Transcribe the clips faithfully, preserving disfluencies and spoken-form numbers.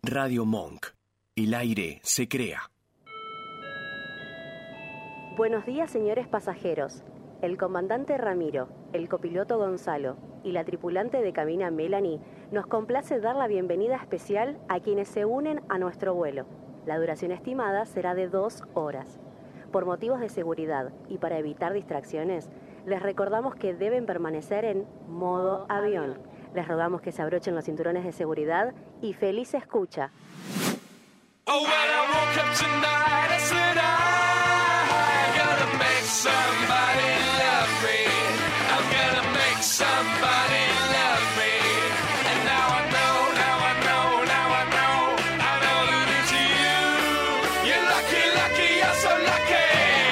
Radio Monk. El aire se crea. Buenos días, señores pasajeros. El comandante Ramiro, el copiloto Gonzalo y la tripulante de cabina Melanie nos complace dar la bienvenida especial a quienes se unen a nuestro vuelo. La duración estimada será de dos horas. Por motivos de seguridad y para evitar distracciones, les recordamos que deben permanecer en modo avión. Les rogamos que se abrochen los cinturones de seguridad y feliz escucha. Oh, when I woke up tonight, I said I gotta make somebody love me. I'm gonna make somebody love me. And now I know, now I know, now I know, I know that it's you. You're lucky, lucky, you're so lucky.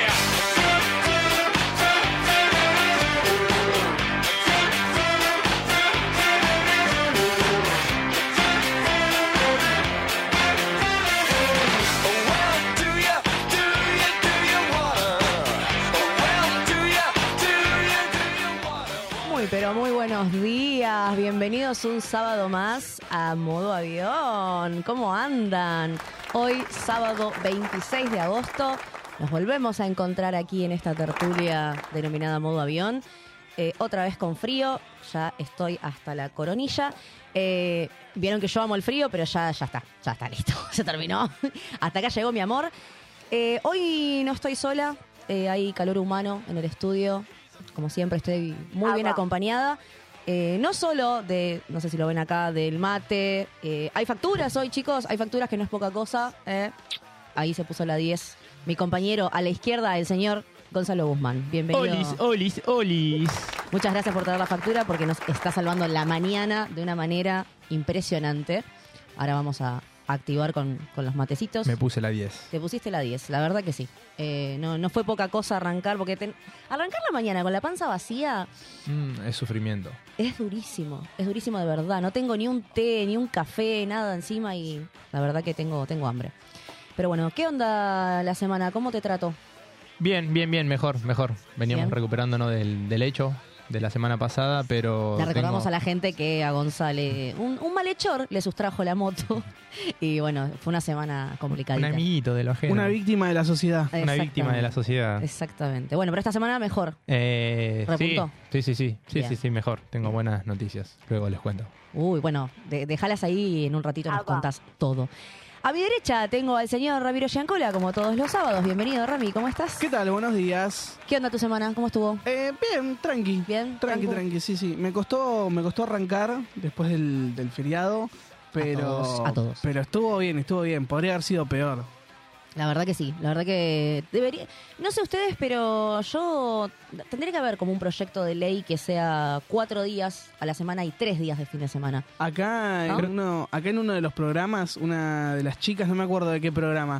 Pero muy buenos días, bienvenidos un sábado más a Modo Avión. ¿Cómo andan? Hoy, sábado veintiséis de agosto, nos volvemos a encontrar aquí en esta tertulia denominada Modo Avión. Eh, otra vez con frío, ya estoy hasta la coronilla. Eh, Vieron que yo amo el frío, pero ya, ya está, ya está listo, se terminó. Hasta acá llegó mi amor. Eh, hoy no estoy sola, eh, hay calor humano en el estudio. Como siempre estoy muy bien acompañada, eh, no solo de, no sé si lo ven acá, del mate, eh, hay facturas hoy, chicos, hay facturas que no es poca cosa, eh. Ahí se puso la diez, mi compañero a la izquierda, el señor Gonzalo Guzmán, bienvenido. Olis, olis, olis. Muchas gracias por traer la factura porque nos está salvando la mañana de una manera impresionante. Ahora vamos a activar con, con los matecitos. Me puse la diez. Te pusiste la diez, la verdad que sí. Eh, no, no fue poca cosa arrancar, porque ten... arrancar la mañana con la panza vacía Mm, es sufrimiento. es durísimo, es durísimo de verdad. No tengo ni un té, ni un café, nada encima y la verdad que tengo, tengo hambre. Pero bueno, ¿qué onda la semana? ¿Cómo te trato? Bien, bien, bien, mejor, mejor. Veníamos Bien. recuperándonos del, del hecho de la semana pasada, pero... Le recordamos tengo- a la gente que a González un, un malhechor le sustrajo la moto y bueno, fue una semana Un complicadita. amiguito de lo ajeno. Una víctima de la sociedad. Una víctima de la sociedad. Exactamente. Bueno, pero esta semana mejor. Eh, sí, ¿Repuntó? sí, sí, sí, sí, Bien. sí, sí, mejor. Tengo buenas noticias. Luego les cuento. Uy, bueno, de, dejalas ahí, en un ratito nos contás todo. A mi derecha tengo al señor Ramiro Giancola, como todos los sábados. Bienvenido, Rami, ¿cómo estás? ¿Qué tal? Buenos días. ¿Qué onda tu semana? ¿Cómo estuvo? Eh, bien, tranqui. Bien, Tranqui, tranqui. tranqui, sí, sí. Me costó, me costó arrancar después del, del feriado, pero... todos, a todos. Pero estuvo bien, estuvo bien. Podría haber sido peor. La verdad que sí, la verdad que debería... No sé ustedes, pero yo... Tendría que haber como un proyecto de ley que sea cuatro días a la semana y tres días de fin de semana. Acá, ¿Ah? en uno, acá en uno de los programas, una de las chicas, no me acuerdo de qué programa,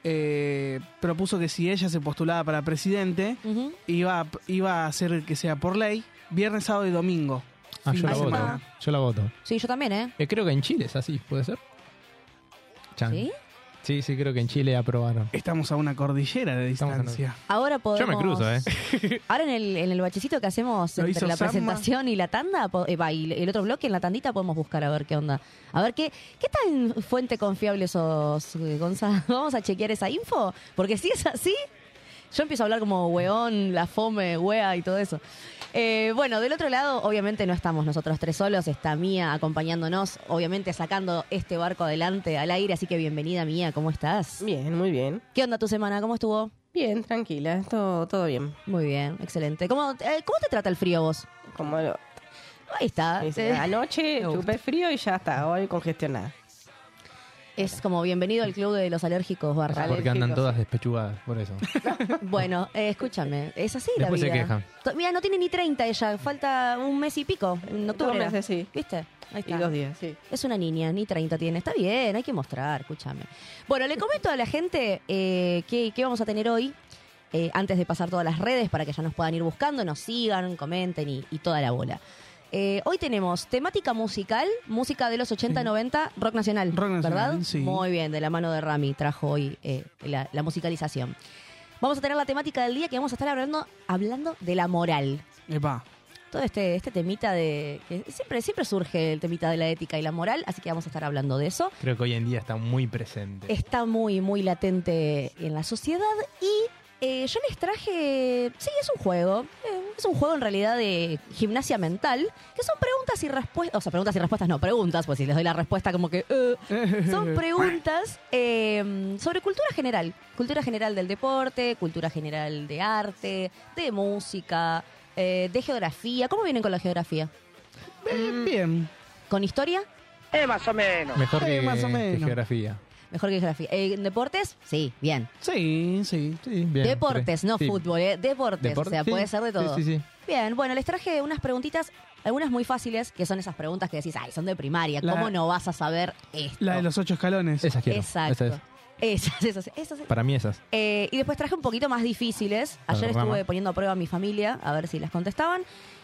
eh, propuso que si ella se postulaba para presidente, Ujú. iba, a- iba a hacer que sea por ley, viernes, sábado y domingo. Ah, Fin yo de la voto. semana. Yo la voto. Sí, yo también, ¿eh? Eh, creo que en Chile es así, ¿puede ser? Chan. ¿Sí? Sí, sí, creo que en Chile aprobaron. Estamos a una cordillera de Estamos a una- distancia. Ahora podemos... Yo me cruzo, ¿eh? Ahora en el, en el bachecito que hacemos Lo entre hizo la Samma. presentación y la tanda, po- eh, va, y el otro bloque en la tandita podemos buscar a ver qué onda. A ver qué, qué tan fuente confiable sos, eh, Gonzalo. Vamos a chequear esa info, porque si es así, yo empiezo a hablar como weón, la fome, wea y todo eso. Eh, bueno, del otro lado, obviamente no estamos nosotros tres solos, está Mía acompañándonos, obviamente sacando este barco adelante al aire, así que bienvenida Mía, ¿cómo estás? Bien, muy bien. ¿Qué onda tu semana? ¿Cómo estuvo? Bien, tranquila, todo, todo bien. Muy bien, excelente. ¿Cómo, eh, ¿cómo te trata el frío vos? Como lo, Ahí está. dice, Eh, anoche me gusta. chupé frío y ya está, hoy congestionada. Es como bienvenido al club de los alérgicos barra. Vale. Porque andan alérgicos, todas sí. despechugadas, por eso. Bueno, eh, escúchame, es así Después la se vida. quejan. To- Mira, no tiene ni treinta ella, falta un mes y pico, en octubre. Dos era. meses, sí. ¿Viste? Ahí Y está. dos días, sí. Es una niña, ni treinta tiene. Está bien, hay que mostrar, escúchame. Bueno, le comento a la gente eh, qué, qué vamos a tener hoy, eh, antes de pasar todas las redes para que ya nos puedan ir buscando, nos sigan, comenten y, y toda la bola. Eh, hoy tenemos temática musical, música de los ochenta, noventa, rock nacional, Rock nacional, ¿verdad? sí. Muy bien, de la mano de Rami trajo hoy eh, la, la musicalización. Vamos a tener la temática del día que vamos a estar hablando, hablando de la moral. Epa. todo este, este temita de... que siempre, siempre surge el temita de la ética y la moral, así que vamos a estar hablando de eso. Creo que hoy en día está muy presente. Está muy, muy latente en la sociedad y eh, yo les traje... Sí, es un juego. Eh, es un juego en realidad de gimnasia mental, que son preguntas y respuestas... O sea, preguntas y respuestas no, preguntas, pues si les doy la respuesta como que... Uh, son preguntas eh, sobre cultura general. Cultura general del deporte, cultura general de arte, de música, eh, de geografía. ¿Cómo vienen con la geografía? Bien. bien. ¿Con historia? Eh, más o menos. Mejor Eh, que, más o que menos. geografía. Mejor que geografía. Eh, ¿En deportes? Sí, bien. Sí, sí. Sí, bien. Deportes, no Sí. fútbol, ¿eh? Deportes, ¿Deporte? o sea, Sí, puede ser de todo. Sí, sí, sí. Bien, bueno, les traje unas preguntitas, algunas muy fáciles, que son esas preguntas que decís, ay, son de primaria, La- ¿cómo no vas a saber esto? La de los ocho escalones. Esas quiero. Exacto. Esas. Esas, esas, esas. Para mí esas. Eh, y después traje un poquito más difíciles. A Ayer ver, Rama. estuve poniendo a prueba a mi familia, a ver si las contestaban.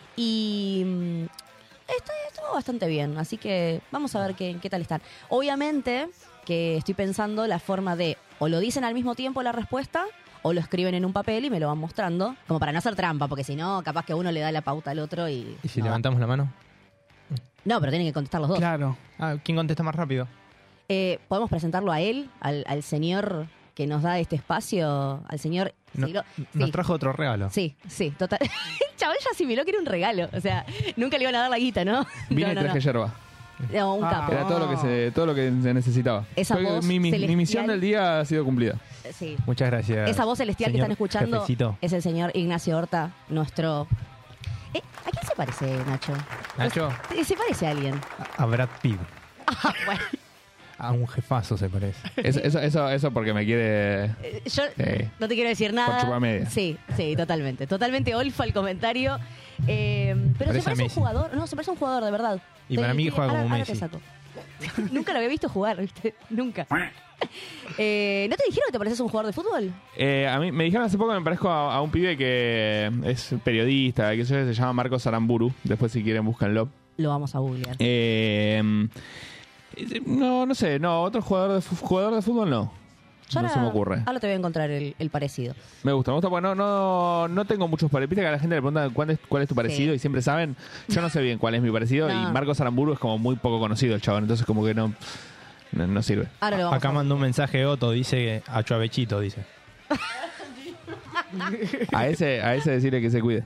Y mm, esto- estuvo bastante bien, así que vamos a ver qué, qué tal están. Obviamente que estoy pensando la forma de, o lo dicen al mismo tiempo la respuesta, o lo escriben en un papel y me lo van mostrando, como para no hacer trampa, porque si no, capaz que uno le da la pauta al otro y... ¿Y si no. levantamos la mano? No, pero tienen que contestar los dos. Claro. Ah, ¿quién contesta más rápido? Eh, ¿Podemos presentarlo a él, al, al señor que nos da este espacio, al señor... No- sí, lo- Nos sí. trajo otro regalo. Sí, sí, total. El chabón ya asimiló que era un regalo. O sea, nunca le iban a dar la guita, ¿no? Vine no, y no, traje no. yerba. No, un Ah. capo. Era todo lo que se, todo lo que se necesitaba. Esa Fue- voz mi, mi- mi celestial. misión del día ha sido cumplida. Sí. Muchas gracias. Esa voz celestial que señor están escuchando jefecito. es el señor Ignacio Horta, nuestro... Eh, ¿A quién se parece, Nacho? Nacho, Eh, ¿Se parece a alguien? a Brad Pitt. Ah, bueno, A un jefazo se parece. Eso, eso, eso, eso porque me quiere... eh, yo Sí. no te quiero decir Por nada. chupar media. Sí, sí, totalmente. Totalmente olfa el comentario. Eh, pero Parece se parece a un Messi. jugador. No, se parece un jugador, de verdad. Y Te- para mí te- juega ahora- como ahora te Messi. saco. Nunca lo había visto jugar, ¿viste? Nunca. Eh, ¿No te dijeron que te pareces un jugador de fútbol? Eh, a mí me dijeron hace poco que me parezco a, a un pibe que es periodista, que se llama Marcos Aramburu. Después si quieren búscanlo. Lo vamos a googlear. Eh, no, no sé, no, otro jugador de, fu- jugador de fútbol no. Yo no ahora- se me ocurre. Ahora te voy a encontrar el, el parecido. Me gusta, me gusta porque no, no, no tengo muchos parecidos. Viste que a la gente le preguntan cuál es, cuál es tu parecido Sí. y siempre saben. Yo no sé bien cuál es mi parecido No. y Marcos Aramburu es como muy poco conocido el chabón, entonces como que no, no, no sirve. Ahora lo vamos Acá a mandó un mensaje Otto, dice a Chuavechito, dice. A ese, a ese decirle que se cuide.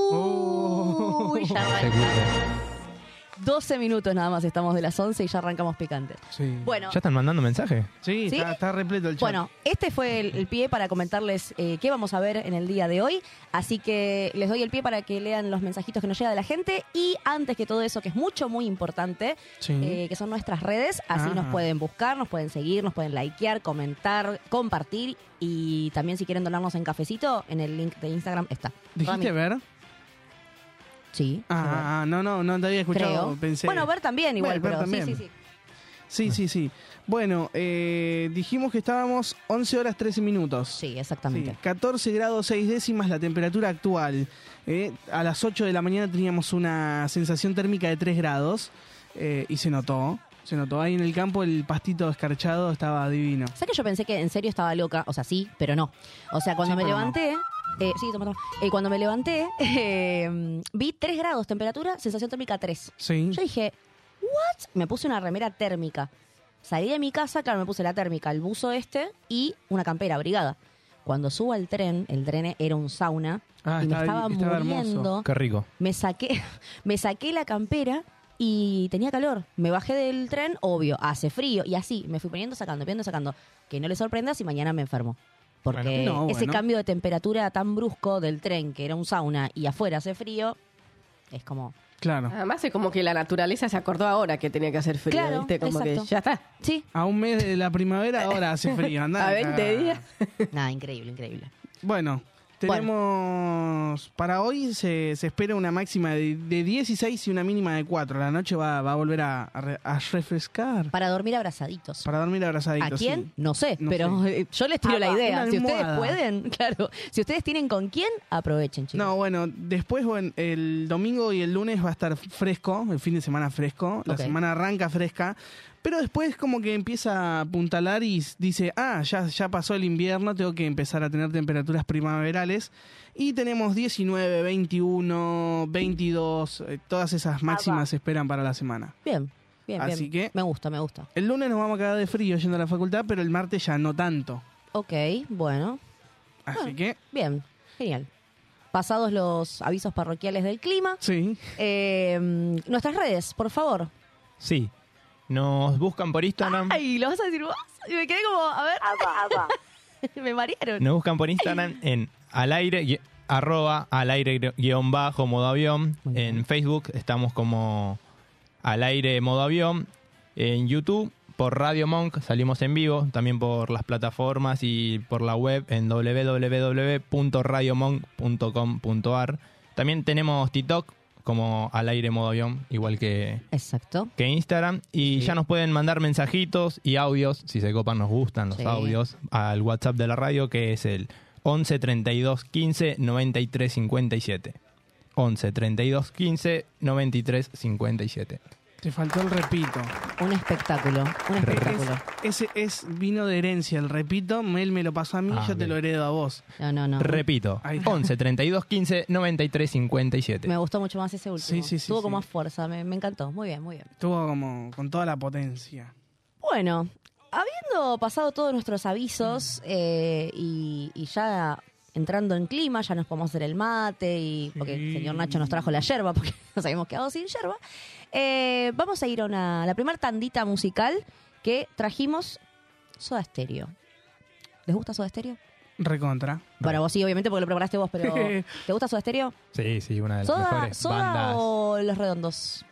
Uy, ya Se arrancamos. cuida. doce minutos nada más estamos de las once y ya arrancamos picantes. Sí. Bueno, ¿Ya están mandando mensaje? Sí, ¿Sí? Está, está repleto el chat. bueno, este fue el, el pie para comentarles eh, qué vamos a ver en el día de hoy. Así que les doy el pie para que lean los mensajitos que nos llega de la gente. Y antes que todo eso, que es mucho, muy importante, Sí. eh, que son nuestras redes. Así Ajá. nos pueden buscar, nos pueden seguir, nos pueden likear, comentar, compartir. Y también si quieren donarnos en cafecito, en el link de Instagram está. ¿Dijiste Rami. ver? Sí. Ah, ah, no, no, no te había escuchado. creo. Pensé. Bueno, ver también igual, Ver, ver pero también. sí, sí, sí. Sí, sí, sí. Bueno, eh, dijimos que estábamos once horas trece minutos. Sí, exactamente. Sí, catorce grados seis décimas la temperatura actual. Eh, a las ocho de la mañana teníamos una sensación térmica de tres grados eh, y se notó. Se notó ahí en el campo el pastito escarchado, estaba divino. ¿Sabes que yo pensé que en serio estaba loca? O sea, sí, pero no. O sea, cuando Sí, me pero no. levanté... eh, sí, toma, toma. Eh, cuando me levanté, eh, vi tres grados temperatura, sensación térmica tres. Sí. Yo dije, ¿what? Me puse una remera térmica. Salí de mi casa, claro, me puse la térmica, el buzo este y una campera abrigada. Cuando subo al tren, el tren era un sauna Ah, y me estaba- estaba estaba hermoso. muriendo. Qué rico. Me saqué, me saqué la campera y tenía calor. Me bajé del tren, obvio, hace frío. Y así, me fui poniendo, sacando, poniendo, sacando. Que no le sorprenda si mañana me enfermo. Porque Bueno, no, ese bueno. cambio de temperatura tan brusco del tren, que era un sauna, y afuera hace frío, es como... Claro. Además es como que la naturaleza se acordó ahora que tenía que hacer frío, Claro, ¿viste? Como exacto. que ya está. Sí, A un mes de la primavera ahora hace frío. Andá A acá. veinte días. nada, increíble, increíble. Bueno, tenemos... Para hoy se, se espera una máxima de, de dieciséis y una mínima de cuatro. La noche va, va a volver a, a re- a refrescar. Para dormir abrazaditos. Para dormir abrazaditos. ¿A quién? sí. No sé, No pero sé. eh, yo les tiro Ah, la va, idea. una Si ustedes almohada. pueden, claro. Si ustedes tienen con quién, aprovechen, chicos. No, bueno, después bueno, el domingo y el lunes va a estar fresco, el fin de semana fresco. La Ok. semana arranca fresca, Pero después como que empieza a apuntalar y s- dice, ah, ya, ya pasó el invierno, tengo que empezar a tener temperaturas primaverales. Y tenemos diecinueve, veintiuno, veintidós, eh, todas esas máximas se esperan para la semana. Bien, bien, Así bien. que- Me gusta, me gusta. El lunes nos vamos a quedar de frío yendo a la facultad, pero el martes ya no tanto. Ok, bueno. Así Ah. que, Bien, genial. Pasados los avisos parroquiales del clima, sí. eh, nuestras redes, por favor. Sí. Nos buscan por Instagram. Ay, ¿lo vas a decir vos? Y me quedé como, a ver, me marearon. Nos buscan por Instagram en al aire, gui- arroba al aire gui- guión bajo modo avión. Muy bien. En Facebook estamos como al aire modo avión. En YouTube por Radio Monk salimos en vivo. También por las plataformas y por la web en doble u doble u doble u punto radio monk punto com punto a r. También tenemos TikTok como al aire modo avión, igual que Exacto. que Instagram, y ya nos pueden mandar mensajitos y audios, si se copan, nos gustan los Sí. audios, al WhatsApp de la radio, que es el once treinta y dos quince noventa y tres cincuenta y siete. once treinta y dos quince noventa y tres cincuenta y siete. Te faltó el repito. Un espectáculo, un Es, espectáculo. ese es vino de herencia, el repito. Mel me lo pasó a mí, Ah, yo te bien. lo heredo a vos. No, no, no. Repito, Ahí está. once treinta y dos quince noventa y tres cincuenta y siete. Me gustó mucho más ese último. Sí, sí, sí, Tuvo sí. con más fuerza, me, me encantó. Muy bien, muy bien. Estuvo como con toda la potencia. Bueno, habiendo pasado todos nuestros avisos eh, y, y ya entrando en clima, ya nos podemos hacer el mate y porque el señor Nacho nos trajo la yerba porque nos habíamos quedado sin yerba. Eh, vamos a ir a una, la primera tandita musical que trajimos Soda Stereo. ¿Les gusta Soda Stereo? Recontra. Bueno, vos sí, obviamente porque lo preparaste vos, pero ¿te gusta Soda Stereo? Sí, sí, una de las ¿Soda, mejores soda bandas. o Los Redondos?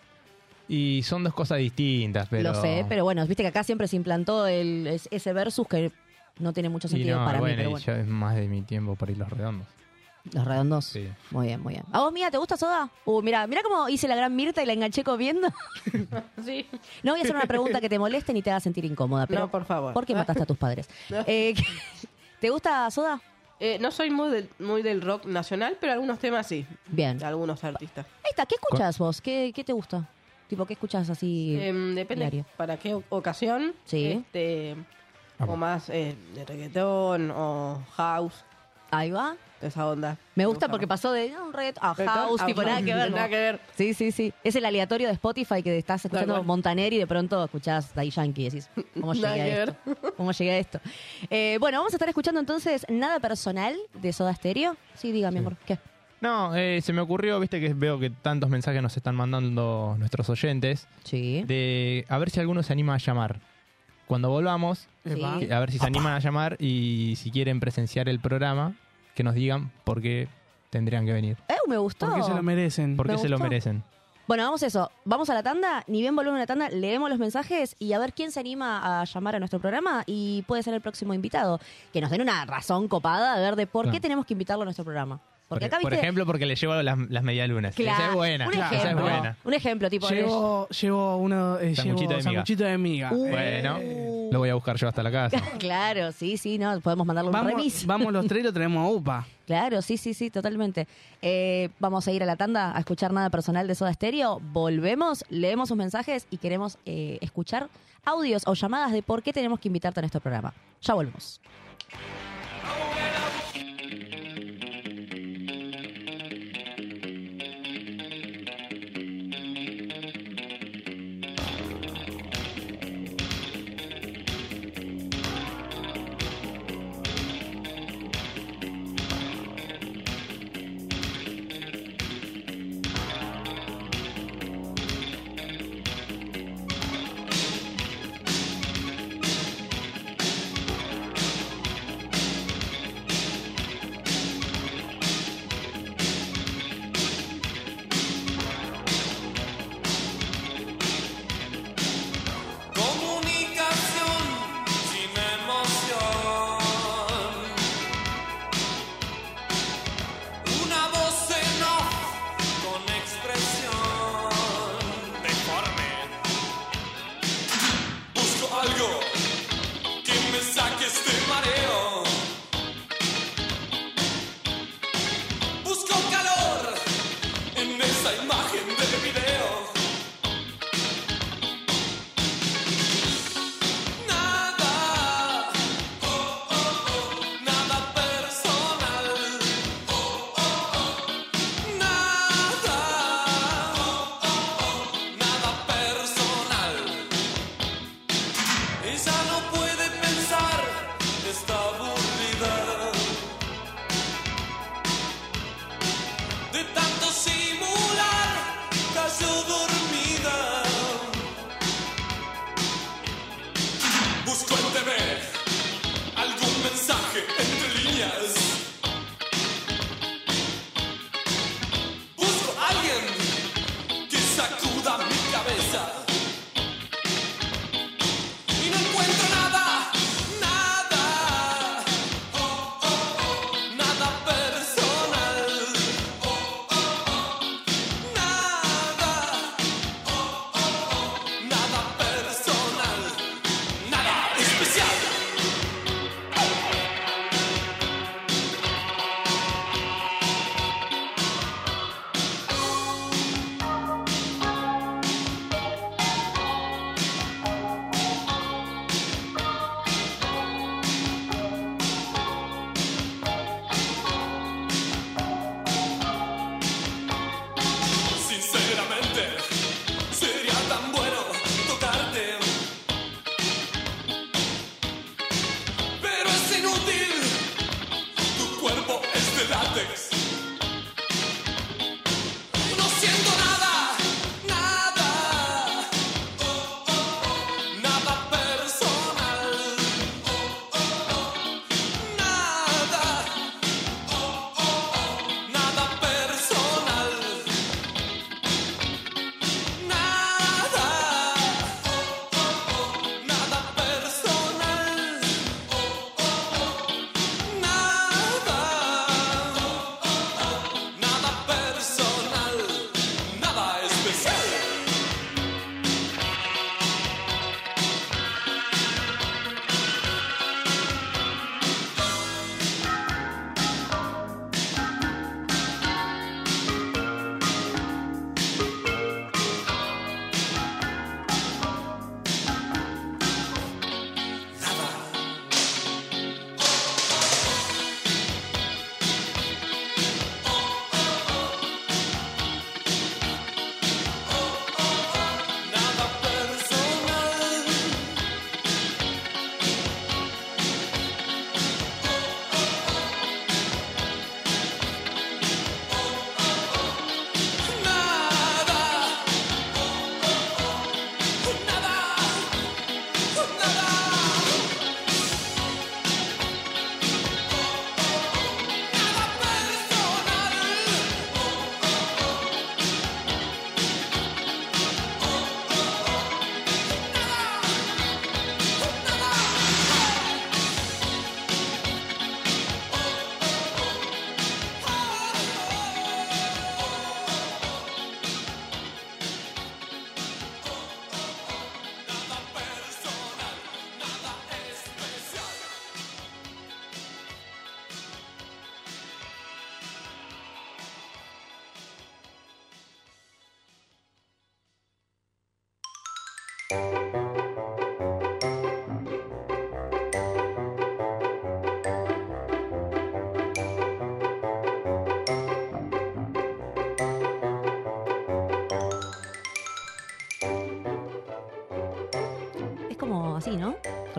Y son dos cosas distintas, pero... Lo sé, pero bueno, viste que acá siempre se implantó el, es- ese versus que no tiene mucho Y sentido no, para bueno, mí, pero y bueno. ya es más de mi tiempo por ir los redondos. Los Redondos. Sí. Muy bien, muy bien. ¿A vos, Mía, te gusta Soda? Uh, mira, mira cómo hice la gran Mirta y la enganché comiendo. Sí. No voy a hacer una pregunta que te moleste ni te haga sentir incómoda, pero No, por favor. ¿por qué mataste a tus padres? Eh, ¿Te gusta Soda? Eh, no soy muy del, muy del rock nacional, pero algunos temas sí. Bien. De algunos artistas. Ahí está, ¿qué escuchas vos? ¿Qué, qué te gusta? Tipo, ¿qué escuchas así? Em, depende diario? para qué o- ocasión. Sí. Este, Ah, o más eh, de reggaetón o house, Ahí va. de esa onda. Me gusta porque más. pasó de no, un reggaetón a Reggaetón house, a tipo, house. nada que ver. Nada ¿no? que ver. Sí, sí, sí. Es el aleatorio de Spotify que estás escuchando cual. Montaner y de pronto escuchás Daddy Yankee y decís, ¿cómo Nada llegué que a esto? ¿Cómo llegué a esto? Eh, bueno, vamos a estar escuchando entonces Nada Personal de Soda Stereo. Sí, diga, mi amor. ¿Qué? No, eh, se me ocurrió, viste que veo que tantos mensajes nos están mandando nuestros oyentes, Sí. de a ver si alguno se anima a llamar. Cuando volvamos, Epa. Sí. a ver si se animan a llamar y si quieren presenciar el programa, que nos digan por qué tendrían que venir. Eh, me gustó. Porque se lo merecen. ¿Por qué Me se lo gustó. merecen? Bueno, vamos a eso. Vamos a la tanda. Ni bien volvemos a la tanda, leemos los mensajes y a ver quién se anima a llamar a nuestro programa y puede ser el próximo invitado. Que nos den una razón copada a ver de por qué Claro. tenemos que invitarlo a nuestro programa. Porque por, acá, por viste, ejemplo, porque le llevo las, las medialunas. claro, Esa es buena. Un Esa es ejemplo, buena. un ejemplo, tipo. Llevo, llevo uno, eh, Sanguchito llevo de miga. sanguchito de miga. Uh. Bueno, Eh. lo voy a buscar yo hasta la casa. Claro, sí, sí, no, podemos mandarle un Vamos, remis. vamos los tres y lo traemos a UPA. Claro, sí, sí, sí, totalmente. Eh, vamos a ir a la tanda a escuchar Nada Personal de Soda Stereo. Volvemos, leemos sus mensajes y queremos eh, escuchar audios o llamadas de por qué tenemos que invitarte a nuestro programa. Ya volvemos.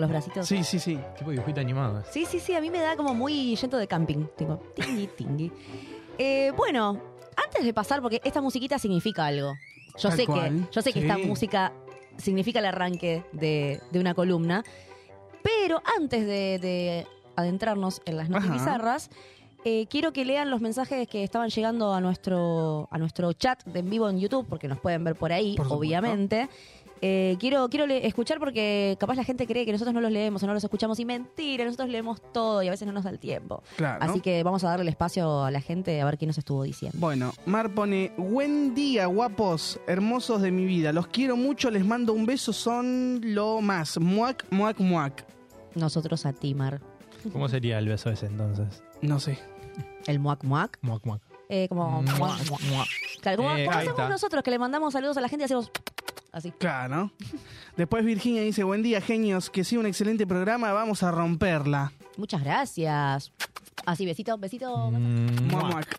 los bracitos. Sí, sí, sí. Tipo dibujito animado. Sí, sí, sí, a mí me da como muy yendo de camping. Tengo tingui, tingui. Eh, bueno, antes de pasar, porque esta musiquita significa algo. Yo Tal sé cual, que, yo sé que sí. esta música significa el arranque de, de una columna. Pero antes de, de adentrarnos en las notas Ajá. bizarras, eh, quiero que lean los mensajes que estaban llegando a nuestro, a nuestro chat de en vivo en YouTube, porque nos pueden ver por ahí, Por supuesto. obviamente. Eh, quiero quiero le- escuchar porque capaz la gente cree que nosotros no los leemos o no los escuchamos. Y mentira, nosotros leemos todo y a veces no nos da el tiempo. Claro. Así que vamos a darle el espacio a la gente a ver qué nos estuvo diciendo. Bueno, Mar pone, buen día, guapos, hermosos de mi vida. Los quiero mucho, les mando un beso, son lo más. Muac, muac, muac. Nosotros a Timar. ¿Cómo sería el beso ese entonces? No sé. El muac muac. Muac, muac. Eh, como, Mua, muac, mua. claro, como, Eh, como ahí hacemos está. nosotros, que le mandamos saludos a la gente y hacemos así. Claro. Después Virginia dice, buen día, genios, que sea un excelente programa, vamos a romperla. Muchas gracias. Así, besito, besito. Mm, Muac, mua. muac.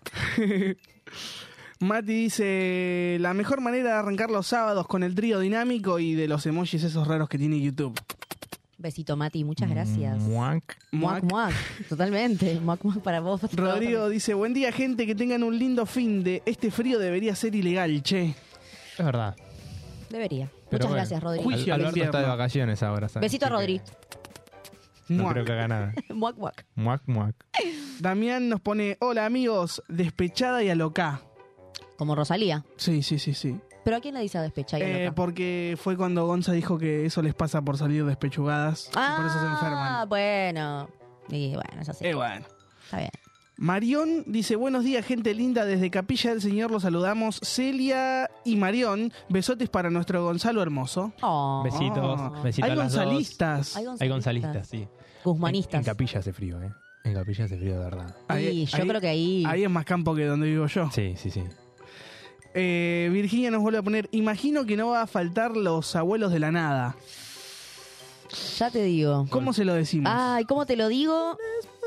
Mati dice, la mejor manera de arrancar los sábados con el trío dinámico y de los emojis esos raros que tiene YouTube. Besito, Mati, muchas gracias. Muac. Muac, muac. Totalmente. Muac, muac para vos. Rodrigo dice, buen día, gente, que tengan un lindo fin de... Este frío debería ser ilegal, che. Es verdad. Debería. Pero Muchas bueno. gracias, Rodrigo. Juicio al Alberto está invierno. de vacaciones ahora. ¿sabes? Besito a Así que Rodri. No Muac. creo que haga nada. Muac, muac. Muac, muac. Damián nos pone, hola amigos, despechada y alocá. Como Rosalía. Sí, sí, sí, sí. ¿Pero a quién le dice a despecha? Eh, porque fue cuando Gonza dijo que eso les pasa por salir despechugadas y por eso se Ah, enferman. bueno. Y bueno, es así. Eh, bueno. Está bien. Marión dice, buenos días, gente linda, desde Capilla del Señor los saludamos. Celia y Marión, besotes para nuestro Gonzalo hermoso. Oh. Besitos. Oh. Besitos Hay a las dos. gonzalistas. Hay gonzalistas. Hay gonzalistas, sí. Guzmanistas. En, en Capilla hace frío, ¿eh? En Capilla hace frío de verdad. Ahí- Y yo ahí- creo que ahí... Ahí es más campo que donde vivo yo. Sí, sí, sí. Eh, Virginia nos vuelve a poner, imagino que no va a faltar los abuelos de la nada. Ya te digo. ¿Cómo se lo decimos? Ay, ¿cómo te lo digo?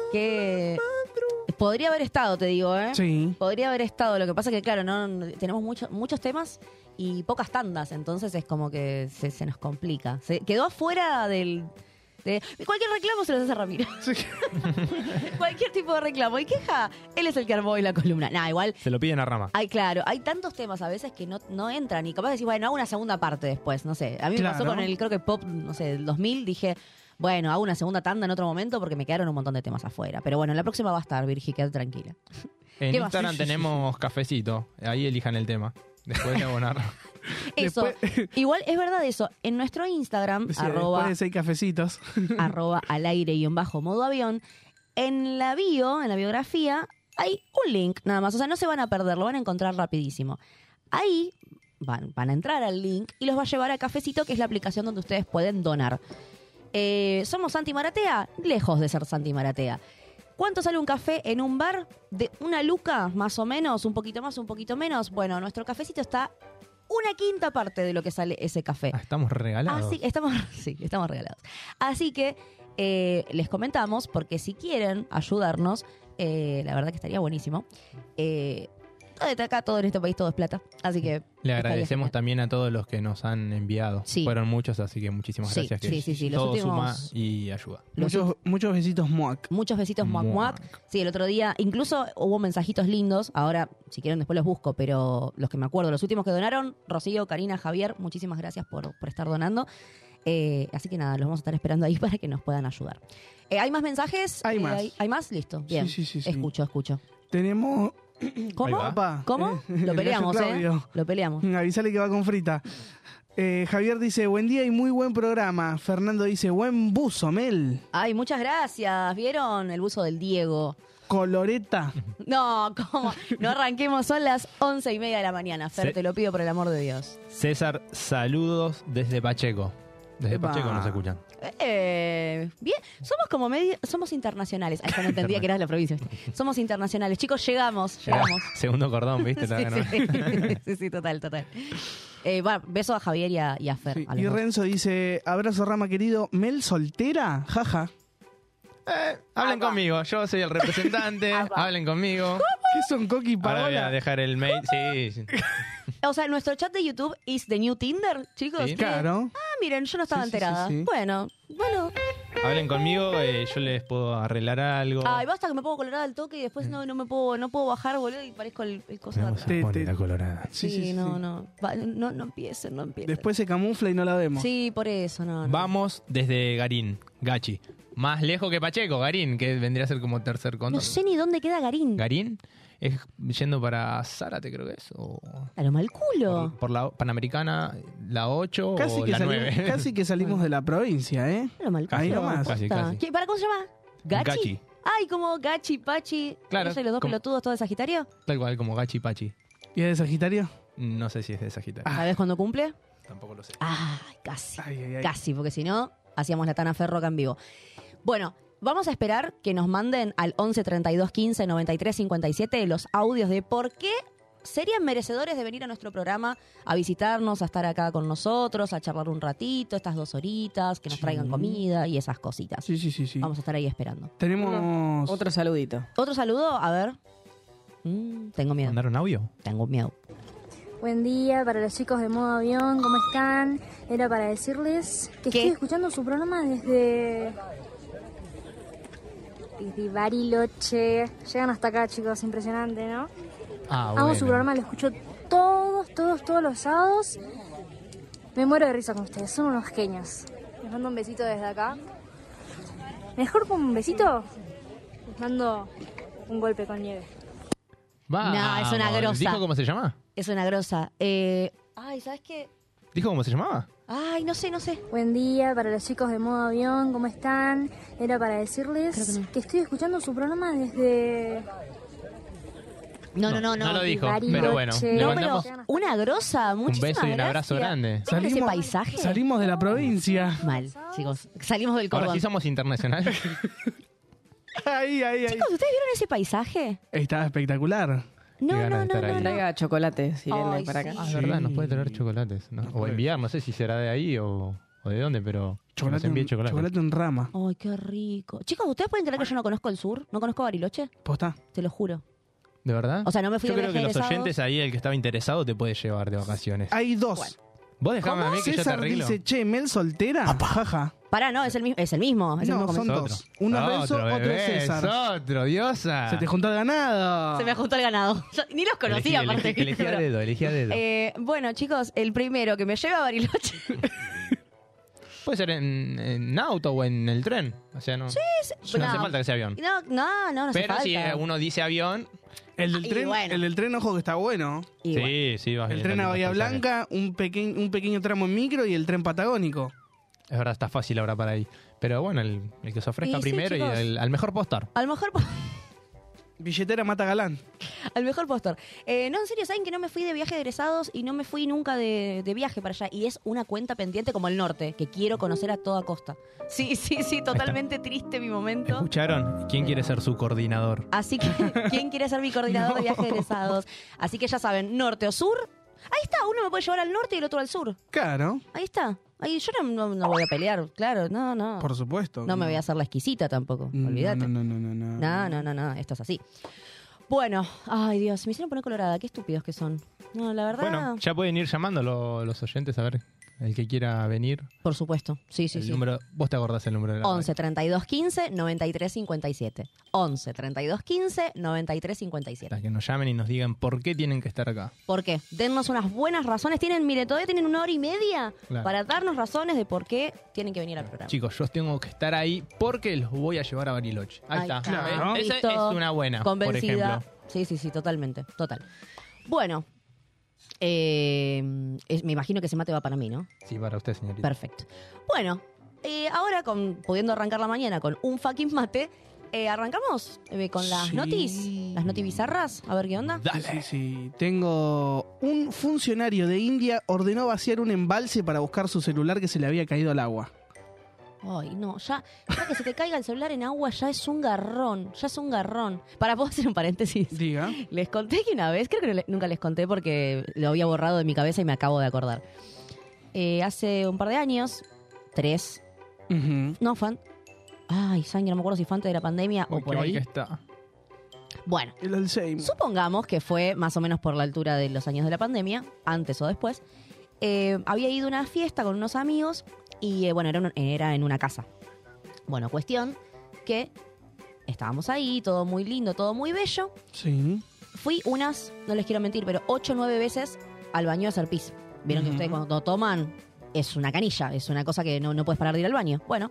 Que... Podría haber estado, te digo, ¿eh? Sí. Podría haber estado. Lo que pasa que, claro, no no- tenemos mucho- muchos temas y pocas tandas. Entonces es como que se, se nos complica. Se quedó afuera del... de- cualquier reclamo se los hace Ramiro. Sí. Cualquier tipo de reclamo y queja, él es el que armó hoy la columna. Nah, igual... Se lo piden a rama. Hay, claro, hay tantos temas a veces que no, no entran y capaz decís, bueno, hago una segunda parte después, no sé. A mí me Claro. pasó con el, creo que pop, no sé, del dos mil, dije, bueno, hago una segunda tanda en otro momento porque me quedaron un montón de temas afuera. Pero bueno, la próxima va a estar, Virgi, quédate tranquila. En ¿Qué más? Instagram Sí, sí, sí, tenemos cafecito. Ahí elijan el tema. Después de abonar. Eso, Después- igual es verdad eso. En nuestro Instagram, Sí, arroba, después de seis cafecitos. arroba al aire y en bajo modo avión, en la bio, en la biografía, hay un link nada más. O sea, no se van a perder, lo van a encontrar rapidísimo. Ahí van, van a entrar al link y los va a llevar a Cafecito, que es la aplicación donde ustedes pueden donar. Eh, ¿Somos Santi Maratea? Lejos de ser Santi Maratea. ¿Cuánto sale un café en un bar? De una luca, más o menos, un poquito más, un poquito menos. Bueno, nuestro cafecito está una quinta parte de lo que sale ese café. Ah, estamos regalados. Así, estamos, sí, estamos regalados. Así que eh, les comentamos, porque si quieren ayudarnos, eh, la verdad que estaría buenísimo. Eh, todo de acá, todo en este país, todo es plata. Así que... Le estaría agradecemos genial. también a todos los que nos han enviado. Sí. Fueron muchos, así que muchísimas Sí, gracias. Que sí, sí, sí, los todo últimos- suma y ayuda. Los muchos, muchos besitos muac. Muchos besitos, muac, muac. Muac. Sí, el otro día, incluso hubo mensajitos lindos. Ahora, si quieren, después los busco, pero los que me acuerdo, los últimos que donaron, Rocío, Karina, Javier, muchísimas gracias por, por estar donando. Eh, así que nada, los vamos a estar esperando ahí para que nos puedan ayudar. Eh, ¿Hay más mensajes? Hay Eh, más. ¿Hay, hay más? Listo. Bien. Sí, sí, sí, sí. Escucho, escucho. Tenemos... ¿Cómo? va. Opa, ¿Cómo? eh, Lo el peleamos, gallo ¿eh? Claudio. Lo peleamos. Avisale que va con frita. Eh, Javier dice, buen día y muy buen programa. Fernando dice, buen buzo, Mel. Ay, muchas gracias. ¿Vieron el buzo del Diego? Coloreta. No, ¿cómo? No arranquemos, son las once y media de la mañana. Fer, Sí. te lo pido por el amor de Dios. César, saludos desde Pacheco. Desde Epa. Pacheco nos escuchan. Eh, bien, somos como medio, somos internacionales. Ay, yo no entendía que eras de la provincia. ¿viste? Somos internacionales. Chicos, llegamos, llegamos. Segundo cordón, ¿viste? Sí, La- sí. sí, sí, total, total. Eh, bueno, beso a Javier y a, y a Fer. Sí. a los Y dos. Renzo dice, abrazo Rama querido, ¿Mel soltera? Jaja. Eh, hablen conmigo, yo soy el representante. Hablen conmigo. ¿Qué son Coqui y Ahora voy a Paola? dejar el mail. Sí, sí. O sea, nuestro chat de YouTube is the new Tinder, chicos. Sí. Que- Claro. Ah, miren, yo no estaba Sí, sí, enterada. sí, sí. Bueno, bueno, Hablen conmigo, eh, yo les puedo arreglar algo. Ay, basta que me pongo colorada al toque y después no, no me puedo, no puedo bajar, boludo, y parezco el, el coso de Vamos atrás. a Te- poner te- la colorada. Sí, Sí, sí, sí, no, sí. no, Va, no, no empiecen, no empiecen. Después se camufla y no la vemos. Sí, por eso, no, no. Vamos desde Garín, Gachi. Más lejos que Pacheco, Garín, que vendría a ser como tercer condón. No sé ni dónde queda Garín. Garín es yendo para Zárate, creo que es. O A lo mal culo. por, por la Panamericana, la ocho Casi o que, la salimos, nueve. casi que salimos de la provincia, ¿eh? A lo mal culo. Ahí nomás. Casi, Posta. casi. ¿Qué- ¿Para cómo se llama? ¿Gachi? Gachi. Ay, como Gachi, Pachi. Claro, ¿No sé, los dos como- pelotudos, todo de Sagitario? Tal cual, como Gachi Pachi. ¿Y es de Sagitario? No sé si es de Sagitario. ¿Sabes cuándo cumple? Tampoco lo sé. Ay, casi. Ay, ay, ay. Casi, porque si no, hacíamos la Tana Ferro acá en vivo. Bueno, vamos a esperar que nos manden al once treinta y dos quince noventa y tres cincuenta y siete los audios de por qué serían merecedores de venir a nuestro programa a visitarnos, a estar acá con nosotros, a charlar un ratito, estas dos horitas, que nos Sí. traigan comida y esas cositas. Sí, sí, sí, sí. Vamos a estar ahí esperando. Tenemos... Otro saludito. ¿Otro saludo? A ver. Mm, tengo miedo. ¿Mandaron audio? Tengo miedo. Buen día para los chicos de Modo Avión, ¿cómo están? Era para decirles que ¿Qué? estoy escuchando su programa desde... Desde Bariloche. Llegan hasta acá, chicos, impresionante, ¿no? Ah, Amo su programa, lo escucho todos, todos, todos los sábados. Me muero de risa con ustedes, son unos genios. Les mando un besito desde acá. Mejor con un besito, les mando un golpe con nieve. No, es una grosa. ¿Dijo cómo se llama? Es una grosa. Eh, ay, ¿sabes qué? ¿Dijo cómo se llamaba? Ay, no sé, no sé. Buen día para los chicos de Modo Avión, ¿cómo están? Era para decirles Creo que no. que estoy escuchando su programa desde... No, no, no, no. No lo dijo, Bariloche. pero bueno. Le No, mandamos pero una grosa, muchísimas beso y un abrazo gracias. grande. ¿Vieron ese paisaje? Salimos de la provincia. Mal, chicos. Salimos del Ahora cordón. sí somos internacionales. Ahí, ahí, ahí. Chicos, ¿ustedes vieron ese paisaje? Estaba espectacular. No, Qué ganas no, de no, estar no, ahí. no. Traiga chocolate si viene Ay, para acá. sí. Ah, es verdad, nos puede traer chocolates. ¿no? O enviar, no sé si será de ahí o, o de dónde, pero que nos Chocolate, envíe en, chocolate. chocolate en rama. Ay, qué rico. Chicos, ¿ustedes pueden creer que yo no conozco el sur? ¿No conozco Bariloche? ¿Posta? Te lo juro. ¿De verdad? O sea, no me fui Yo de creo que viaje los egresados. oyentes ahí, el que estaba interesado, te puede llevar de vacaciones. Hay dos. Bueno. Vos dejame a mí que yo te César arreglo. dice, che, Mel soltera. Jaja. Pará, no, es el, mi- es el mismo. Es el No, mismo son comentario. dos. Uno es Renzo, otro es bebé, César. Es otro, diosa. Se te juntó el ganado. Se me ajustó el ganado. Yo ni los conocía, Elegí, aparte. elegí, elegí a pero- dedo, elegí a dedo. Eh, bueno, chicos, el primero que me lleva a Bariloche. Puede ser en, en auto o en el tren. O sea, no, no hace no. falta que sea avión. No, no, no, no hace Pero falta. si eh, uno dice avión, El del Y tren, bueno. el del tren, ojo que está bueno. Y bueno. sí, sí, vas El bien, tren a lindo Bahía paisaje. Blanca, un, pequeñ- un pequeño tramo en micro y el tren patagónico. Es verdad, está fácil ahora para ahí. Pero bueno, el, el que se ofrezca Y sí, primero y chicos. el- al mejor postar. Al mejor, po- Billetera mata galán. al mejor postor. Eh, no, en serio, ¿saben que no me fui de viaje de egresados y no me fui nunca de, de viaje para allá? Y es una cuenta pendiente como el norte, que quiero conocer a toda costa. Sí, sí, sí, totalmente triste mi momento. ¿Escucharon? ¿Quién quiere ser su coordinador? Así que, ¿quién quiere ser mi coordinador de viaje de egresados? Así que ya saben, norte o sur. Ahí está, uno me puede llevar al norte y el otro al sur. Claro, Ahí está. Ahí yo no, no- no voy a pelear, claro, no, no. por supuesto. No me voy a hacer la exquisita tampoco, No, olvídate. No, no, no, no, no. No, no, no, no, esto es así. Bueno, ay Dios, me hicieron poner colorada, qué estúpidos que son. No, la verdad, Bueno, ya pueden ir llamando lo- los oyentes a ver el que quiera venir. por supuesto, sí, sí, el sí. número, vos te acordás el número de la once treinta y dos quince noventa y tres cincuenta y siete. once treinta y dos quince noventa y tres cincuenta y siete. Para que nos llamen y nos digan por qué tienen que estar acá. ¿Por qué? Dennos unas buenas razones. Tienen, mire, todavía tienen una hora y media Claro. para darnos razones de por qué tienen que venir al programa. Chicos, yo tengo que estar ahí porque los voy a llevar a Bariloche. Ahí, Ahí está. está. Claro. Esa Listo. es una buena, Convencida. por ejemplo. Sí, sí, sí, totalmente, total. Bueno, eh, es- me imagino que ese mate va para mí, ¿no? Sí, para usted, señorita. Perfecto. Bueno, eh, ahora con, pudiendo arrancar la mañana con un fucking mate, eh, arrancamos eh, con las Sí. notis, las notis bizarras, a ver qué onda. Dale. Sí, sí. Tengo un funcionario de India ordenó vaciar un embalse para buscar su celular que se le había caído al agua. Ay, no, ya, ya que se te caiga el celular en agua ya es un garrón, ya es un garrón. Para, ¿puedo hacer un paréntesis? Diga. Les conté que una vez, creo que no le- nunca les conté porque lo había borrado de mi cabeza y me acabo de acordar. Eh, hace un par de años, tres, Ujú. no, fan. Ay, sangre, no me acuerdo si fue antes de la pandemia Uy, o por qué mal ahí. que está. Bueno, El Alzheimer. supongamos que fue más o menos por la altura de los años de la pandemia, antes o después. Eh, había ido a una fiesta con unos amigos y, eh, bueno, era, un- era en una casa. Bueno, cuestión que estábamos ahí, todo muy lindo, todo muy bello. Sí. Fui unas, no les quiero mentir, pero ocho o nueve veces al baño a hacer pis. Vieron que Ujú. ustedes cuando toman es una canilla, es una cosa que no, no puedes parar de ir al baño. Bueno,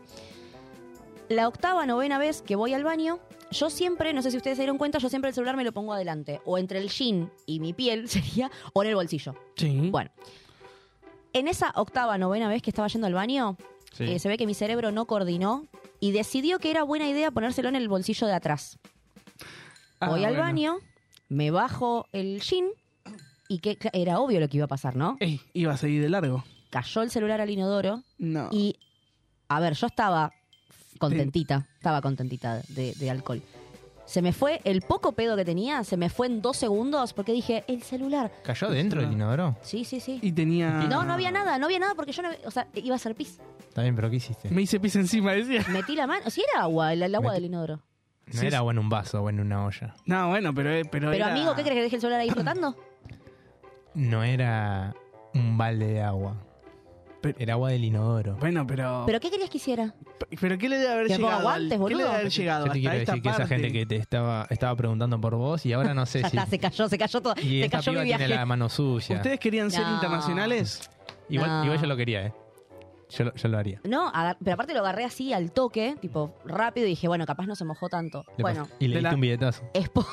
la octava, novena vez que voy al baño, yo siempre, no sé si ustedes se dieron cuenta, yo siempre el celular me lo pongo adelante. O entre el jean y mi piel sería, o en el bolsillo. Sí. Bueno, en esa octava, novena vez que estaba yendo al baño, Sí. eh, se ve que mi cerebro no coordinó y decidió que era buena idea ponérselo en el bolsillo de atrás. Ah, Voy al bueno. baño, me bajo el jean y que cl- era obvio lo que iba a pasar, ¿no? Ey, iba a seguir de largo. Cayó el celular al inodoro No. y, a ver, yo estaba contentita, estaba contentita de, de alcohol. Se me fue el poco pedo que tenía, se me fue en dos segundos porque dije, el celular. ¿Cayó dentro del inodoro? Sí, sí, sí. Y tenía... No, no había nada, no había nada porque yo no, o sea, iba a hacer pis. Está bien, pero ¿qué hiciste? Me hice pis encima, decía. Metí la mano, si era agua, el, el agua Metí- del inodoro. No Sí, era sí. o en un vaso o en una olla. No, bueno, pero... eh, Pero, Pero era- amigo, ¿qué crees que deje el celular ahí flotando? No era un balde de agua. Pero- Era agua del inodoro. Bueno, pero... ¿Pero qué querías que hiciera? ¿Pero qué le debe haber ¿Que ponga llegado? al- guantes, ¿Qué le boludo? debe haber llegado Yo te quiero hasta esta decir que esa parte? gente que te estaba, estaba preguntando por vos y ahora no sé Ya si... está, se cayó, se cayó todo. Y Se esta cayó mi piba viaje. tiene la mano sucia. ¿Ustedes querían ser No. internacionales? Igual, No. igual yo lo quería, ¿eh? Yo, lo- yo lo haría. No, agar- pero aparte lo agarré así al toque, tipo rápido, y dije, bueno, capaz no se mojó tanto. Le Bueno, pas- y le de diste la- un billetazo. spo-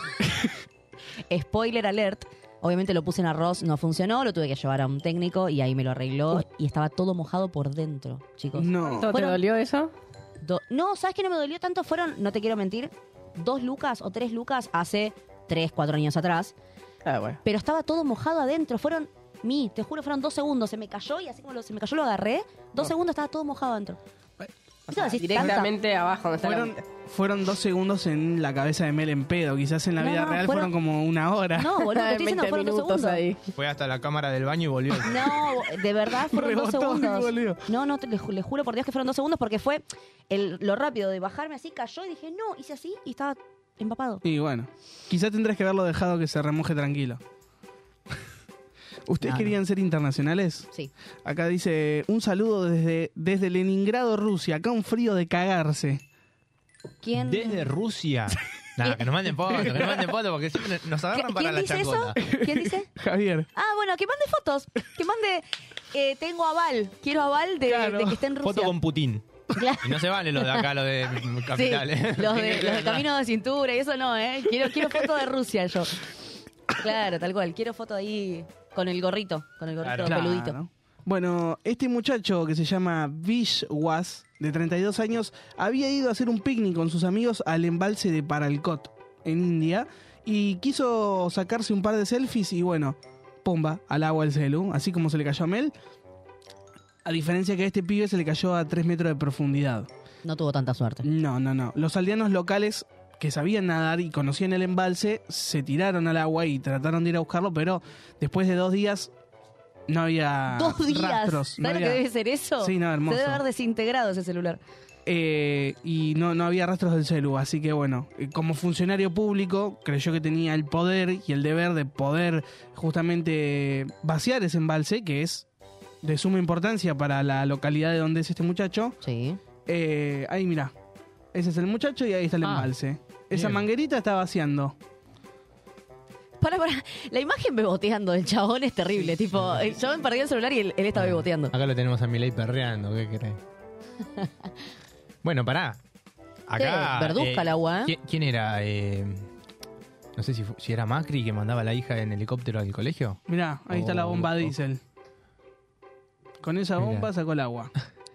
spoiler alert. Obviamente lo puse en arroz, no funcionó, lo tuve que llevar a un técnico y ahí me lo arregló y estaba todo mojado por dentro, chicos. No. ¿Cuánto te Fueron- dolió eso? Do- no, ¿sabes qué no me dolió tanto? Fueron, no te quiero mentir, dos lucas o tres lucas hace tres, cuatro años atrás. Ah, bueno. Pero estaba todo mojado adentro. Fueron, mi, te juro, fueron dos segundos. Se me cayó y así como lo- se me cayó lo agarré. Dos segundos estaba todo mojado adentro. ¿Viste cuando decís tanta- Directamente abajo donde está la- Fueron, fueron dos segundos en la cabeza de Mel en pedo. Quizás en la No, vida no, real fueron- fueron, como una hora. No, boludo, te estoy diciendo, veinte fueron dos minutos segundos. ahí. Fue hasta la cámara del baño y volvió. No, de verdad fueron dos Rebotó y segundos. volvió. No, no, te, le, ju- le juro por Dios que fueron dos segundos porque fue el, lo rápido de bajarme así, cayó y dije, no, hice así y estaba empapado. Y bueno, quizás tendrás que haberlo dejado que se remoje tranquilo. ¿Ustedes No, no. querían ser internacionales? Sí. Acá dice, un saludo desde, desde Leningrado, Rusia. Acá un frío de cagarse. ¿Quién? Desde Rusia. Nada, que nos manden fotos, que nos manden fotos porque siempre nos agarran ¿Qui- para ¿Quién la dice chacota. eso? ¿Quién dice? Javier. Ah, bueno, que mande fotos. Que mande. eh, tengo aval. Quiero aval de, Claro. de que esté en Rusia. Foto con Putin. Claro. Y no se vale los de acá, los de Sí, Capital. ¿eh? los de, los de camino de cintura y eso no, ¿eh? Quiero, quiero foto de Rusia yo. Claro, tal cual. Quiero foto ahí con el gorrito, con el gorrito Claro. peludito. Claro. Bueno, este muchacho que se llama Vishwas, de treinta y dos años, había ido a hacer un picnic con sus amigos al embalse de Paralcot, en India, y quiso sacarse un par de selfies y bueno, pumba, al agua el celu, así como se le cayó a Mel. A diferencia que a este pibe se le cayó a tres metros de profundidad. No tuvo tanta suerte. No, no, no. Los aldeanos locales que sabían nadar y conocían el embalse se tiraron al agua y trataron de ir a buscarlo, pero después de dos días no había Dos días. rastros. ¿Sabes no lo había- que debe ser eso? Sí, no, hermoso. Se debe haber desintegrado ese celular. Eh, y no, no había rastros del celu, así que bueno, eh, como funcionario público creyó que tenía el poder y el deber de poder justamente vaciar ese embalse, que es de suma importancia para la localidad de donde es este muchacho. Sí. Eh, ahí mira, ese es el muchacho y ahí está el Ah, embalse. Esa bien. manguerita está vaciando. Para, para. La imagen beboteando del chabón es terrible. Tipo, el chabón perdió el celular y él, él estaba beboteando. Acá lo tenemos a Milei perreando, ¿qué querés? Bueno, pará. Acá. Sí, verduzca el agua, ¿eh? ¿quién, quién era? Eh, no sé si, fu- si era Macri que mandaba a la hija en helicóptero al colegio. Mirá, ahí está la Oh, bomba oh. diésel. Con esa Mirá. bomba sacó el agua.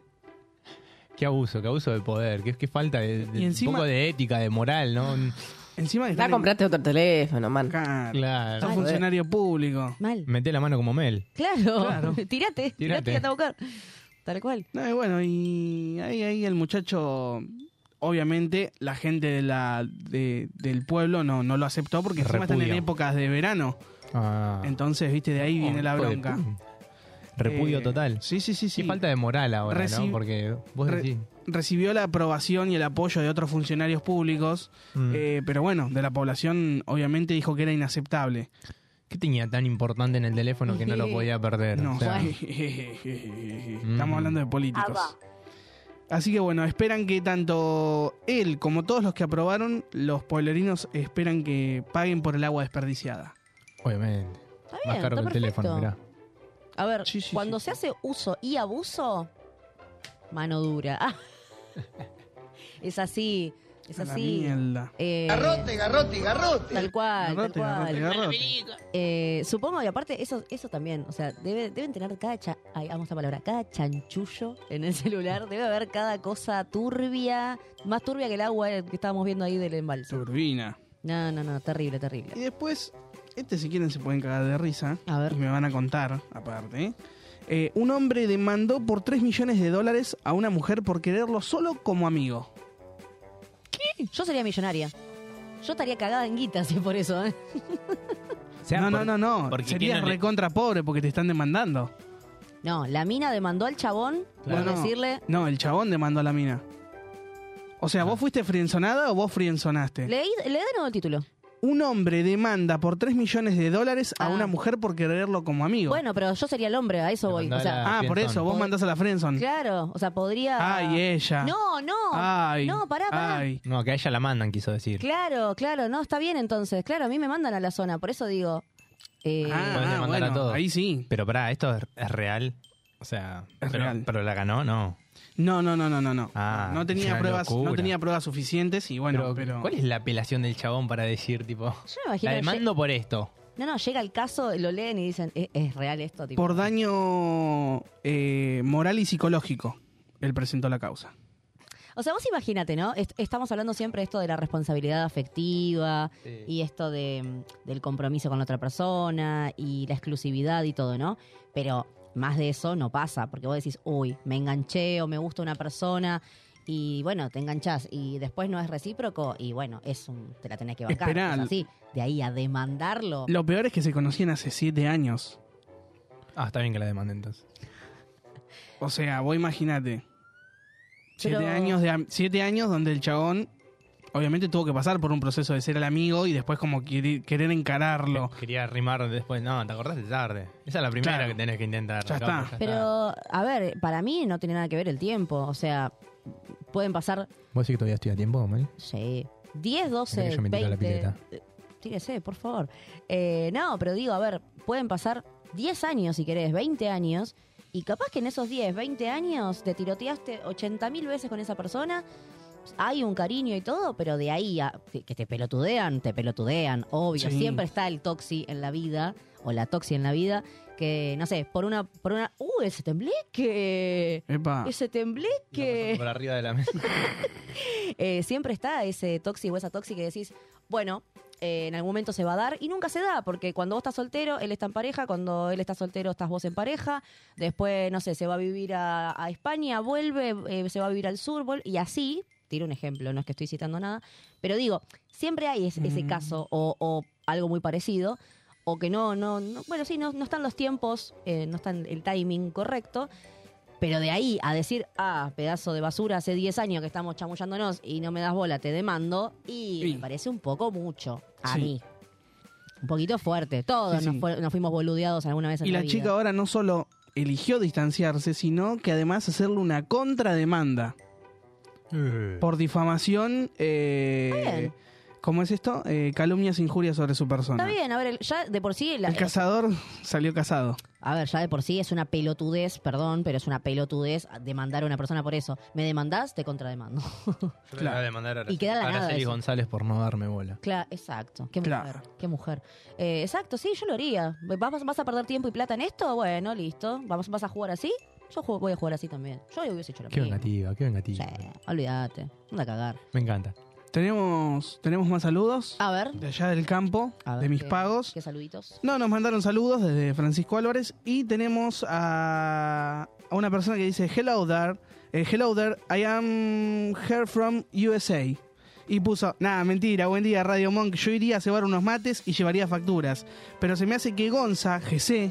Qué abuso, qué abuso de poder, qué, qué falta de, de- Y encima- un poco de ética, de moral, ¿no? Encima que Ya están compraste otro teléfono, man. en... Claro. Claro. Sos funcionario público. Mal. Meté la mano como Mel. Claro. Claro. Tirate, tirate, Tirate. tirate a buscar. Tal cual. No, y bueno, y ahí, ahí el muchacho, obviamente, la gente de la, de- del pueblo no, no lo aceptó porque encima están en Repudio. épocas de verano. Ah. Entonces, viste, de ahí viene Oh, la hijo de bronca. pu- Repudio Eh, total. Sí, sí, sí, sí. Qué falta de moral ahora, Reci- ¿no? Porque vos Re- decís... Recibió la aprobación y el apoyo de otros funcionarios públicos, Mm. eh, pero bueno, de la población obviamente dijo que era inaceptable. ¿Qué tenía tan importante en el teléfono que no lo podía perder? No, O sea, estamos Mm. hablando de políticos. Así que bueno, esperan que tanto él como todos los que aprobaron, los pueblerinos esperan que paguen por el agua desperdiciada. Obviamente. Está Más bien, caro que está el teléfono, mirá. A ver, Sí, sí, cuando sí. se hace uso y abuso, mano dura. Ah. Es así, es A la así. mierda. Eh, Garrote, garrote, garrote. Tal cual, Garrote, tal cual. garrote, garrote. Eh, supongo que aparte eso eso también, o sea, debe, deben tener cada cha, ay, amo esta palabra, cada chanchullo en el celular, debe haber cada cosa turbia, más turbia que el agua que estábamos viendo ahí del embalse. Turbina. No, no, no, terrible, Y terrible. después, este si quieren se pueden cagar de risa. A ver. Y me van a contar, aparte. ¿eh? Eh, un hombre demandó por tres millones de dólares a una mujer por quererlo solo como amigo. Yo sería millonaria. Yo estaría cagada en guita si por eso, ¿eh? O sea, no, por- no, no, no. porque Serías ¿quién no le- recontra pobre porque te están demandando. No, la mina demandó al chabón Claro. por No, no. decirle... No, el chabón demandó a la mina. O sea, ¿vos fuiste frienzonada o vos frienzonaste? Leí, le de nuevo el título. Un hombre demanda por tres millones de dólares a Ah. una mujer por quererlo como amigo. Bueno, pero yo sería el hombre, a eso Le voy. mandó O sea, la- ah, por friendzone. eso, vos mandás a la friendzone. claro, o sea, podría... Ay, ella. No, no. Ay. No, pará, pará. Ay. No, que a ella la mandan, quiso decir. Claro, claro, no, está bien entonces. Claro, a mí me mandan a la zona, por eso digo... eh, Ah, Pueden demandar bueno, a todos. ahí sí. Pero pará, ¿esto es, es real? O sea, Es pero, real. pero la ganó, no. No, no, no, no, no, no. Ah, no es tenía una pruebas, no locura. tenía pruebas suficientes y bueno, pero, pero, ¿cuál es la apelación del chabón para decir, tipo, yo me imagino... la que demando por esto? lle- No, no, llega el caso, lo leen y dicen, ¿es, es real esto? Tipo, por daño eh, moral y psicológico, él presentó la causa. O sea, vos imagínate, ¿no? Est- estamos hablando siempre de esto de la responsabilidad afectiva Sí. y esto de, mm, del compromiso con la otra persona y la exclusividad y todo, ¿no? Pero más de eso no pasa, porque vos decís, uy, me enganché o me gusta una persona y bueno, te enganchás y después no es recíproco y bueno, es un, te la tenés que bancar. Esperá, Es así, de ahí a demandarlo. Lo peor es que se conocían hace siete años. Ah, está bien que la demande entonces. O sea, vos imagínate. Siete, Pero- años de, am- siete años donde el chabón obviamente tuvo que pasar por un proceso de ser el amigo y después como querer, querer encararlo. Quería rimar después. No, te acordaste tarde. Esa es la primera Claro. que tenés que intentar. Ya capo, está. Pero, a ver, para mí no tiene nada que ver el tiempo. O sea, pueden pasar, ¿Vos decís que todavía estoy a tiempo, Mel? sí, diez, doce, Mirá que yo me tiro a la veinte. pileta. eh, Tírese, por favor. Eh, no, pero digo, a ver, pueden pasar diez años si querés, veinte años. Y capaz que en esos diez, veinte años te tiroteaste ochenta mil veces con esa persona. Hay un cariño y todo, pero de ahí a que que te pelotudean, te pelotudean, obvio. Sí. Siempre está el toxi en la vida, o la toxi en la vida, que, no sé, por una... por una ¡Uh, ese tembleque! Epa. Ese tembleque. Por arriba de la mesa. Eh, siempre está ese toxi o esa toxi que decís, bueno, eh, en algún momento se va a dar y nunca se da, porque cuando vos estás soltero, él está en pareja, cuando él está soltero, estás vos en pareja, después, no sé, se va a vivir a, a España, vuelve, eh, se va a vivir al sur, vol- y así, tiro un ejemplo, no es que estoy citando nada, pero digo, siempre hay ese, ese Mm. caso o, o algo muy parecido, o que no, no, no bueno, sí, no, no están los tiempos, eh, no están el timing correcto, pero de ahí a decir, ah, pedazo de basura, hace diez años que estamos chamullándonos y no me das bola, te demando, y Sí. me parece un poco mucho a Sí. mí. Un poquito fuerte. Todos Sí, nos, sí. fue- nos fuimos boludeados alguna vez en Y la, la vida. chica ahora no solo eligió distanciarse, sino que además hacerle una contrademanda por difamación. Eh, Está bien. ¿Cómo es esto? Eh, calumnias e injurias sobre su persona. Está bien, a ver, el- ya de por sí... la- El cazador salió casado. a ver, ya de por sí es una pelotudez, perdón, pero es una pelotudez demandar a una persona por eso. ¿Me demandás? Te contrademando. Yo le voy a demandar a Y queda la nada Araceli eso. González por no darme bola. Claro, exacto. Qué Claro. mujer, qué mujer. Eh, exacto, sí, yo lo haría. ¿Vas, ¿Vas a perder tiempo y plata en esto? Bueno, listo. ¿Vas, vas a jugar así? Yo juego- voy a jugar así también. Yo hubiese hecho lo Qué mismo. vengativa, qué vengativa. Sí, olvídate. Anda a cagar. Me encanta. Tenemos, tenemos más saludos A ver. de allá del campo, A ver, de mis qué- pagos. Qué saluditos. No, nos mandaron saludos desde Francisco Álvarez y tenemos a, a una persona que dice hello there, eh, hello there, I am here from U S A. Y puso, nada, mentira, buen día Radio Monk, yo iría a cebar unos mates y llevaría facturas. Pero se me hace que Gonza, G C,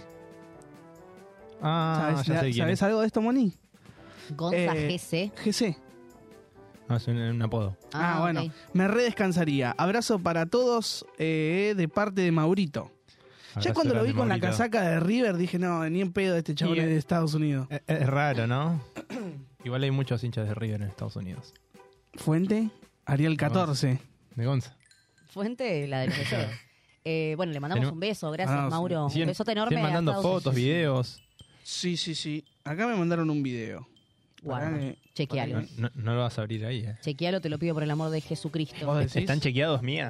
Ah, ¿sabes, ya sé quién ¿sabes es. algo de esto, Moni? Gonza Eh, G C. G C. No, es un, un apodo. Ah, bueno, ok. me redescansaría. Abrazo para todos eh, de parte de Maurito. Ya Abrazo cuando lo vi grande, con la Maurito. casaca de River dije, no, ni en pedo este chabón Y, es eh, de Estados Unidos. Es, es raro, ¿no? Igual hay muchos hinchas de River en Estados Unidos. Fuente, Ariel catorce. De Gonza. Fuente, la del P C. eh, bueno, le mandamos Tenemos- un beso. Gracias, Ah, sí. Mauro. Siguen- un besote enorme. siguen mandando a Estados fotos, Unidos. videos. Sí, sí, sí. Acá me mandaron un video. Guarda, Pará que- chequealo. No, no- no lo vas a abrir ahí, ¿eh? Chequealo, te lo pido por el amor de Jesucristo. ¿Vos decís? ¿Están chequeados, Mía?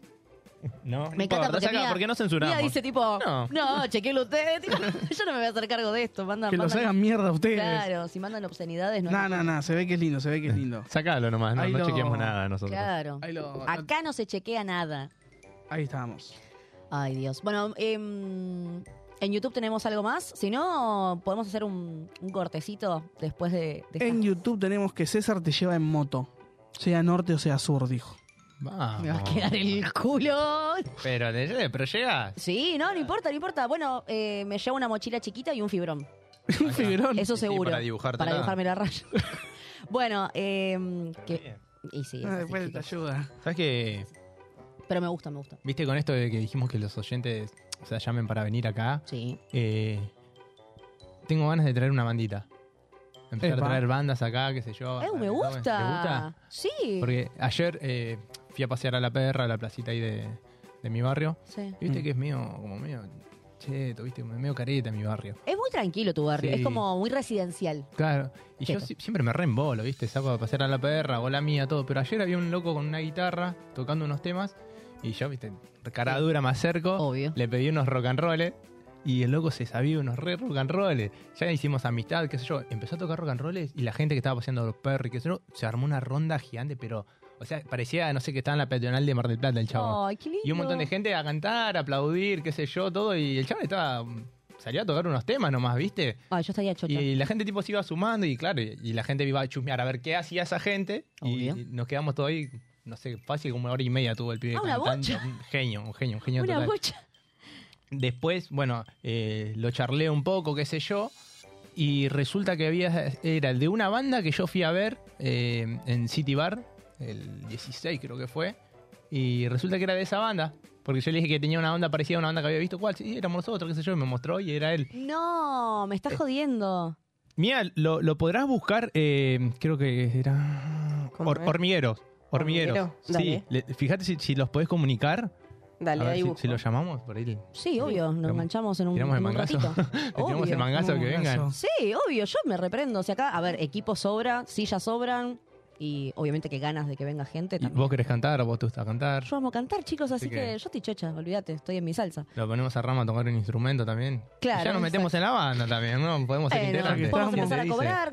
No, Me encanta porque acá, Mía- ¿por qué no censuramos? Mía dice tipo, No. no, chequealo usted. Tipo, yo no me voy a hacer cargo de esto. Mandan, Que los mandan- hagan mierda ustedes. Claro, si mandan obscenidades, no. No, no, no, se ve que es lindo, se ve que es lindo. Sacalo nomás, no, Ahí no lo- chequeamos nada nosotros. Claro. Ahí, lo- Acá no se chequea nada. ahí estamos. Ay, Dios. Bueno, em, en YouTube tenemos algo más. Si no, podemos hacer un, un cortecito después de... de En esta- YouTube tenemos que César te lleva en moto. Sea norte o sea sur, dijo. Vamos. Me va a quedar el culo. Pero, pero llega. Sí, no, no importa, no importa. Bueno, eh, me llevo una mochila chiquita y un fibrón. Un fibrón. Eso Sí, seguro. para dibujártela. Para dibujarme la raya. Bueno, eh, que, y sí, es Ah, así, después te chicos. ayuda. ¿Sabes qué? Pero me gusta, me gusta. ¿Viste con esto de que dijimos que los oyentes, o sea, llamen para venir acá? Sí. Eh, tengo ganas de traer una bandita. Empezar Epa. a traer bandas acá, qué sé yo. Eh, me ¿Te gusta. gusta? Sí. Porque ayer eh, fui a pasear a la perra, a la placita ahí de, de mi barrio. Sí. Y viste Mm. que es medio, como medio cheto, viste, medio careta mi barrio. Es muy tranquilo tu barrio, Sí. es como muy residencial. Claro, y yo Cheto. si- siempre me reembolo, ¿viste? Saco a pasear a la perra, o la mía, todo. Pero ayer había un loco con una guitarra tocando unos temas y yo, ¿viste? Cara dura, me acerco, Obvio. le pedí unos rock and rolls y el loco se sabía unos re rock and rolls. Ya hicimos amistad, qué sé yo. Empezó a tocar rock and rolls y la gente que estaba paseando a los perros y qué sé yo, se armó una ronda gigante, pero, o sea, parecía, no sé, que estaba en la peatonal de Mar del Plata el chavo. Ay, qué lindo. Y un montón de gente a cantar, a aplaudir, qué sé yo, todo. Y el chavo estaba. Salió a tocar unos temas nomás, ¿viste? Ay, yo estaría chocha. Y la gente tipo se iba sumando y claro, y, y la gente iba a chusmear a ver qué hacía esa gente. Y, Obvio. y nos quedamos todos ahí, no sé, fácil como una hora y media tuvo el pibe Ah, una cantando. bocha. Un genio, un genio, un genio Una total. bocha. Después, bueno, eh, lo charlé un poco, qué sé yo. Y resulta que había era de una banda que yo fui a ver eh, en City Bar, el dieciséis creo que fue. Y resulta que era de esa banda. Porque yo le dije que tenía una onda parecida a una banda que había visto. ¿Cuál? Sí, éramos nosotros, qué sé yo. Y me mostró y era él. No, me Eh, estás jodiendo. Mía, lo, lo podrás buscar, eh, creo que era... ¿Cómo Hor- es? hormigueros. Hormigueros. Hormiguero, Sí, dale. le- fíjate si, si los podés comunicar. Dale, A ver ahí si, busco. si los llamamos por ahí. Sí, obvio, nos Tiramos- enganchamos en un, tiramos el en un mangazo. ratito. Le tiramos Obvio. el mangazo que Mangazo. vengan. Sí, obvio, yo me reprendo. O sea, acá, a ver, equipo sobra, sillas sobran y obviamente que ganas de que venga gente ¿Y también. ¿Vos querés cantar o vos te gusta cantar? Yo amo cantar, chicos, así Así que... que- yo estoy chocha, olvídate, estoy en mi salsa. Lo ponemos a Rama a tocar un instrumento también. Claro, Y ya nos metemos en la banda también, ¿no? Podemos ser Bueno, integrantes. podemos Estamos, empezar a Dice, cobrar.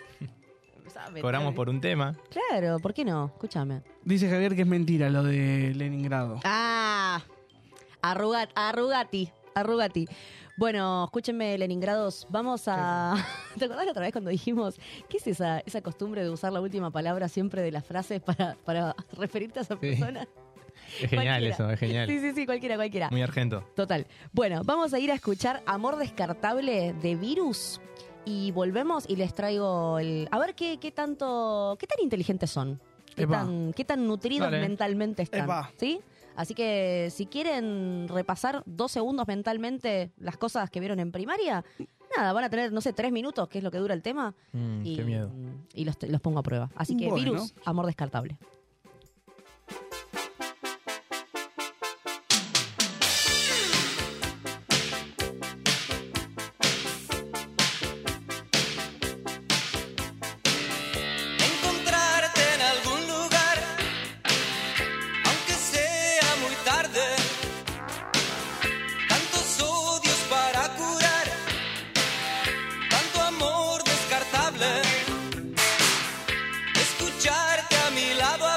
Empezar a meter- Cobramos por un tema. Claro, ¿por qué no? Escúchame. Dice Javier que es mentira lo de Leningrado. Ah, arrugat, arrugati, arrugati. Bueno, escúchenme, Leningrados, vamos a... ¿Te acordás la otra vez cuando dijimos, qué es esa, esa costumbre de usar la última palabra siempre de las frases para, para referirte a esa Sí. persona? Es genial Cualquiera. eso, es genial. Sí, sí, sí, cualquiera, cualquiera. Muy argento. Total. Bueno, vamos a ir a escuchar Amor Descartable de Virus y volvemos y les traigo el... A ver qué, qué tanto... ¿Qué tan inteligentes son? ¿Qué, Epa. tan, qué tan nutridos Dale. mentalmente están? Epa. ¿Sí? Así que si quieren repasar dos segundos mentalmente las cosas que vieron en primaria, nada, van a tener, no sé, tres minutos, que es lo que dura el tema, Mm, y, qué miedo. y los, los pongo a prueba. Así que Bueno. Virus, Amor Descartable. Encontrarte en algún lugar, aunque sea muy tarde. Tantos odios para curar, tanto amor descartable. Escucharte a mi lado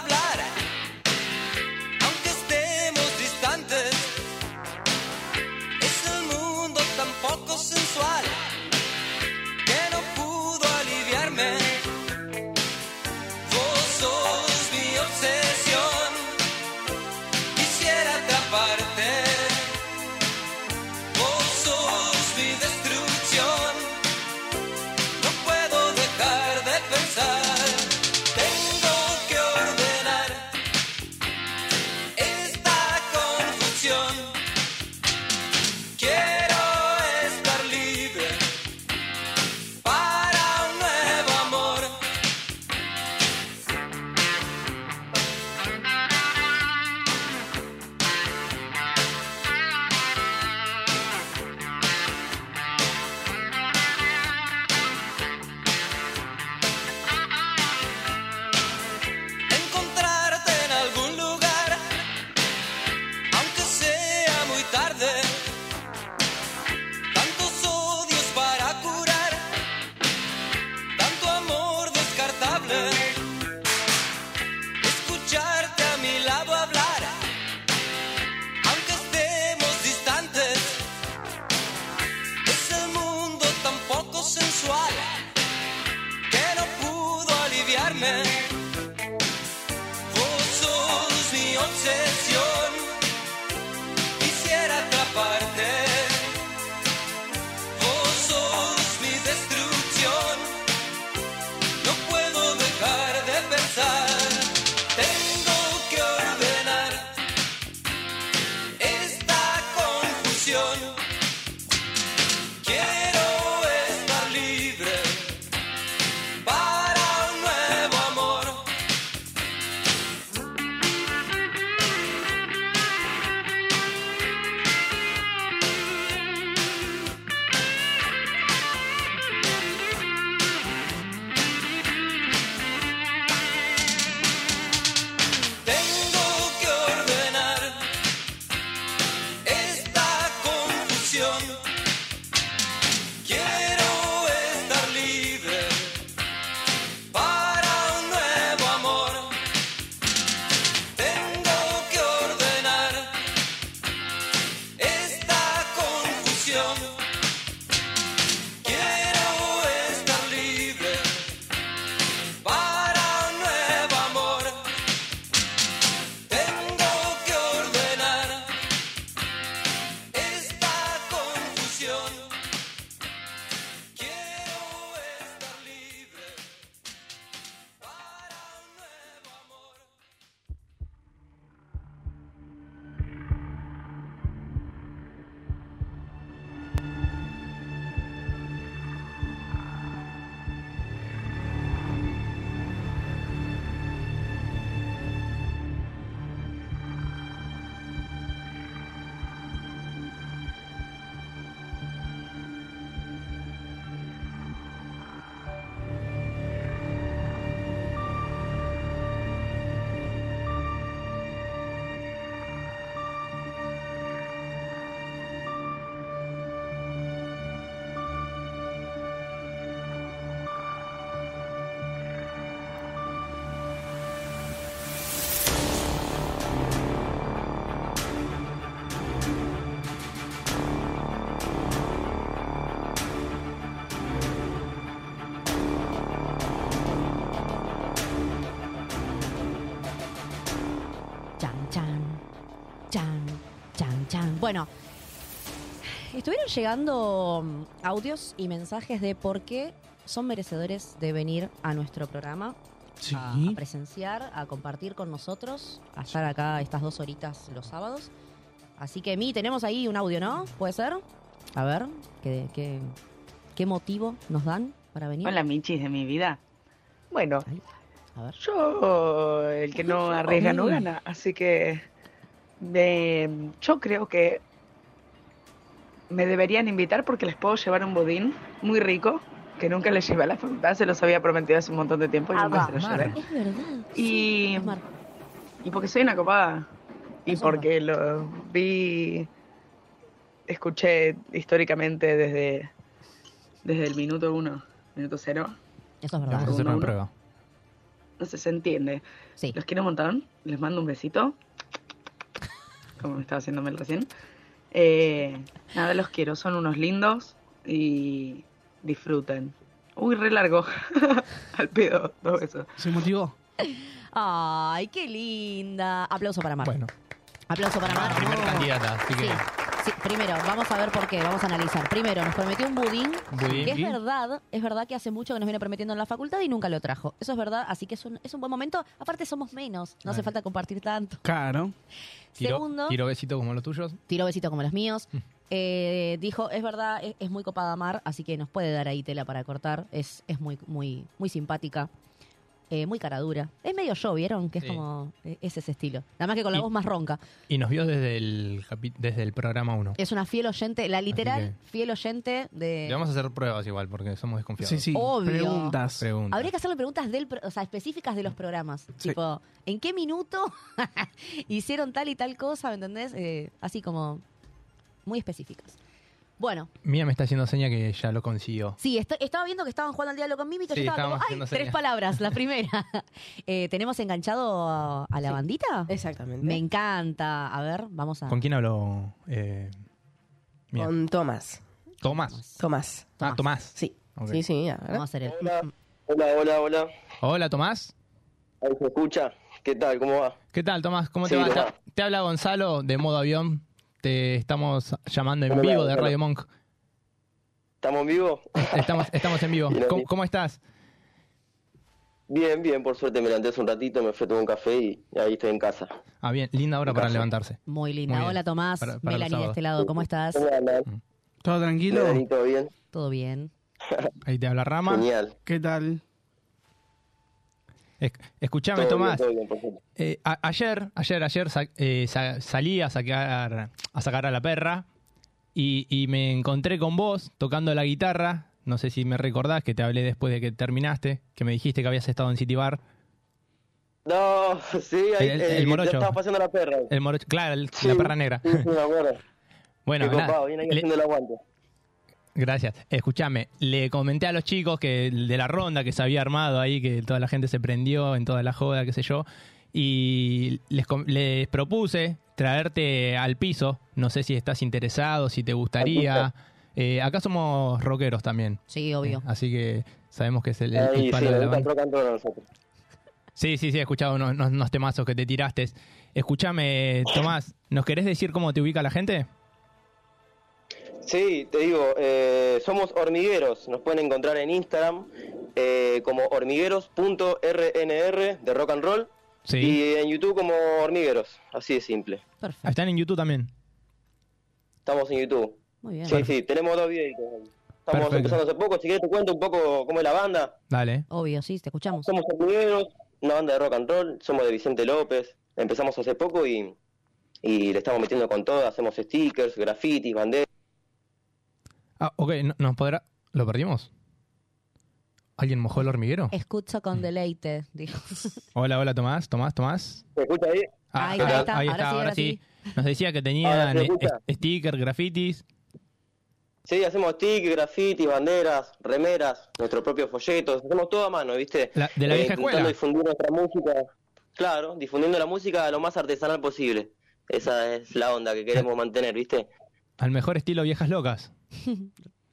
chan, chan, chan, chan. Bueno, estuvieron llegando mm, audios y mensajes de por qué son merecedores de venir a nuestro programa. Sí. A, a presenciar, a compartir con nosotros, a estar acá estas dos horitas los sábados. Así que, Mi, tenemos ahí un audio, ¿no? ¿Puede ser? A ver, ¿qué, qué, qué motivo nos dan para venir? Hola, Michis de mi vida. Bueno, Ahí. A ver. yo, el que no arriesga no gana, así que de- yo creo que me deberían invitar porque les puedo llevar un budín muy rico, que nunca les llevé a la facultad, se los había prometido hace un montón de tiempo y Ah, nunca va. se los Mar. llevé. Es verdad. Y, Sí, es Mar. y porque soy una copada. Y Eso porque lo vi, escuché históricamente desde, desde el minuto uno, minuto cero. Eso es Vamos a verdad. hacer una uno. prueba. No sé, se entiende. Sí. Los quiero un montón. Les mando un besito. Como me estaba haciendo Mel recién. Eh, nada, los quiero. Son unos lindos. Y disfruten. Uy, re largo. Al pedo. Dos besos. ¿Se motivó? Ay, qué linda. Aplauso para Mar. Bueno, Aplauso para Mar. primer No. candidata, así que Sí. Sí, primero, vamos a ver por qué, vamos a analizar. Primero, nos prometió un budín, Budín. que es verdad, es verdad que hace mucho que nos viene prometiendo en la facultad y nunca lo trajo. Eso es verdad, así que es un, es un buen momento. Aparte somos menos, no hace Vale. falta compartir tanto. Claro. tiro, Segundo, tiro besito como los tuyos. tiró besito como los míos. Eh, dijo, es verdad, es, es muy copada Mar, así que nos puede dar ahí tela para cortar. Es, es muy, muy, muy simpática. Eh, muy cara dura. Es medio yo, ¿vieron? Que es Sí. como, eh, es ese estilo. Nada más que con la Y- voz más ronca. Y nos vio desde el, capi- desde el programa uno. Es una fiel oyente, la literal que- fiel oyente de... Le vamos a hacer pruebas igual porque somos desconfiados. Sí, sí. Obvio. Preguntas. Pregunta. Habría que hacerle preguntas del, pro- o sea, específicas de los programas. Sí. Tipo, ¿en qué minuto hicieron tal y tal cosa? ¿Me entendés? Eh, así como muy específicas. Bueno, Mía me está haciendo seña que ya lo consiguió. sí, est- estaba viendo que estaban jugando al diálogo con Mimi, que Sí, yo estaba como, estábamos ¡ay! haciendo Tres señas. palabras, la primera. Eh, ¿Tenemos enganchado a, a la Sí. bandita? Exactamente. Me encanta. A ver, vamos a... ¿Con quién habló? Eh, Mía? Con Tomás. Tomás. Tomás. Ah, Tomás. Sí. Ok. Sí, sí. a ver. Vamos a hacer el... Hola, hola, hola, hola. Hola, Tomás. Ahí se escucha. ¿Qué tal? ¿Cómo va? ¿Qué tal, Tomás? ¿Cómo te Sí, va? Tomás. Te, te habla Gonzalo de Modo Avión. Te estamos llamando en Hola, vivo de Gonzalo. Radio Monk. ¿Estamos en vivo? Estamos, estamos en vivo. Bien, ¿Cómo, bien. cómo estás? Bien, bien, por suerte me levanté hace un ratito, me fui a tomar un café y ahí estoy en casa. Ah, bien. Linda hora En para casa. levantarse. Muy linda. Muy bien. Hola, Tomás. Para- para los Melanie de sábados. este lado. ¿Cómo estás? ¿Cómo andan? ¿Todo tranquilo? Melanie, ¿todo bien? ¿Todo bien? Ahí te habla Rama. Genial. ¿Qué tal? Es- Escuchame, Todo Tomás. bien, todo bien, por suerte. Eh, a- ayer, ayer, ayer sa- eh, sa- salí a sacar, a sacar a la perra y, y me encontré con vos tocando la guitarra. No sé si me recordás que te hablé después de que terminaste, que me dijiste que habías estado en City Bar. No, sí, ahí El- eh, el que morocho. te estaba pasando la perra. El morocho, claro, el- Sí, la perra negra. Sí, sí, me acuerdo. Bueno, Qué nada, copado, viene ahí le- haciendo el aguante. gracias. Escúchame, le comenté a los chicos que de la ronda que se había armado ahí, que toda la gente se prendió en toda la joda, qué sé yo, y les, com- les propuse traerte al piso. No sé si estás interesado, si te gustaría. Eh, acá somos rockeros también, Sí, obvio. así que sabemos que es el, el- el Ahí, sí, palo de me la gusta el banda. rock and roll a nosotros. Sí, sí, sí, he escuchado unos, unos- unos temazos que te tiraste. Escúchame, Tomás, ¿nos querés decir cómo te ubica la gente? Sí, te digo, eh, somos hormigueros, nos pueden encontrar en Instagram eh, como hormigueros punto r n r de rock and roll Sí. y en YouTube como hormigueros, así de simple. Perfecto. Están en YouTube también. Estamos en YouTube. Muy bien. Sí, sí, tenemos dos videitos. Estamos Perfecto. empezando hace poco, si querés te cuento un poco cómo es la banda. Dale. Obvio, sí, te escuchamos. Somos hormigueros, una banda de rock and roll, somos de Vicente López, empezamos hace poco y, y le estamos metiendo con todo, hacemos stickers, grafitis, banderas. Ah, ok, no- ¿nos podrá...? ¿Lo perdimos? ¿Alguien mojó el hormiguero? Escucho con deleite, dijo. Hola, hola, Tomás, Tomás, Tomás. ¿Se escucha ahí? Ah, Ahí ah, está, ahí ahora está, sí, ahora ahora sí. Nos decía que Ahora tenían se escucha. eh, stickers, grafitis. Sí, hacemos stickers, grafitis, banderas, remeras, nuestros propios folletos, hacemos todo a mano, ¿viste? La- de la vieja intentando escuela. difundir nuestra música, claro, difundiendo la música lo más artesanal posible. Esa es la onda que queremos mantener, ¿viste? Al mejor estilo viejas locas.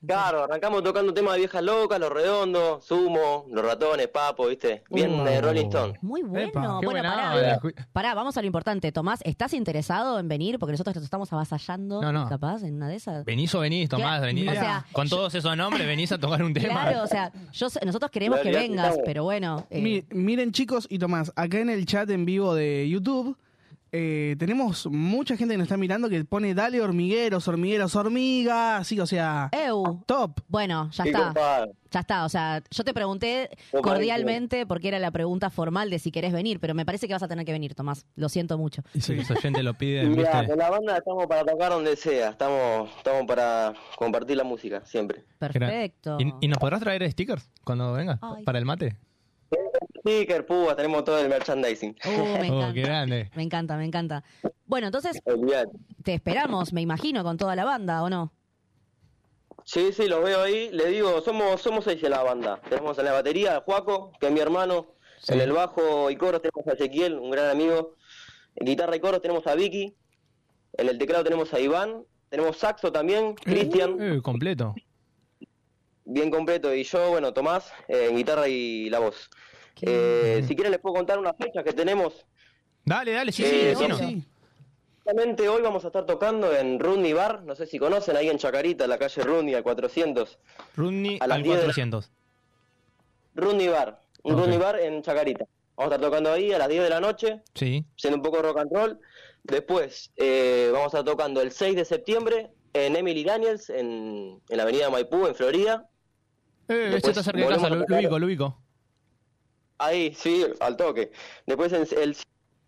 Claro, arrancamos tocando temas de viejas locas, Los Redondos, Sumo, Los Ratones, Papo, ¿viste? Bien de Rolling Stone. Muy bueno. Epa, qué Bueno, buena pará, onda. pará, vamos a lo importante. Tomás, ¿estás interesado en venir? Porque nosotros te estamos avasallando, No, no. capaz, en una de esas. Venís o venís, Tomás, Claro, venís. o sea, con todos esos nombres venís a tocar un tema. Claro, o sea, yo, sé- nosotros queremos que Claro, vengas, claro. pero bueno. eh, Mi- miren chicos y Tomás, acá en el chat en vivo de YouTube eh, tenemos mucha gente que nos está mirando que pone dale hormigueros, hormigueros, hormigas, sí, o sea, Eu. top. Bueno, ya Qué está. copado. Ya está, o sea, yo te pregunté Copadísimo. cordialmente porque era la pregunta formal de si querés venir, pero me parece que vas a tener que venir, Tomás. Lo siento mucho. Y si los oyentes lo piden, Mirá, ¿viste? con la banda estamos para tocar donde sea, estamos, estamos para compartir la música, siempre. Perfecto. ¿Y, y nos podrás traer stickers cuando vengas? Ay. ¿Para el mate? Sticker, púa, tenemos todo el merchandising. Uh, me Oh, encanta. qué grande. Me encanta, me encanta. Bueno, entonces Olvidate. te esperamos, me imagino, con toda la banda, ¿o no? Sí, sí, los veo ahí. Le digo, somos somos seis en la banda. Tenemos en la batería a Juaco, que es mi hermano. Sí. En el bajo y coros tenemos a Ezequiel, un gran amigo. En guitarra y coros tenemos a Vicky. En el teclado tenemos a Iván. Tenemos saxo también, Cristian, Eh, completo. bien completo. Y yo, bueno, Tomás, eh, en guitarra y la voz. Eh, si quieren les puedo contar unas fechas que tenemos. Dale, dale, sí, Eh, sí, sí, decinos. Sí. Justamente hoy vamos a estar tocando en Runny Bar, no sé si conocen, ahí en Chacarita, en la calle Runny, al cuatrocientos. Runny A las al diez de la- cuatrocientos. Runny Bar, un Ok. Runny Bar en Chacarita. Vamos a estar tocando ahí a las diez de la noche, Sí. siendo un poco rock and roll. Después eh, vamos a estar tocando el seis de septiembre en Emily Daniels, en, en la avenida Maipú, en Florida. Eh, esto Después está cerca de volvemos casa, a lo, lo tocar- ubico, lo ubico. Ahí, sí, al toque. Después en el...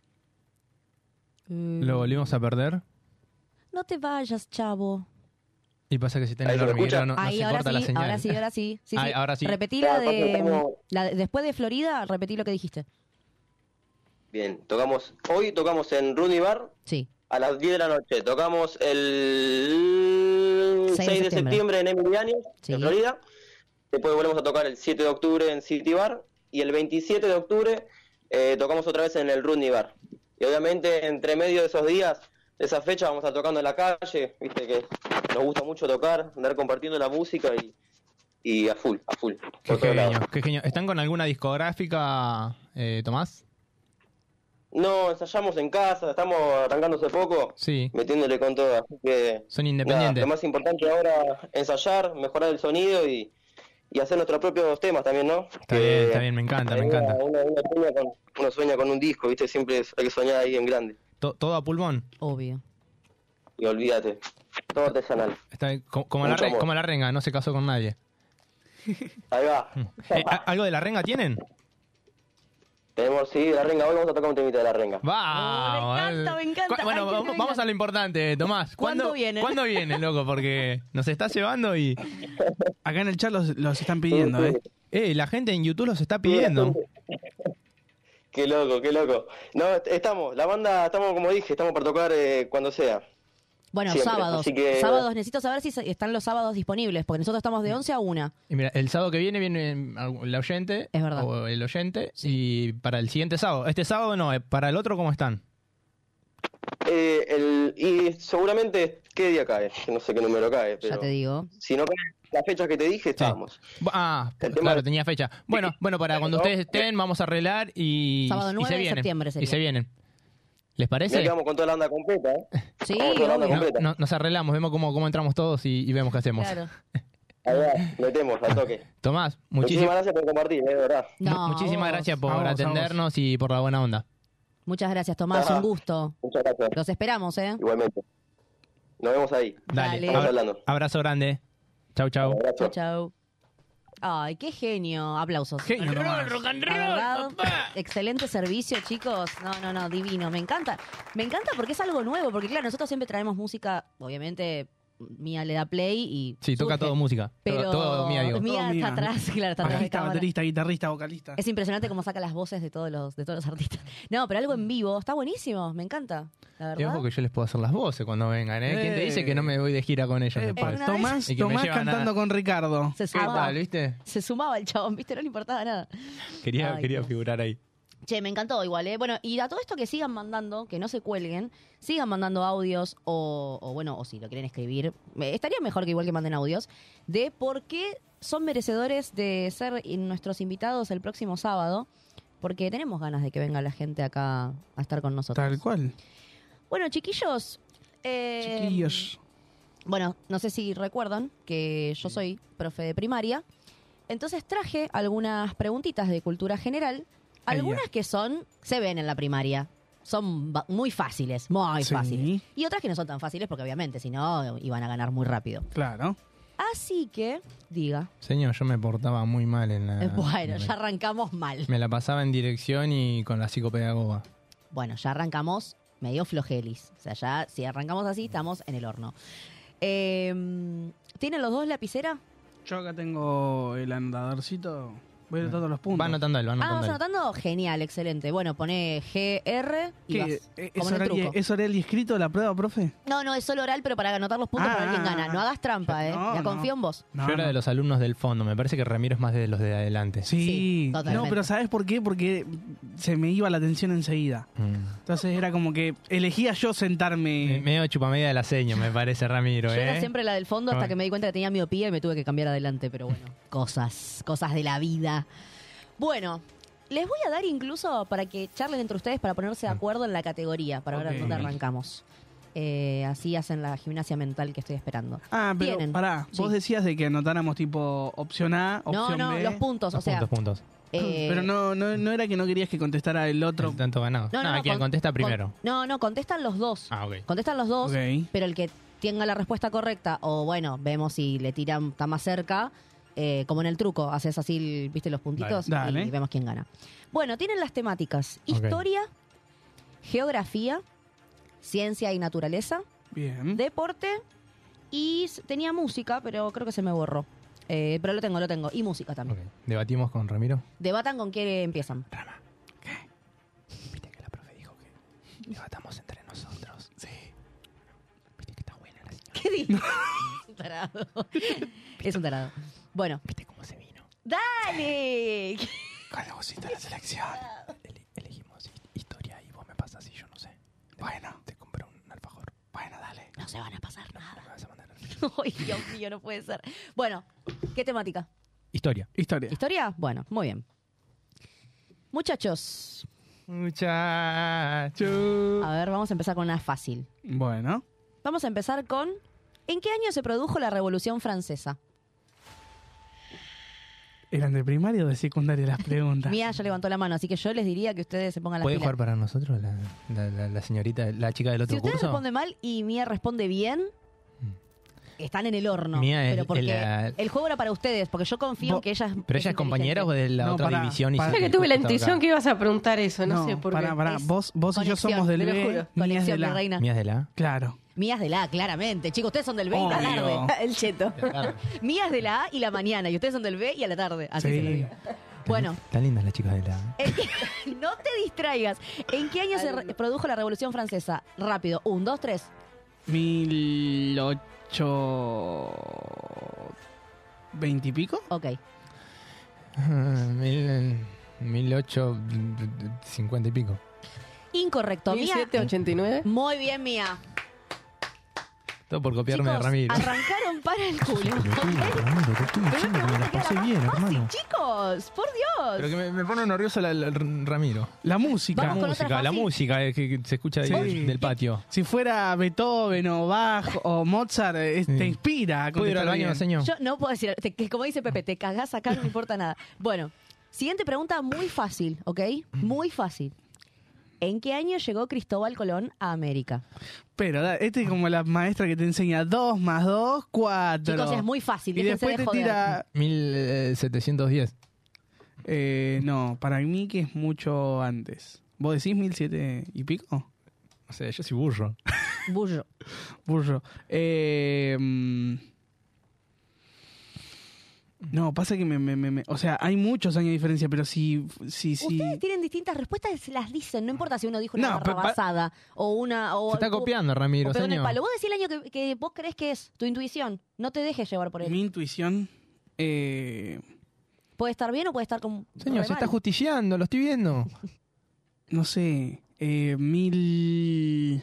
Mm, Lo volvimos a perder. No te vayas, chavo. Y pasa que si tenés Ahí el se me hormiguero escucha. no, no Ahí, se ahora corta sí, la señal. ahora sí, ahora sí. sí, Ahí, sí. ahora sí. Repetí la Claro, de, aparte estamos- la de- después de Florida, repetí lo que dijiste. Bien, tocamos, hoy tocamos en Runny Bar, Sí. a las diez de la noche. Tocamos el seis de seis de septiembre. septiembre en Emily Daniels, Sí. en Florida. Después volvemos a tocar el siete de octubre en City Bar. Y el veintisiete de octubre eh, tocamos otra vez en el Runny Bar. Y obviamente entre medio de esos días, de esa fecha, vamos a estar tocando en la calle. Viste que nos gusta mucho tocar, andar compartiendo la música y, y a full, a full. Qué por todos lados. genio, qué genio. ¿Están con alguna discográfica, eh, Tomás? No, ensayamos en casa, estamos arrancando hace poco. Sí. Metiéndole con todo, así que Son nada, independientes. lo más importante ahora ensayar, mejorar el sonido y, y hacer nuestros propios temas también, ¿no? Está bien, está bien, me encanta, me uno, encanta. Uno, uno sueña con, uno sueña con un disco, ¿viste? Siempre es- hay que soñar ahí en grande. To- todo a pulmón. Obvio. Y olvídate, todo artesanal. Está bien, co- como, la Mucho re- amor. como la renga, no se casó con nadie. Ahí va. Eh, ¿a- ¿Algo de la renga tienen? Tenemos, sí, la renga, hoy vamos a tocar un temita de la renga. ¡Vamos! me encanta, me encanta. Cu- Bueno, Ay, que vamos, vengan. vamos a lo importante, Tomás. ¿Cuándo vienen? ¿Cuándo vienen, loco? Porque nos está llevando y... Acá en el chat los, los están pidiendo, ¿eh? Eh, la gente en YouTube los está pidiendo. Qué loco, qué loco. No, est- estamos, la banda, estamos como dije, estamos para tocar eh, cuando sea. Bueno, Siempre, sábados. así que- Sábados, necesito saber si se- están los sábados disponibles, porque nosotros estamos de once a una. Y mira, el sábado que viene viene el oyente. Es verdad. O el oyente. Y para el siguiente sábado. Este sábado no, eh, para el otro, ¿cómo están? Eh, el, y seguramente, ¿qué día cae? Que no sé qué número cae, pero Ya te digo. si no cae las fechas que te dije, estábamos. Bu- Ah, El tema claro, de- tenía fecha. Bueno, bueno, para cuando ustedes estén, vamos a arreglar y, Sábado y nueve se de vienen. septiembre Y sería. se vienen. ¿Les Mirá parece? que vamos con toda la banda completa, ¿eh? Sí, Vamos con la banda obvio. No, completa. no- nos arreglamos, vemos cómo, cómo entramos todos y, y vemos qué hacemos. Claro. Ahí va, metemos al toque. Tomás, Muchísimas muchísimas, gracias por compartir, eh, de verdad. No, muchísimas vos. gracias por A vos, a atendernos y por la buena onda. Muchas gracias, Tomás. Ajá. Un gusto. Muchas gracias. Los esperamos, ¿eh? Igualmente. Nos vemos ahí. Dale, Dale. Estamos abra- hablando. abrazo grande. Chau, chau. Un abrazo. Chau, chau. Ay, qué genio. Aplausos. Genio, Tomás. La verdad, excelente servicio, chicos. No, no, no, divino. Me encanta. Me encanta porque es algo nuevo. Porque, claro, nosotros siempre traemos música, obviamente, Mía le da play y. Sí, toca surge. todo música. Pero Todo, todo mía, digo. Mía Todo está Mía. atrás, claro, está atrás de Bajista, cámara. baterista, guitarrista, vocalista. Es impresionante cómo saca las voces de todos los, de todos los artistas. No, pero algo en vivo está buenísimo. Me encanta. La Y verdad. ojo que yo les puedo hacer las voces cuando vengan, ¿eh? ¿Quién te Eh. dice que no me voy de gira con ellos Eh, después? una Tomás, Y que me Tomás llevan a- cantando con Ricardo. Se ¿Qué sumaba. tal, viste? Se sumaba el chabón, ¿viste? No le importaba nada. Quería, Ay, quería Dios. figurar ahí. Che, me encantó igual, ¿eh? Bueno, y a todo esto que sigan mandando, que no se cuelguen, sigan mandando audios o, o bueno, o si lo quieren escribir, eh, estaría mejor que igual que manden audios, de por qué son merecedores de ser nuestros invitados el próximo sábado, porque tenemos ganas de que venga la gente acá a estar con nosotros. Tal cual. Bueno, chiquillos. Eh, Chiquillos. Bueno, no sé si recuerdan que yo soy profe de primaria, entonces traje algunas preguntitas de cultura general. Algunas que son, se ven en la primaria. Son ba- muy fáciles, muy Sí. fáciles. Y otras que no son tan fáciles porque obviamente si no iban a ganar muy rápido. Claro. Así que, diga. Señor, yo me portaba muy mal en la... Eh, bueno, me- ya arrancamos mal. Me la pasaba en dirección y con la psicopedagoga. Bueno, ya arrancamos medio flojelis. O sea, ya si arrancamos así estamos en el horno. Eh, ¿Tienen los dos lapicera? Yo acá tengo el andadorcito. Voy anotando los puntos. Va anotando él, va Ah, anotando ¿vas él. anotando? Genial, excelente. Bueno, pone G R y ¿Qué? vas. ¿Es, Como en el oral y, truco. ¿Es oral y escrito la prueba, profe? No, no, es solo oral, pero para anotar los puntos Ah, para ver quién ah, gana. ah. No hagas trampa, ¿eh? No, ya no. confío en vos. No, Yo era no. de los alumnos del fondo. Me parece que Ramiro es más de los de adelante. Sí. Sí, totalmente. No, pero ¿sabes por qué? Porque se me iba la atención enseguida. Mm. Entonces era como que elegía yo sentarme. Medio chupamedia de la seña, me parece, Ramiro, Yo ¿eh? era siempre la del fondo hasta Ay. que me di cuenta que tenía miopía y me tuve que cambiar adelante, pero bueno, cosas, cosas de la vida. Bueno, les voy a dar incluso para que charlen entre ustedes para ponerse de acuerdo en la categoría, para Ok. ver dónde arrancamos. Eh, así hacen la gimnasia mental que estoy esperando. Ah, pero Tienen. pará, vos Sí. decías de que anotáramos tipo opción A, No, opción no, B. los puntos, Los o sea... puntos, puntos. eh, Pero no, no, no era que no querías que contestara el otro. El tanto ganado. No, no, No, no, quien con- contesta con- primero. no, no, contestan los dos. Ah, ok. Contestan los dos, Ok. pero el que tenga la respuesta correcta, o bueno, vemos si le tiran, está más cerca, eh, como en el truco, haces así, viste los puntitos Dale. Dale. y vemos quién gana. Bueno, tienen las temáticas: historia, geografía, ciencia y naturaleza, Bien. deporte y s- tenía música, pero creo que se me borró. Eh, pero lo tengo, lo tengo. Y música también. Ok. ¿Debatimos con Ramiro? Debatan con qué empiezan. Viste que la profe dijo que debatamos entre nosotros. Sí. Viste que está buena la señora. ¿Qué dices? Es un tarado. Es un tarado. Bueno. ¿Viste cómo se vino? ¡Dale! Con el gocito de la selección. Ele- elegimos hi- historia y vos me pasas y yo no sé. Bueno, Te compré un alfajor. bueno, dale. No se van a pasar nada. Me vas a mandar al- Ay, Dios mío, no puede ser. Bueno, ¿qué temática? Historia. Historia. ¿Historia? Bueno, muy bien. Muchachos, Muchacho. a ver, vamos a empezar con una fácil. Bueno. Vamos a empezar con... ¿En qué año se produjo la Revolución Francesa? ¿Eran de primaria o de secundaria las preguntas? Mía ya levantó la mano, así que yo les diría que ustedes se pongan las ¿Puede pilas. jugar para nosotros la, la- la- la señorita, la chica del otro Si ustedes curso? responden mal y Mía responde bien, están en el horno. Mía es pero porque la- el juego era para ustedes, porque yo confío en que ella es ¿Pero ella es compañera o de la No, otra pará, división? y pará. se- Creo que tuve la justo intuición acá? que ibas a preguntar eso, no, sé por pará, qué. pará. Es Vos, vos y yo conexión, somos del te lo B, juro. Mía es Conexión, de mi la reina. ¿Mías de la? Claro. Mía es de la A, claramente. Chicos, ustedes son del B y la Obvio. tarde. El cheto. Mía es de la A y la mañana, y ustedes son del B y a la tarde. Así Sí. se lo digo. Bueno, Tan lindas las chicas de la... ¿en qué- no te distraigas. ¿En qué año se re- produjo la Revolución Francesa? Rápido, un, dos, tres. Mil ocho... ¿Veinte y pico? Ok. Mil, mil ocho cincuenta y pico. Incorrecto. mil Mía. setecientos ochenta y nueve. Muy bien, Mía. Todo por copiarme Chicos, de Ramiro. arrancaron para el culo. Ramiro, te estoy Pero diciendo no que me te las queda pasé más bien, fácil, hermano. chicos, por Dios. Pero que me, me pone nervioso la, la- el Ramiro. La música. La Vamos con otra música, la fácil. música eh, que, que se escucha de- Sí. del patio. Si fuera Beethoven o Bach o Mozart, eh, te inspira a ¿Puedo ir al contestar baño, bien. señor? Yo no puedo decir, te- que como dice Pepe, te cagás acá, no me importa nada. Bueno, siguiente pregunta muy fácil, ¿ok? Muy fácil. ¿En qué año llegó Cristóbal Colón a América? Pero da- este es como la maestra que te enseña dos más dos, cuatro. Chicos, es muy fácil, Y déjense después de te joder. tira... mil setecientos diez. Eh, no, para mí que es mucho antes. ¿Vos decís mil siete y pico? O sea, yo soy burro. Burro. Burro. Eh, mm, no, pasa que me, me- me- me- O sea, hay muchos años de diferencia, pero si... si, si Ustedes tienen distintas respuestas y se las dicen. No importa si uno dijo una No, pe- pa- barrabasada o una... O, Se está o- copiando, Ramiro, o pegó en el señor. palo. Vos decís el año que, que vos creés que es, tu intuición. No te dejes llevar por él. mi intuición... Eh, Puede estar bien o puede estar como... Señor, re se está mal. justiciando, lo estoy viendo. no sé, eh, mil...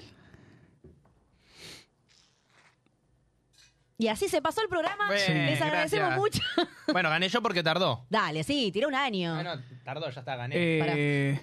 Y así se pasó el programa. Bien, Les agradecemos gracias. mucho. Bueno, gané yo porque tardó. Dale, sí, tiró un año. Bueno, tardó, ya está, gané. Eh,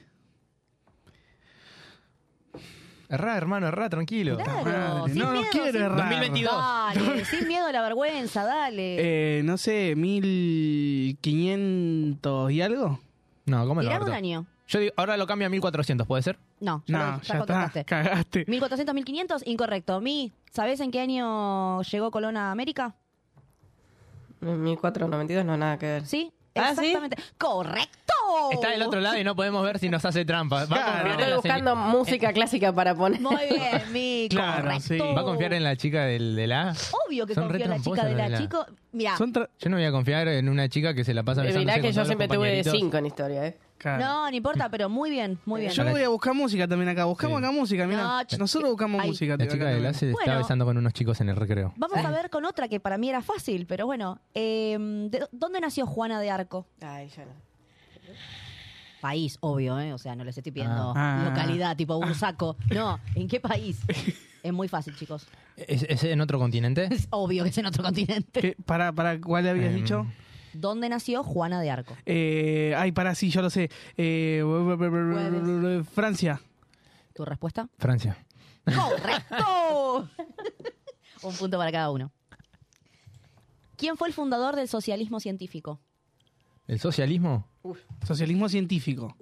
Errá, hermano, errá, tranquilo. Claro, madre, sin no, no miedo, quiero sin- errar. dos mil veintidós. Dale, sin miedo a la vergüenza, dale. eh, no sé, mil quinientos y algo. No, ¿cómo el Tirá un orto? año. Yo digo, ahora lo cambio a mil cuatrocientos, ¿puede ser? No, ya, No, lo, ya ya está, contestaste. cagaste. mil cuatrocientos, mil quinientos, incorrecto. Mi, ¿sabés en qué año llegó Colón a América? En mil cuatrocientos noventa y dos no, nada que ver. Sí, Ah, ¿sí? exactamente. ¡Correcto! Está del otro lado y no podemos ver si nos hace trampa. Va a Claro. confiar en Estoy la buscando señi- música clásica para poner. Muy bien, mi, Claro, correcto. sí. ¿Va a confiar en la chica del, de la A? Obvio que Son re confío en la chica tramposas de las la de la- chico. Mira, Son tra- Yo no voy a confiar en una chica que se la pasa Eh, besándose Mirá que con yo todos los siempre tuve de compañeritos. cinco en historia, ¿eh? Claro. no, no importa, pero muy bien, muy bien. Yo voy a buscar música también acá. Buscamos Sí. acá música, mira. No, ch- Nosotros buscamos Ahí. música. La tío, chica acá del A también. se está Bueno. besando con unos chicos en el recreo. Vamos a ver con otra que para mí era fácil, pero bueno. Eh, ¿de ¿Dónde nació Juana de Arco? Ay, ya no. País, obvio, ¿eh? O sea, no les estoy pidiendo Ah. localidad, tipo Bursaco. No, ¿en qué país? Es muy fácil, chicos. ¿Es, es en otro continente? Es obvio que es en otro continente. ¿Qué? Para, para, ¿cuál le habías Em, dicho? ¿Dónde nació Juana de Arco? Eh, ay, para, sí, yo lo sé. Eh, Francia. ¿Tu respuesta? Francia. ¡Correcto! Un punto para cada uno. ¿Quién fue el fundador del socialismo científico? ¿El socialismo? Socialismo científico.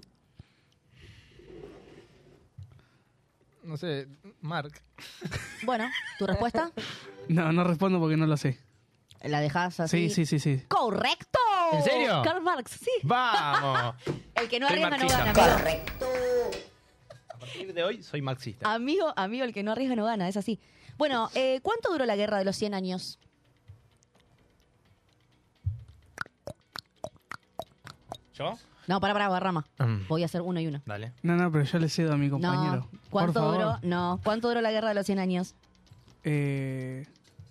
No sé, Mark. Bueno, ¿tu respuesta? No, no respondo porque no lo sé. ¿La dejás así? Sí, sí, sí, sí. ¡Correcto! ¿En serio? Karl Marx, sí. ¡Vamos! El que no Soy arriesga no marxista. gana. amigo. Correcto. A partir de hoy soy marxista. Amigo, amigo, el que no arriesga no gana, es así. Bueno, eh, ¿cuánto duró la guerra de los cien años? ¿Yo? No, para, para, Barrama. Mm. Voy a hacer uno y uno. Dale. No, no, pero yo le cedo a mi compañero. No, ¿cuánto Por favor. duró? No, ¿cuánto duró la guerra de los cien años? Eh,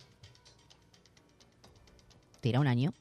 Tira un año.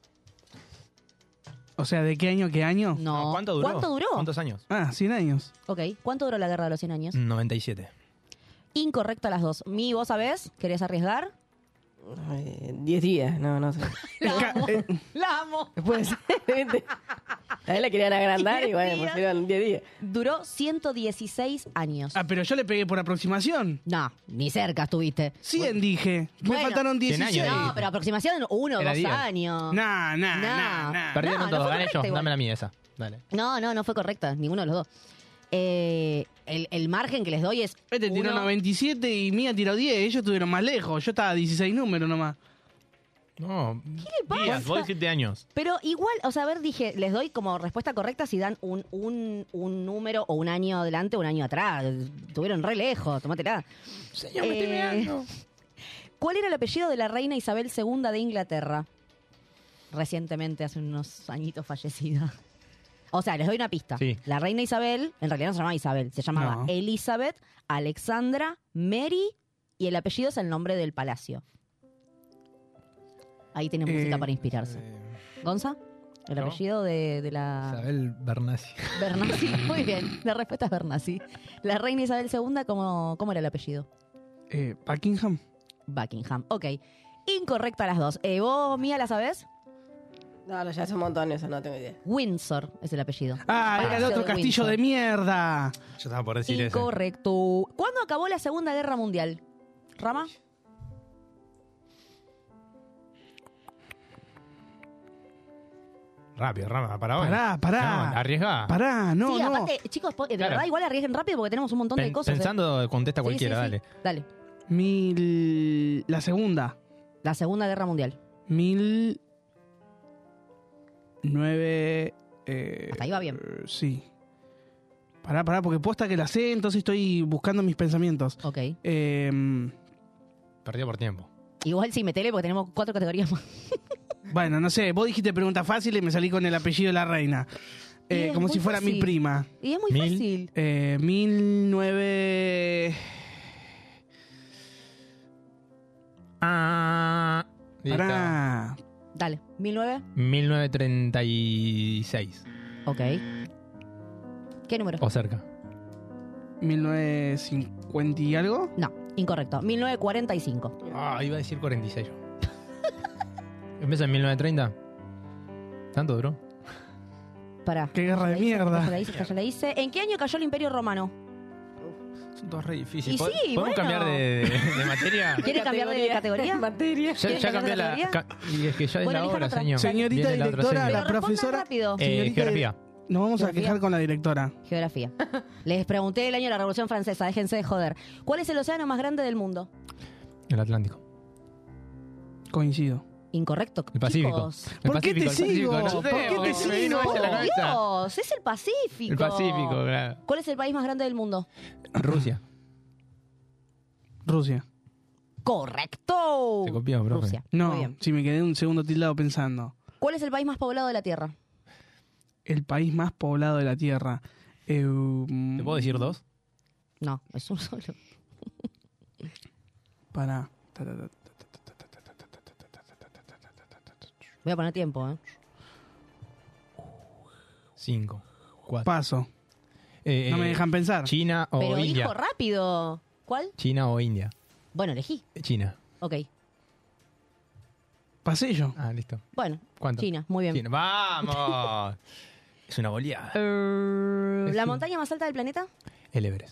o sea, ¿de qué año a qué año? No. ¿Cuánto duró? ¿Cuánto duró? ¿Cuántos años? Ah, cien años. Ok, ¿cuánto duró la guerra de los cien años? noventa y siete. Incorrecto a las dos. Mi, ¿vos sabés? ¿Querés arriesgar? Ay, Diez días, no, no sé. La Ca- amo. eh, La amo. Puede ser, ¿viste? A él le querían agrandar y Diez bueno, días. pusieron diez días. Duró ciento dieciséis años. ah, pero yo le pegué por aproximación. No, ni cerca estuviste. cien dije. Me Bueno, faltaron cien dieciséis. años. No, pero aproximación uno, Era dos diez. años. Nah, nah, No. nah, nah. Perdieron No, no todos, fue gané yo. correcta igual. Dame la mía esa. Dale. No, no, no fue correcta, ninguno de los dos. Eh, el, el margen que les doy es. Este tiró uno- noventa y siete y Mía tiró diez. Ellos estuvieron más lejos. Yo estaba a dieciséis números nomás. No. ¿Qué le pasa? Días, vos dijiste años. Pero igual, o sea, a ver, dije, les doy como respuesta correcta si dan un, un, un número o un año adelante o un año atrás. Estuvieron re lejos, tomátela. Señor, Eh, me estoy meando. ¿Cuál era el apellido de la reina Isabel segunda de Inglaterra? Recientemente, hace unos añitos fallecida. O sea, les doy una pista. Sí. La reina Isabel, en realidad no se llamaba Isabel, se llamaba No. Elizabeth, Alexandra, Mary y el apellido es el nombre del palacio. Ahí tiene música Eh, para inspirarse. ¿Gonza? El ¿yo? apellido de, de la... Isabel Bernasi. Bernasi. Muy bien, la respuesta es Bernasi. La reina Isabel segunda, ¿cómo, cómo era el apellido? Eh, Buckingham. Buckingham. Ok. Incorrecta las dos. Eh, ¿Vos, Mía, la sabés? No, no, ya es un montón eso, no tengo idea. Windsor es el apellido. Ah, era de Palacio otro de castillo Windsor. de mierda. Yo estaba por decir eso. Incorrecto. ¿Cuándo acabó la Segunda Guerra Mundial? ¿Rama? Rápido, Rama, para hoy. Pará, pará. No, arriesgá. Pará, no, sí, no. aparte, chicos, po- de Claro. verdad, igual arriesguen rápido porque tenemos un montón de Pen- cosas. eh. Pensando, contesta Sí, cualquiera, sí, sí. dale. Dale. Mil... La segunda. La Segunda Guerra Mundial. Mil... Nueve... Eh, Hasta ahí va bien. eh, sí. Pará, pará, porque posta que la sé, entonces estoy buscando mis pensamientos. Ok. Eh, Perdió por tiempo. Igual sí, metele porque tenemos cuatro categorías más. bueno, no sé, vos dijiste pregunta fácil y me salí con el apellido de la reina. Y Eh, es como muy si fuera mi fácil. prima. Y es muy Mil. fácil. Eh, mil nueve... Ah. Listo. Pará. Dale. ¿mil nueve? mil novecientos treinta y seis. Ok. ¿Qué número? O cerca. ¿mil novecientos cincuenta y algo? No, incorrecto. mil novecientos cuarenta y cinco. Ah, iba a decir cuarenta y seis. ¿Empieza en mil novecientos treinta? ¿Tanto duró? Pará. ¡Qué guerra de mierda! Ya la hice, ya la hice. ¿En qué año cayó el Imperio Romano? Son todos re difíciles. Y ¿Pod- sí, ¿Podemos bueno. cambiar de, de- de materia? ¿Quiere cambiar de categoría? Materia. Ya, ¿Quieren ya cambiar cambié de la... categoría? ca- y es que ya es Bueno, la elijan hora, otra. señor. Señorita Viene la otra directora, señora. la Pero respondan profesora... rápido. Eh, Señorita geografía. Nos vamos a Geografía. quejar con la directora. Geografía. Les pregunté el año de la Revolución Francesa, déjense de joder. ¿Cuál es el océano más grande del mundo? El Atlántico. Coincido. Incorrecto. El Pacífico. Chicos. El ¿Por qué te Pacífico, el sigo? Pacífico, no ¿Por sé, qué te porque se me vino sigo? ese en la Por cabeza. Dios, es el Pacífico. El Pacífico, claro. ¿Cuál es el país más grande del mundo? Rusia. Rusia. Correcto. Se copió, profe. Rusia. Muy No, bien. si me quedé un segundo tildado pensando. ¿Cuál es el país más poblado de la Tierra? El país más poblado de la Tierra. Eh, ¿Te puedo decir dos? No, es uno solo. Para. Voy a poner tiempo, ¿eh? Cinco. Cuatro. Paso. Eh, No me dejan pensar. China o Pero India. hijo, rápido. ¿Cuál? China o India. Bueno, elegí. China. Ok. Pasé yo. Ah, listo. Bueno, ¿Cuánto? China, muy bien. China. ¡Vamos! Es una goleada. Eh, ¿La Es un- montaña más alta del planeta? El Everest.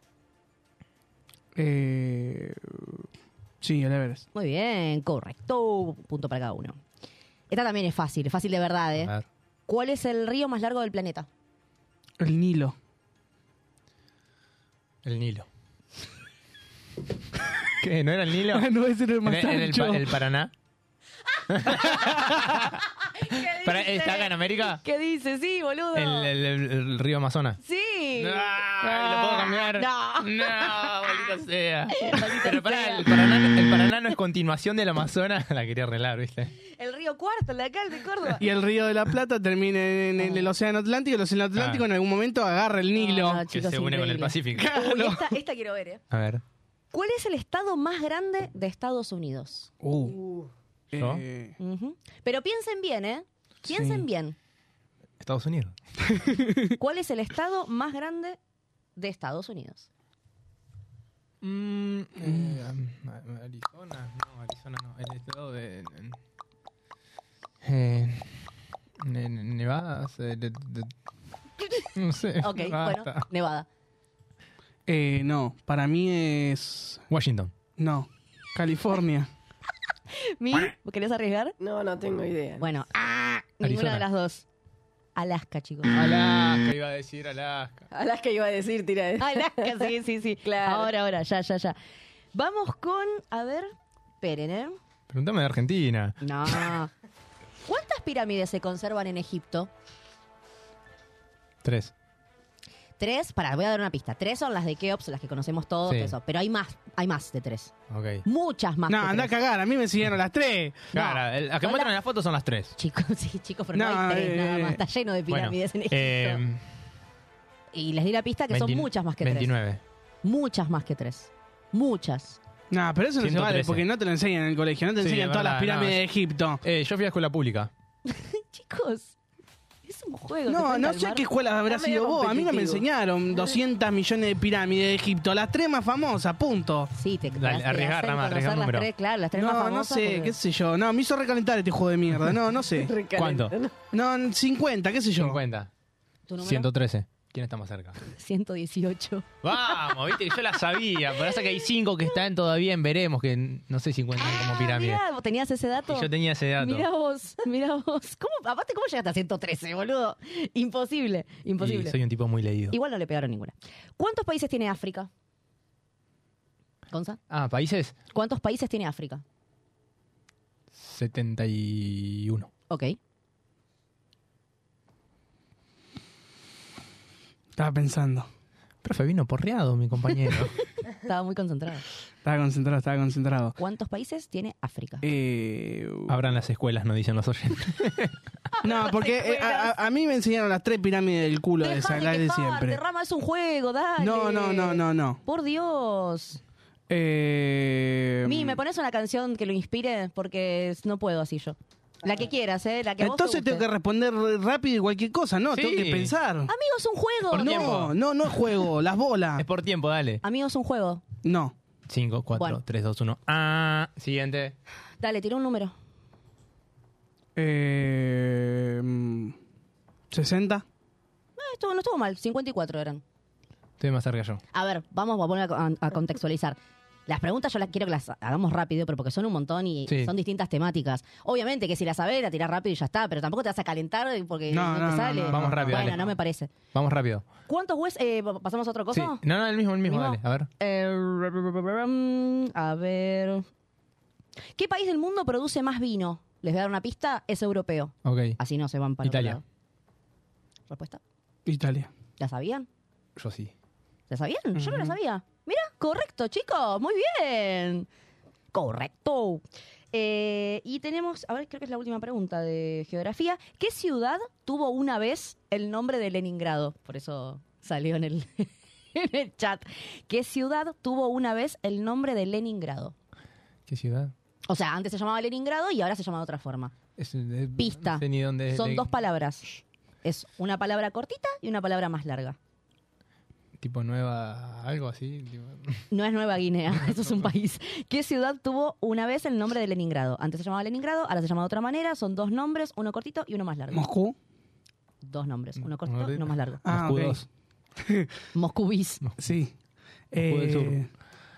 Eh, sí, el Everest. Muy bien, correcto. Punto para cada uno. Esta también es fácil, es fácil de verdad, ¿eh? A ver. ¿Cuál es el río más largo del planeta? El Nilo. El Nilo. ¿Qué? ¿No era el Nilo? No, ese era el más ¿En, en el, ancho. Pa- el Paraná? Para- ¿Está acá en América? ¿Qué dice? Sí, boludo. El, el- el- el río Amazonas. Sí. Ay, ¿lo puedo cambiar? No. No, maldita sea. Maldita Pero pará, sea. el Paraná, el Paraná no es continuación del Amazonas. La quería arreglar, ¿viste? El río Cuarto, el de acá, el de Córdoba. Y el Río de la Plata termina en, en el Océano Atlántico. El Océano Atlántico Ah. en algún momento agarra el Nilo. No, Que chicos, se une con el increíble. Pacífico. Uy, esta, esta quiero ver, ¿eh? A ver. ¿Cuál es el estado más grande de Estados Unidos? Uh. ¿Yo? Eh, Ujú. Pero piensen bien, ¿eh? Piensen Sí. bien. Estados Unidos. ¿Cuál es el estado más grande de Estados Unidos? Mm, eh, Arizona. No, Arizona no. El estado de. Eh, ne- ne- Nevada. eh, de- de- no sé. Ok, basta. bueno, Nevada. eh, no, para mí es... Washington. No, California. ¿Mi? ¿Querés arriesgar? No, no tengo idea. Bueno, ah, ninguna Arizona. de las dos. Alaska, chicos. Alaska, iba a decir Alaska. Alaska iba a decir, tira de... Alaska, sí, sí, sí. Claro. Ahora, ahora, ya, ya, ya. Vamos con, a ver, esperen, ¿eh? Pregúntame de Argentina. No. ¿Cuántas pirámides se conservan en Egipto? Tres. Tres, pará, voy a dar una pista. Tres son las de Keops, las que conocemos todos, Sí. todo eso. Pero hay más, hay más de tres. Ok. Muchas más No, que anda a tres. cagar. A mí me siguieron las tres. Claro, el- las que Son muestran la- en la foto son las tres. Chicos, sí, chicos, pero no, No, hay tres eh, nada más. Está lleno de Bueno, pirámides en Egipto. eh, Y les di la pista que son veinti- muchas más que veintinueve. tres. Muchas más que tres. Muchas. No, pero eso no se ciento vale trece. porque no te lo enseñan en el colegio. No te Sí, enseñan es todas verdad, las pirámides no, de es- Egipto. Eh, yo fui a escuela pública. Chicos, es un juego. ¿se No, pueden no sé calmar? qué escuela habrá Está medio sido vos. A mí no me competitivo. enseñaron doscientos millones de pirámides de Egipto. Las tres más famosas, punto. Sí, te, te Dale, hacen arriesgar, nada más, conocer arriesgar un las número. tres, claro, las tres más No, famosas. no sé, porque- qué sé yo. No, me hizo recalentar este juego de mierda. No, no sé. ¿Cuánto? No, cincuenta, qué sé yo. cincuenta. ¿Tu número? ciento trece. ¿Quién está más cerca? ciento dieciocho. Vamos, viste que yo la sabía. Pero pasa que hay cinco que están todavía en veremos, que no sé si cuentan como pirámide. Mirá, ¿vos tenías ese dato? Y yo tenía ese dato. Mirá vos, mirá vos. ¿Cómo, aparte, ¿cómo llegaste a ciento trece, boludo? Imposible, imposible. Y soy un tipo muy leído. Igual no le pegaron ninguna. ¿Cuántos países tiene África? ¿Gonza? Ah, países. ¿Cuántos países tiene África? setenta y uno. Ok. Estaba pensando. Profe, vino porreado mi compañero. Estaba muy concentrado. Estaba concentrado, estaba concentrado. ¿Cuántos países tiene África? Eh, Abran las escuelas, nos dicen los oyentes. no, porque eh, a, a- a mí me enseñaron las tres pirámides del culo de Dejá esa, las de quejarte, siempre. Rama, es un juego, dale. No, no, no, no, no. Por Dios. Eh, Mi, ¿me pones una canción que lo inspire? Porque no puedo así yo. La que quieras, ¿eh? La que a vos te Entonces tengo guste. que responder rápido y cualquier cosa, ¿no? Sí. Tengo que pensar. Amigo, es un juego. Por no, tiempo. no, no es juego, las bolas. Es por tiempo, dale. Amigo, es un juego. No. cinco, cuatro, Bueno. tres, dos, uno. Ah, siguiente. Dale, tira un número. Eh, mm, ¿sesenta? Eh, estuvo, no estuvo mal, cincuenta y cuatro eran. Estoy más cerca yo. A ver, vamos a poner a, a contextualizar. Las preguntas yo las quiero que las hagamos rápido, pero porque son un montón y Sí. son distintas temáticas. Obviamente que si la sabés, la tirás rápido y ya está, pero tampoco te vas a calentar porque No, no, no, te no, sale. no, Vamos rápido, Bueno, dale. no me parece. Vamos rápido. ¿Cuántos huesos? Eh, ¿Pasamos a otra cosa? Sí. No, no, el mismo, el mismo, ¿Mismo? dale. A ver. Eh, a ver. ¿Qué país del mundo produce más vino? Les voy a dar una pista, es europeo. Ok. Así no se van para Italia. otro lado. ¿Respuesta? Italia. ¿La sabían? Yo sí. ¿La sabían? Yo no la Ujú. sabía. Mira, correcto, chicos. Muy bien. Correcto. Eh, y tenemos, a ver, creo que es la última pregunta de geografía. ¿Qué ciudad tuvo una vez el nombre de Leningrado? Por eso salió en el, en el chat. ¿Qué ciudad tuvo una vez el nombre de Leningrado? ¿Qué ciudad? O sea, antes se llamaba Leningrado y ahora se llama de otra forma. Es, es- Pista. No sé ni dónde. Son le- dos palabras. Es una palabra cortita y una palabra más larga. Tipo nueva, algo así. tipo- No es Nueva Guinea, eso es un país. ¿Qué ciudad tuvo una vez el nombre de Leningrado? Antes se llamaba Leningrado, ahora se llama de otra manera. Son dos nombres, uno cortito y uno más largo. ¿Moscú? Dos nombres, uno cortito y Cortito. uno más largo. Ah, Moscú ok. dos. Moscubís. Sí. Moscú del Sur. Eh,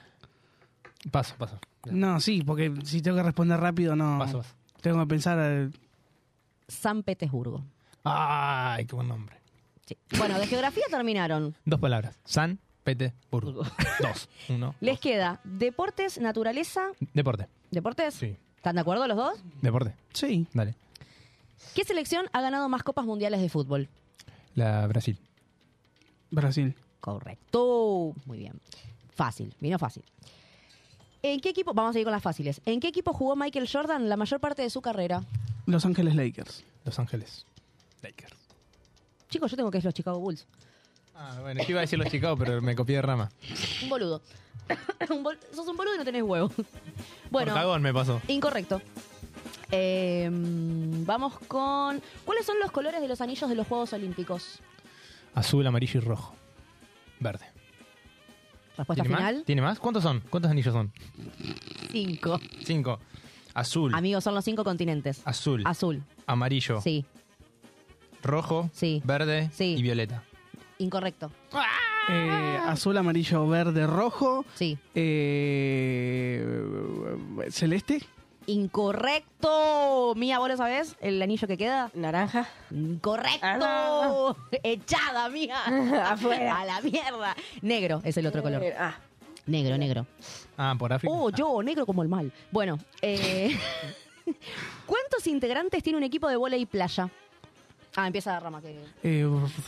Paso, paso. no, sí, porque si tengo que responder rápido, no. Paso, paso. Tengo que pensar. eh, San Petersburgo. Ay, qué buen nombre. Sí. Bueno, de geografía terminaron. Dos palabras. San Petersburgo. Dos. Uno. Les queda deportes, naturaleza. Deporte. ¿Deportes? Sí. ¿Están de acuerdo los dos? Deporte. Sí. Dale. ¿Qué selección ha ganado más copas mundiales de fútbol? La Brasil. Brasil. Correcto. Muy bien. Fácil, vino fácil. ¿En qué equipo? Vamos a ir con las fáciles. ¿En qué equipo jugó Michael Jordan la mayor parte de su carrera? Los Ángeles Lakers. Los Ángeles. Lakers. Chicos, yo tengo que es los Chicago Bulls. Ah, bueno, yo iba a decir los Chicago, pero me copié de rama. Un boludo. Un bol- Sos un boludo y no tenés huevo. Bueno, Por cagón me pasó. incorrecto. Eh, vamos con... ¿Cuáles son los colores de los anillos de los Juegos Olímpicos? Azul, amarillo y rojo. Verde. Respuesta ¿Tiene final. más? ¿Tiene más? ¿Cuántos son? ¿Cuántos anillos son? Cinco. Cinco. Azul. Amigos, son los cinco continentes. Azul. Azul. Amarillo. Sí. Rojo. Sí. Verde. Sí. Y violeta. Incorrecto. Eh, azul, amarillo, verde, rojo. Sí. Eh, celeste. Incorrecto. Mía, ¿vos lo sabés? ¿El anillo que queda? Naranja. Incorrecto. Ah, Echada, mía. Afuera. A la mierda. Negro es el otro color. Eh, ah, Negro, negro. Ah, por África. Oh, yo, negro como el mal. Bueno, eh, ¿cuántos integrantes tiene un equipo de vóley playa? Ah, empieza la rama que... Eh,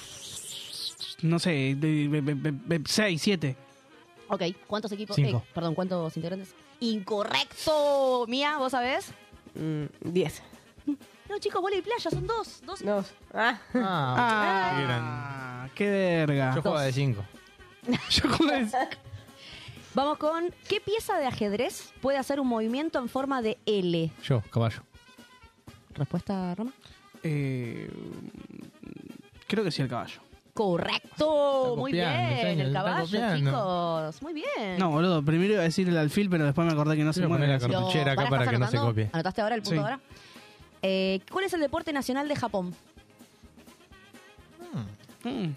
no sé, de- de- de- de- de- seis, siete. Ok, ¿cuántos equipos? Cinco. eh, perdón, ¿cuántos integrantes? Incorrecto. Mía, ¿vos sabés? mm, diez. No, chicos, vóley playa, son dos. Dos. Dos. Ah. Ah, qué gran- Ah, qué verga. Yo jugaba de cinco. Yo como es- Vamos con, ¿qué pieza de ajedrez puede hacer un movimiento en forma de L? Yo, caballo. ¿Respuesta, Rama? eh, creo que sí, el caballo. Correcto, Está muy copiando, bien, señor, el está caballo, copiando. chicos, muy bien. No, boludo, primero iba a decir el alfil, pero después me acordé que no se Voy a poner mueve. la Lo- cartuchera acá ¿Para, para estás que no se anotando? copie. ¿Anotaste ahora el punto Sí. ahora? Eh, ¿Cuál es el deporte nacional de Japón? Mm.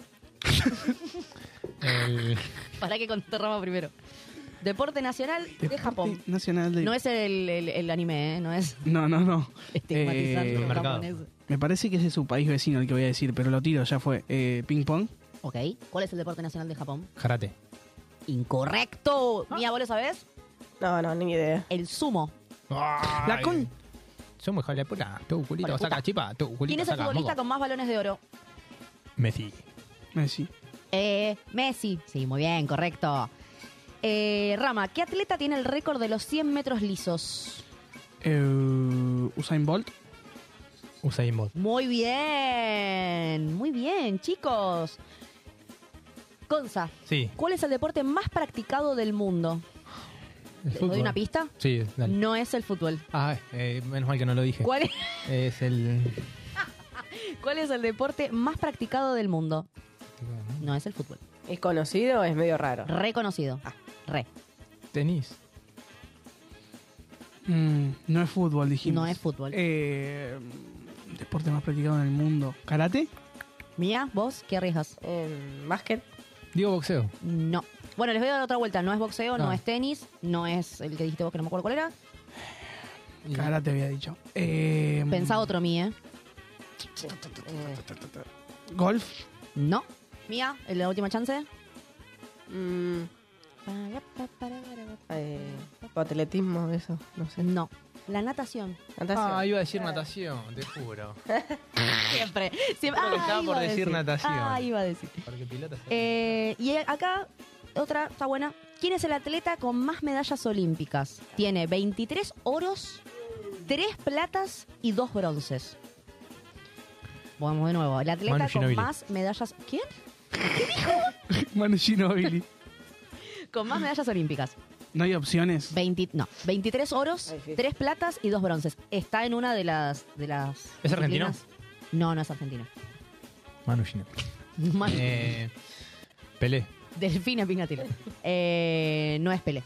El- Para que conté Rama primero. Deporte nacional de Deporte Japón. Nacional de... No es el, el- el anime, ¿eh? No es No, no, no. estigmatizando Eh, a los mercado. japoneses. Me parece que es de su país vecino el que voy a decir, pero lo tiro, ya fue. Eh, ping pong. Ok, ¿cuál es el deporte nacional de Japón? Karate. Incorrecto. Mía, ¿vos lo sabés? No, no, ni idea. El sumo. La con... Somos hija de puta. Tu culito Bueno, saca puta. chipa. Tu culito ¿Quién es el saca futbolista moco. con más balones de oro? Messi. Messi. Eh, Messi. Sí, muy bien, correcto. Eh, Rama, ¿qué atleta tiene el récord de los cien metros lisos? Eh, Usain Bolt. Usain Bolt. Muy bien, muy bien, chicos. Gonza, Sí. ¿cuál es el deporte más practicado del mundo? ¿Les fútbol. doy una pista? Sí, dale. No es el fútbol. Ah, eh, menos mal que no lo dije. ¿Cuál es, Es el... ¿Cuál es el deporte más practicado del mundo? No es el fútbol. ¿Es conocido o es medio raro? Reconocido. Ah. Re. Tenis. Mm, no es fútbol, dijimos. No es fútbol. Eh, deporte más practicado en el mundo. ¿Karate? Mía, ¿vos qué arriesgas? ¿En básquet? Digo boxeo. No. Bueno, les voy a dar otra vuelta. No es boxeo, no, No. es tenis, no es el que dijiste vos que no me acuerdo cuál era. Karate había dicho. Eh, Pensá otro, Mía. ¿eh? ¿Golf? No. Mía, la última chance. Mm, eh, o atletismo, eso, no sé. No. La natación. Natación. Ah, iba a decir natación, te juro. Siempre. Siempre. Creo que estaba iba por a decir natación. Ah, iba a decir. Porque pilota se- Eh, y acá, otra, está buena. ¿Quién es el atleta con más medallas olímpicas? Tiene veintitrés oros, tres platas y dos bronces. Vamos de nuevo. El atleta Manu con Ginóbili. más medallas... ¿Quién? Manu Ginóbili. Con más medallas olímpicas. ¿No hay opciones? veinte, no, veintitrés oros, Ay, sí. tres platas y dos bronces. Está en una de las... De las ¿Es argentino? disciplinas. No, no es argentino. Manu Ginóbili. Manu- Eh, Pelé. Delfina Pignatilla. Eh, no es Pelé.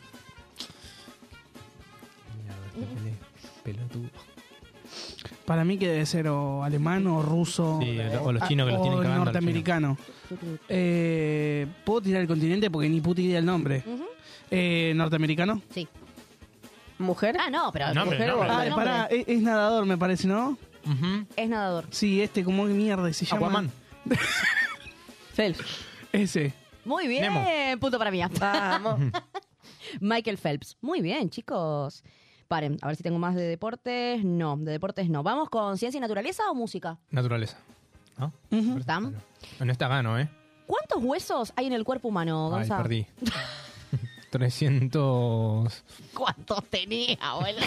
Mierda, este Pelé. Pelotudo. Para mí que debe ser o alemán o ruso. Sí, o los chinos que los o tienen cagando a los norteamericano. Eh, ¿Puedo tirar el continente? Porque ni puta idea el nombre. Ujú. Eh, ¿Norteamericano? Sí. ¿Mujer? Ah, no, pero... Nombre, mujer o- nombre. Ah, nombre. pará, es, es nadador, me parece, ¿no? Ujú. Es nadador. Sí, este, ¿cómo que mierda se llama? Aquaman. Phelps. Ese. Muy bien, Nemo. punto para mí. Vamos. Michael Phelps. Muy bien, chicos. Paren, a ver si tengo más de deportes. No, de deportes no. ¿Vamos con ciencia y naturaleza o música? Naturaleza. ¿No? Ujú. ¿Están? No está gano, ¿eh? ¿Cuántos huesos hay en el cuerpo humano, Ay, Gonza? perdí. trescientos... ¿Cuántos tenía, boludo?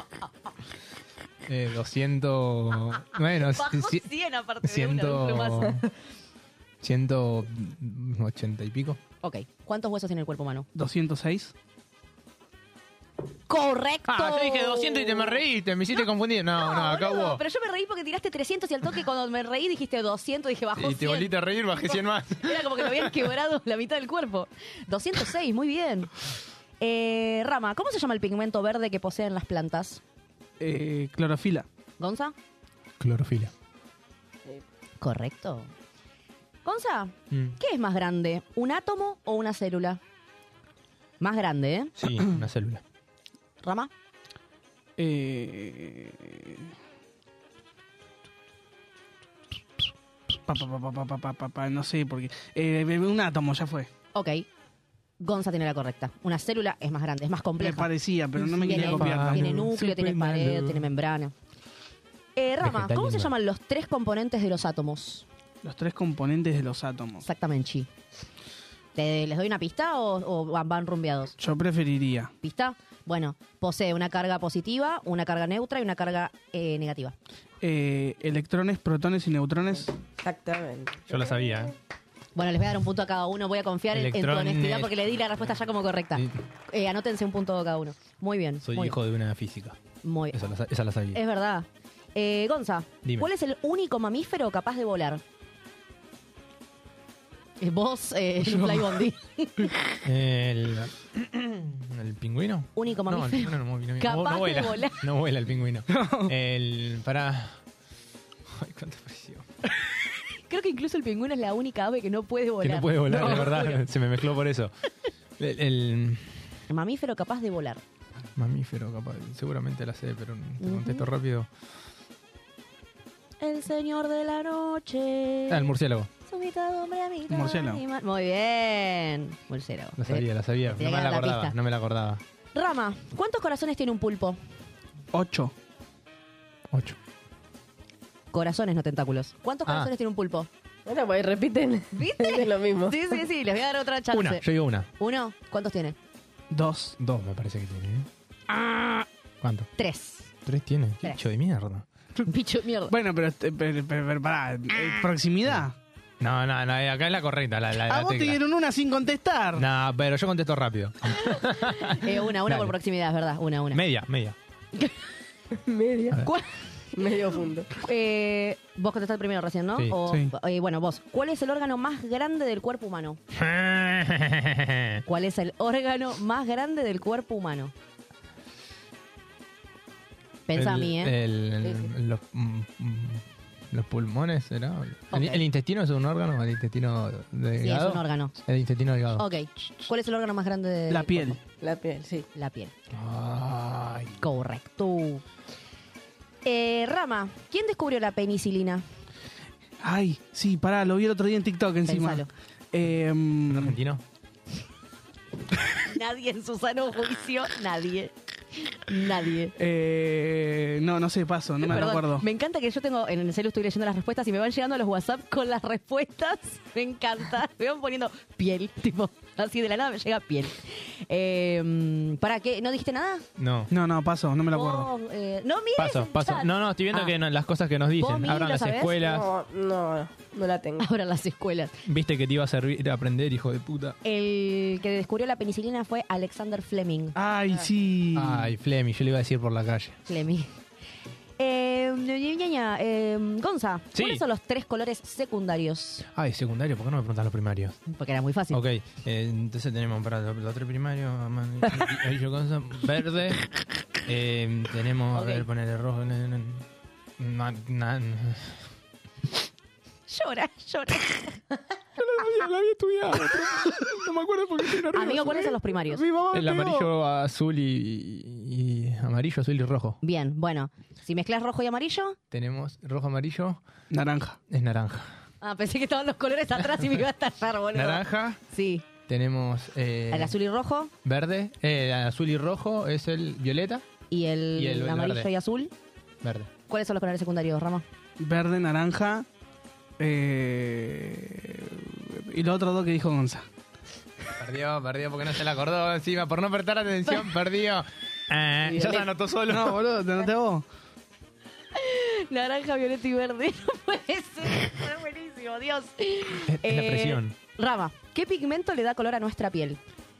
Eh, doscientos... Bueno, Bajó ci- cien aparte de ciento... una, un plumazo. ciento ochenta y pico. Ok, ¿cuántos huesos tiene el cuerpo humano? doscientos seis. ¡Correcto! Ah, yo dije doscientos y te me reíste, me hiciste confundir. No, no, acá Boludo, hubo... pero yo me reí porque tiraste trescientos y al toque cuando me reí dijiste doscientos, dije bajó Y te cien. volviste a reír, bajé cien más. Era como que me habían quebrado la mitad del cuerpo. doscientos seis, muy bien. Eh, Rama, ¿cómo se llama el pigmento verde que poseen las plantas? Eh, clorofila. ¿Gonza? Clorofila. Correcto. Gonza, Mm. ¿qué es más grande? ¿Un átomo o una célula? Más grande, ¿eh? Sí, una célula. Rama. Eh... Pa, pa, pa, pa, pa, pa, pa, pa, no sé, porque... Eh, un átomo, ya fue. Ok. Gonza tiene la correcta. Una célula es más grande, es más Me compleja. parecía, pero no me Tiene, quería copiar. tiene tampoco. núcleo, tiene Súper pared, malo. tiene membrana. Eh, Rama, Vegetal ¿cómo se lindo. llaman los tres componentes de los átomos? Los tres componentes de los átomos. Exactamente. ¿Te- ¿Les doy una pista o, o van- van rumbeados? Yo preferiría ¿Pista? Bueno, posee una carga positiva, una carga neutra y una carga eh, negativa. eh, electrones, protones y neutrones. Exactamente. Yo la sabía, ¿eh? Bueno, les voy a dar un punto a cada uno. Voy a confiar en, en tu Electrones. honestidad porque le di la respuesta ya como correcta. Sí. Eh, anótense un punto cada uno. Muy bien. Soy muy hijo de una física. bien, muy Esa la, sa- esa la sabía. Es verdad. Eh, Gonza, Dime. ¿cuál es el único mamífero capaz de volar? Eh, Vos, eh, Fly Bondi. El, ¿El pingüino? Único No, el mamífero pingüino no, no, no, capaz no vuela. de volar. No vuela el pingüino. El... Pará. Ay, cuánta presión. Creo que incluso el pingüino es la única ave que no puede volar. Que no puede volar, No, de juro. verdad. Se me mezcló por eso. El, el El mamífero capaz de volar. mamífero, capaz. Seguramente la sé, pero te Ujú. contesto rápido. El señor de la noche. Ah, el murciélago. Su mitad hombre, a mitad Murciélago. animal. Muy bien. Murciélago. La sabía, la sabía. Tenía No que me la dar la acordaba. pista. No me la acordaba. Rama, ¿cuántos corazones tiene un pulpo? Ocho. Ocho. Corazones, no tentáculos. ¿Cuántos Ah. corazones tiene un pulpo? Bueno, pues repiten. ¿Viste? Es lo mismo. Sí, sí, sí. Les voy a dar otra chance. Una, yo digo una. ¿Uno? ¿Cuántos tiene? Dos. Dos me parece que tiene. ¿eh? ¿Cuánto? Tres. Tres tiene. Tres. Bicho de mierda. Bicho de mierda. Bueno, pero, pero, pero, pero pará, eh, proximidad. No, no, no, acá es la correcta, la, la, A la vos te tecla. dieron una sin contestar. No, pero yo contesto rápido. Eh, una, una Dale. por proximidad, es verdad. Una, una. Media, media. Media. ¿Cuál- Medio punto. eh, vos contestaste primero recién, ¿no? Sí. O- Sí. eh, bueno, vos. ¿Cuál es el órgano más grande del cuerpo humano? ¿Cuál es el órgano más grande del cuerpo humano? Pensa a El- mí, ¿eh? el- el- Sí, sí. Los, mm, mm, los pulmones, ¿será? Ok. ¿El, el intestino es un órgano? ¿El intestino delgado? Sí, es un órgano. El intestino delgado. Ok. ¿Cuál es el órgano más grande del La piel. cuerpo? La piel, sí. La piel. Ay. Correcto. Eh, Rama, ¿quién descubrió la penicilina? Ay, sí, pará, lo vi el otro día en TikTok encima. Pensalo. Eh, ¿Un argentino? Nadie en su sano juicio, nadie. Nadie. eh, no, no sé, paso, no me Perdón, acuerdo. me encanta que yo tengo, en el celu estoy leyendo las respuestas y me van llegando los WhatsApp con las respuestas. Me encanta. Me van poniendo piel, tipo, así de la nada me llega piel. Eh, ¿Para qué? ¿No dijiste nada? No. No, no, paso, no me lo acuerdo. Vos, eh, no mires Paso, el paso. chat. No, no, estoy viendo Ah. que no- las cosas que nos dicen. Mili, Abran ¿lo las sabés? escuelas. No, no, no la tengo. Ahora las escuelas. Viste que te iba a servir a aprender, hijo de puta. El que descubrió la penicilina fue Alexander Fleming. Ay, sí. Ay, Flemmy, yo le iba a decir por la calle. Fleming. Eh, ña, ña, eh, Gonza, Sí. ¿cuáles son los tres colores secundarios? Ay, secundario, ¿por qué no me preguntan los primarios? Porque era muy fácil. Ok, eh, entonces tenemos para los, los tres primarios, amarillo, cosa, verde. Eh, tenemos, Ok. a ver, ponerle rojo. na- na- na- na- Llora, llora. La había estudiado, pero no me acuerdo porque estoy nervioso. Amigo, ¿cuáles son los primarios? Mi mamá me El pegó. amarillo, azul y, y- amarillo, azul y rojo. Bien, bueno. Si mezclas rojo y amarillo. Tenemos rojo, amarillo, Naranja. es naranja. Ah, pensé que estaban los colores atrás y me iba a estallar, boludo. Naranja, Sí. tenemos eh, El azul y rojo verde, eh, el azul y rojo es el violeta, y el, Y el amarillo verde. y azul. verde. ¿Cuáles son los colores secundarios, Rama? Verde, naranja. Eh, y los otros dos que dijo Gonza. Perdió, perdió porque no se la acordó encima, por no prestar atención, perdió. Ah, ya se anotó solo. No, boludo, te anoté vos. Naranja, violeta y verde. No puede ser. Es buenísimo, Dios. Es, es la Eh, presión. Rama, ¿qué pigmento le da color a nuestra piel?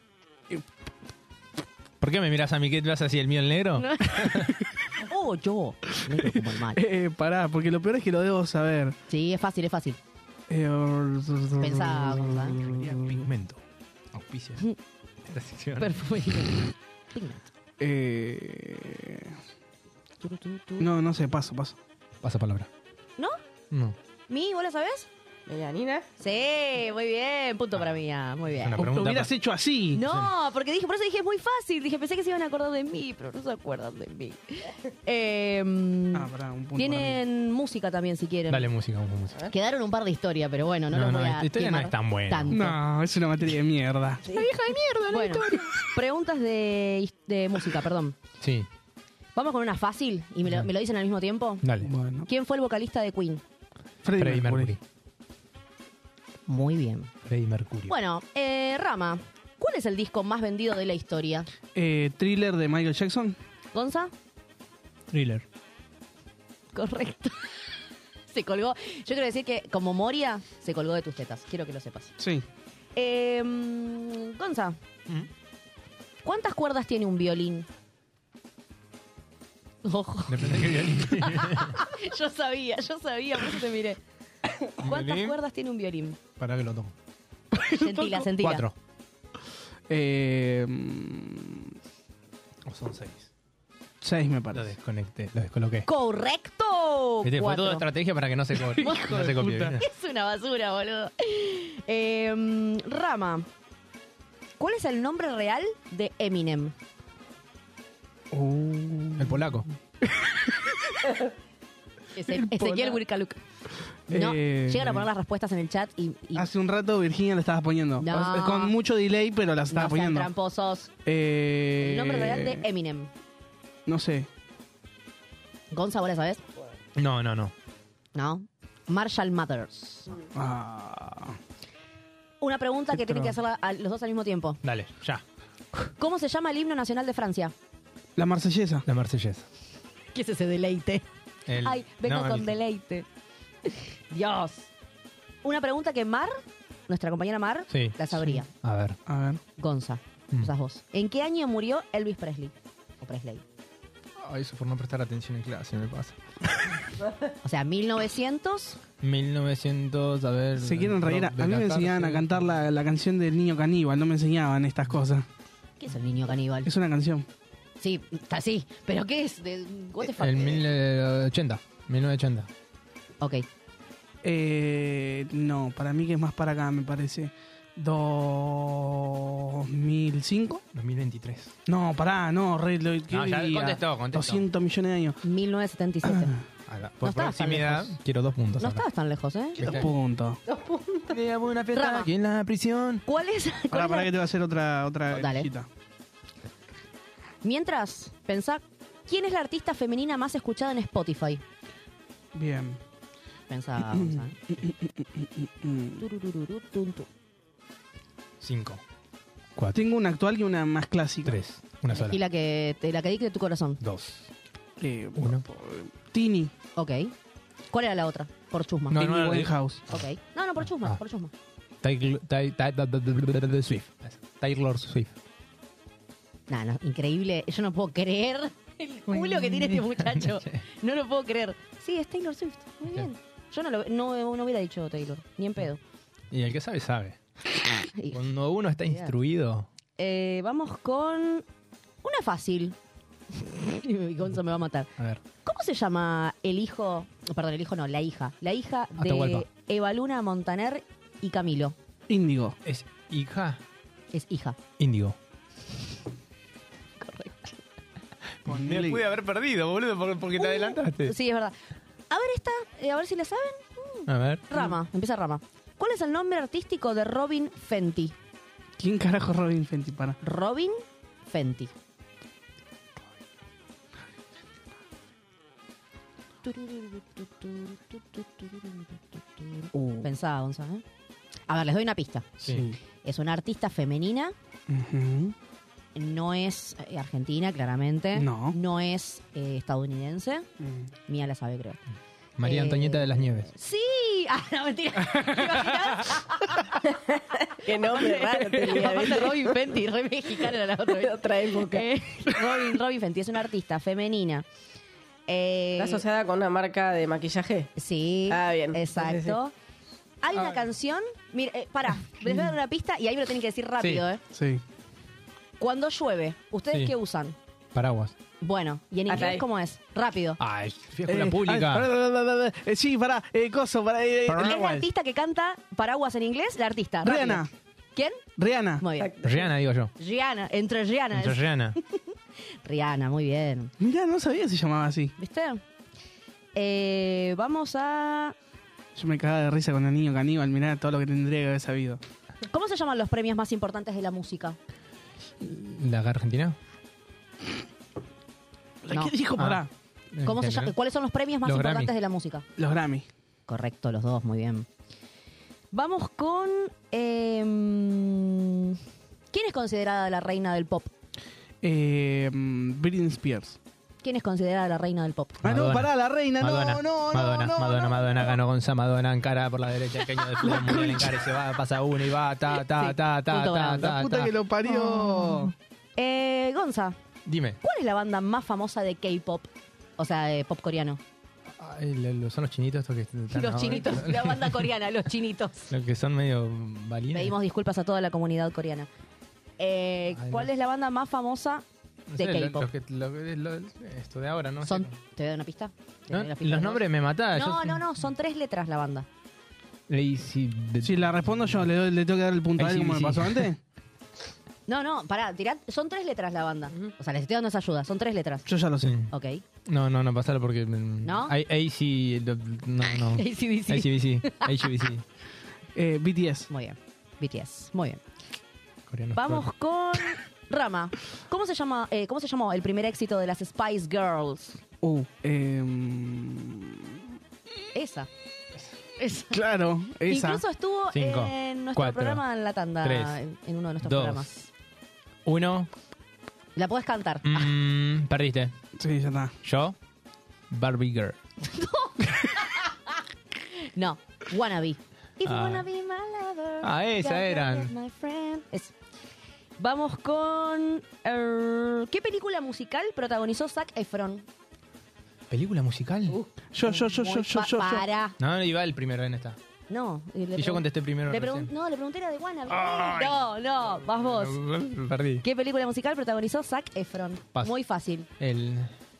¿Por qué me miras a mí? ¿Qué te vas a decir? ¿El mío el negro? No. Oh, yo. Negro como el mal. Eh, pará, porque lo peor es que lo debo saber. Sí, es fácil, es fácil. Eh, Pensá, Gonza. Pigmento. Auspicia. Esta sección. Perfume. Pigmento. Eh, Tu, tu, tu. no, no sé, paso, paso. Pasa palabra. ¿No? No. ¿Mi? ¿Vos la sabés? Melanina. Sí, muy bien. Punto para mí. ah, Muy bien. Una O pregunta te hubieras pa- hecho así. No, porque dije, por eso dije es muy fácil. Dije, pensé que se iban a acordar de mí, pero no se acuerdan de mí. Eh, Ah, pará, un punto tienen música también, si quieren. Dale música, vamos, música. Quedaron un par de historias, pero bueno, no, No, los no, voy a esta historia no quemar es tan buena. tanto. No, es una materia de mierda. La vieja de mierda, bueno, preguntas de, de música, perdón. Sí, Vamos con una fácil y me lo, me lo dicen al mismo tiempo. dale. Bueno, ¿Quién fue el vocalista de Queen? Freddie, Freddie Mercury. Mercury. Muy bien. Freddie Mercury. Bueno, eh, Rama, ¿cuál es el disco más vendido de la historia? Eh, Thriller de Michael Jackson. ¿Gonza? Thriller. Correcto. Se colgó. Yo quiero decir que como Moria se colgó de tus tetas. Quiero que lo sepas. Sí. Eh, Gonza, ¿cuántas cuerdas tiene un violín? Ojo. Depende de qué violín. Yo sabía, yo sabía, por eso te miré. ¿Cuántas violín? cuerdas tiene un violín? Para que lo toco. Sentila, sentila. Cuatro. Eh, mm, O son seis. seis me Lo parece. desconecté, lo descoloqué. ¡Correcto! Viste, fue Cuatro. toda estrategia para que no se, co- no se copie. ¿viste? Es una basura, boludo. Eh, Rama, ¿cuál es el nombre real de Eminem? El polaco. Es el, El Ezequiel polaco. Wilkaluk. No, Eh, llegan a poner las respuestas en el chat y, y Hace un rato Virginia la estabas poniendo. No. O sea, con mucho delay, pero la estaba no sean poniendo. tramposos. Eh, El nombre real de Eminem. No sé. Gonza, ¿vos la sabés? No, no, no. No. Marshall Mathers. Ah, Una pregunta Qué que tienen que tro- hacerla a los dos al mismo tiempo. Dale, ya. ¿Cómo se llama el himno nacional de Francia? la marsellesa. La marsellesa. ¿Qué es ese deleite? El- Ay, vengo no, con el- deleite. Dios. una pregunta que Mar, nuestra compañera Mar, Sí. la sabría. A ver. A ver. Gonza, Mm. usas vos. ¿En qué año murió Elvis Presley? O Presley. Ay, eso por no prestar atención en clase me pasa. O sea, mil novecientos. mil novecientos, a ver... Se quieren reír. A rock de a mí la me enseñaban a cárcel. cantar la, la canción del niño caníbal, no me enseñaban estas cosas. ¿Qué es el niño caníbal? Es una canción. Sí, está sí. ¿Pero qué es? De, what the fuck? El mil ochenta. mil novecientos ochenta. Ok. Eh, no, para mí que es más para acá, me parece. ¿dos mil cinco? dos mil veintitrés. No, pará, no, re, lo, ¿qué No, ya diría? contestó, contestó. doscientos millones de años. mil novecientos setenta y siete. Acá. No Por estabas tan proximidad, lejos. quiero dos puntos. No ahora. estabas tan lejos, ¿eh? Dos puntos. Teníamos una fiesta Rama. aquí en la prisión. ¿Cuál es? cuál Pará, es pará la- que te voy a hacer otra, otra Oh, dale. cita. Mientras, pensá, ¿quién es la artista femenina más escuchada en Spotify? Bien. Pensá, Gonza, ¿eh? Tururururu, tun, tu. Cinco. Tengo una actual y una más clásica. Tres. Una sola. Y la que, te- la que dicte tu corazón. Dos. Eh, Uno. Tini. Ok. ¿Cuál era la otra? Por chusma. No, Tini no, no, Winehouse. Ok. No, no, por chusma, Ah. por chusma. Taylor Tay- Tay- Tay- Swift. Taylor Swift. No, no, increíble. Yo no puedo creer el culo que tiene este muchacho. No lo puedo creer. Sí, es Taylor Swift. Muy bien. Yo no, lo, no, no hubiera dicho Taylor, ni en pedo. Y el que sabe, sabe. Y- Cuando uno está Cuidado. instruido. Eh, vamos con una fácil. Y Gonzo me va a matar. A ver. ¿Cómo se llama el hijo? Perdón, el hijo no, la hija. La hija de Atahualpa. Evaluna Montaner y Camilo. Índigo. Es hija. Es hija. Índigo. Correcto. Me pude haber perdido, boludo, por- porque te adelantaste. Sí, es verdad. A ver esta, eh, a ver si la saben. A ver. Rama, empieza Rama. ¿Cuál es el nombre artístico de Robin Fenty? ¿Quién carajo es Robin Fenty? Para. Robin Fenty. Uh. Pensá, Gonzalo. ¿eh? A ver, les doy una pista. Sí. Es una artista femenina, Ujú. no es eh, argentina, claramente. No. No es eh, estadounidense. Mm. Mía la sabe, creo. María Eh, Antonieta de las Nieves. ¡Sí! Ah, no, mentira. ¿Te imaginas? Qué nombre raro tenía. Aparte Robin Fenty, re mexicana era la otra. Otra época. Eh, Robin, Robin Fenty es una artista femenina. Eh, ¿Está asociada con una marca de maquillaje? Sí, Ah, bien. exacto. Hay una Ah. canción, mira, eh, pará, les voy a dar una pista y ahí me lo tienen que decir rápido, Sí. ¿eh? Sí. Cuando llueve, ¿ustedes Sí. qué usan? Paraguas. Bueno, ¿y en Hasta inglés ahí. cómo es? Rápido. Ay, fui a escuela Eh, pública. ay, pará, pará, pará, pará. Eh, sí, pará, eh, coso, pará. eh, Pará. eh, Es la Paraguas. artista que canta paraguas en inglés, la artista. rápido. Rihanna. ¿Quién? Rihanna. Muy bien. Rihanna, digo yo. Rihanna, entre Rihanna. Entre es- Rihanna. Rihanna, muy bien. Mirá, no sabía si se llamaba así. ¿Viste? Eh, vamos a... Yo me cagaba de risa con el niño caníbal. Mirá todo lo que tendría que haber sabido. ¿Cómo se llaman los premios más importantes de la música? ¿La Argentina? No. ¿Qué dijo? Pará. Eh, ¿Cómo se general. llama? ¿Cuáles son los premios más Los importantes Grammy. de la música? Los Grammy. Correcto, los dos, muy bien. Vamos con... em, ¿Quién es considerada la reina del pop? Eh, mm, Britney Spears. ¿Quién es considerada la reina del pop? Ah, no, Madonna. pará, la reina. Madonna, No, no, Madonna, no, no. Madonna, no. Madonna, ganó Gonza, Madonna, encara por la derecha, el caño del fútbol mundial, encara y se va, pasa uno y va, ta, ta, Sí, ta, ta, punto ta, para ta, La puta ta. que lo parió. Eh, Gonza, Dime. ¿cuál es la banda más famosa de K-pop? O sea, de pop coreano. Ay, lo- lo- son los chinitos estos que están Los ahora. chinitos, la banda coreana, los chinitos. Los que son medio balines. Pedimos disculpas a toda la comunidad coreana. Eh, Ay, ¿Cuál no. es la banda más famosa No de sé, lo- K-pop? lo que- lo que- lo- esto de ahora, ¿no? Son, sé. ¿Te doy una pista? ¿Te No, doy la pista los de nombres me mataban. No, no, no, son tres letras la banda. Lazy. Si la respondo yo, ¿le, doy- le tengo que dar el punto a Ay, él sí, como me sí. pasó antes? No, no, pará, tirá, son tres letras la banda. O sea, les estoy dando esa ayuda, son tres letras. Yo ya lo sé. Sí. Ok. No, no, no, pasalo porque. mm, ¿No? A- AC. lo- No, no. A C D C. A C D C. H B C. Eh, B T S. Muy bien. B T S, muy bien. Coreanos. Vamos con Rama. ¿Cómo se llama? eh, ¿Cómo se llamó el primer éxito de las Spice Girls? Uh, eh, Esa. Esa. claro, esa. Incluso estuvo Cinco, en nuestro cuatro, programa en la tanda, tres, en, en uno de nuestros dos. programas. Uno. La podés cantar. Mm, perdiste. Sí, ya está. Yo. Barbie Girl. No, Wannabe. If you Ah. wanna be my lover. Ah, esa gotta eran. be my friend. Es- Vamos con... er, ¿qué película musical protagonizó Zac Efron? ¿Película musical? Yo, yo, yo, yo, Muy yo, pa- yo, yo. Para. No, iba el primero en esta. No. y le Y yo pregun- contesté primero le recién. pregun- No, le pregunté la de Wannabe. Ay. No, no, vas vos. Perdí. ¿Qué película musical protagonizó Zac Efron? Paso. Muy fácil. El...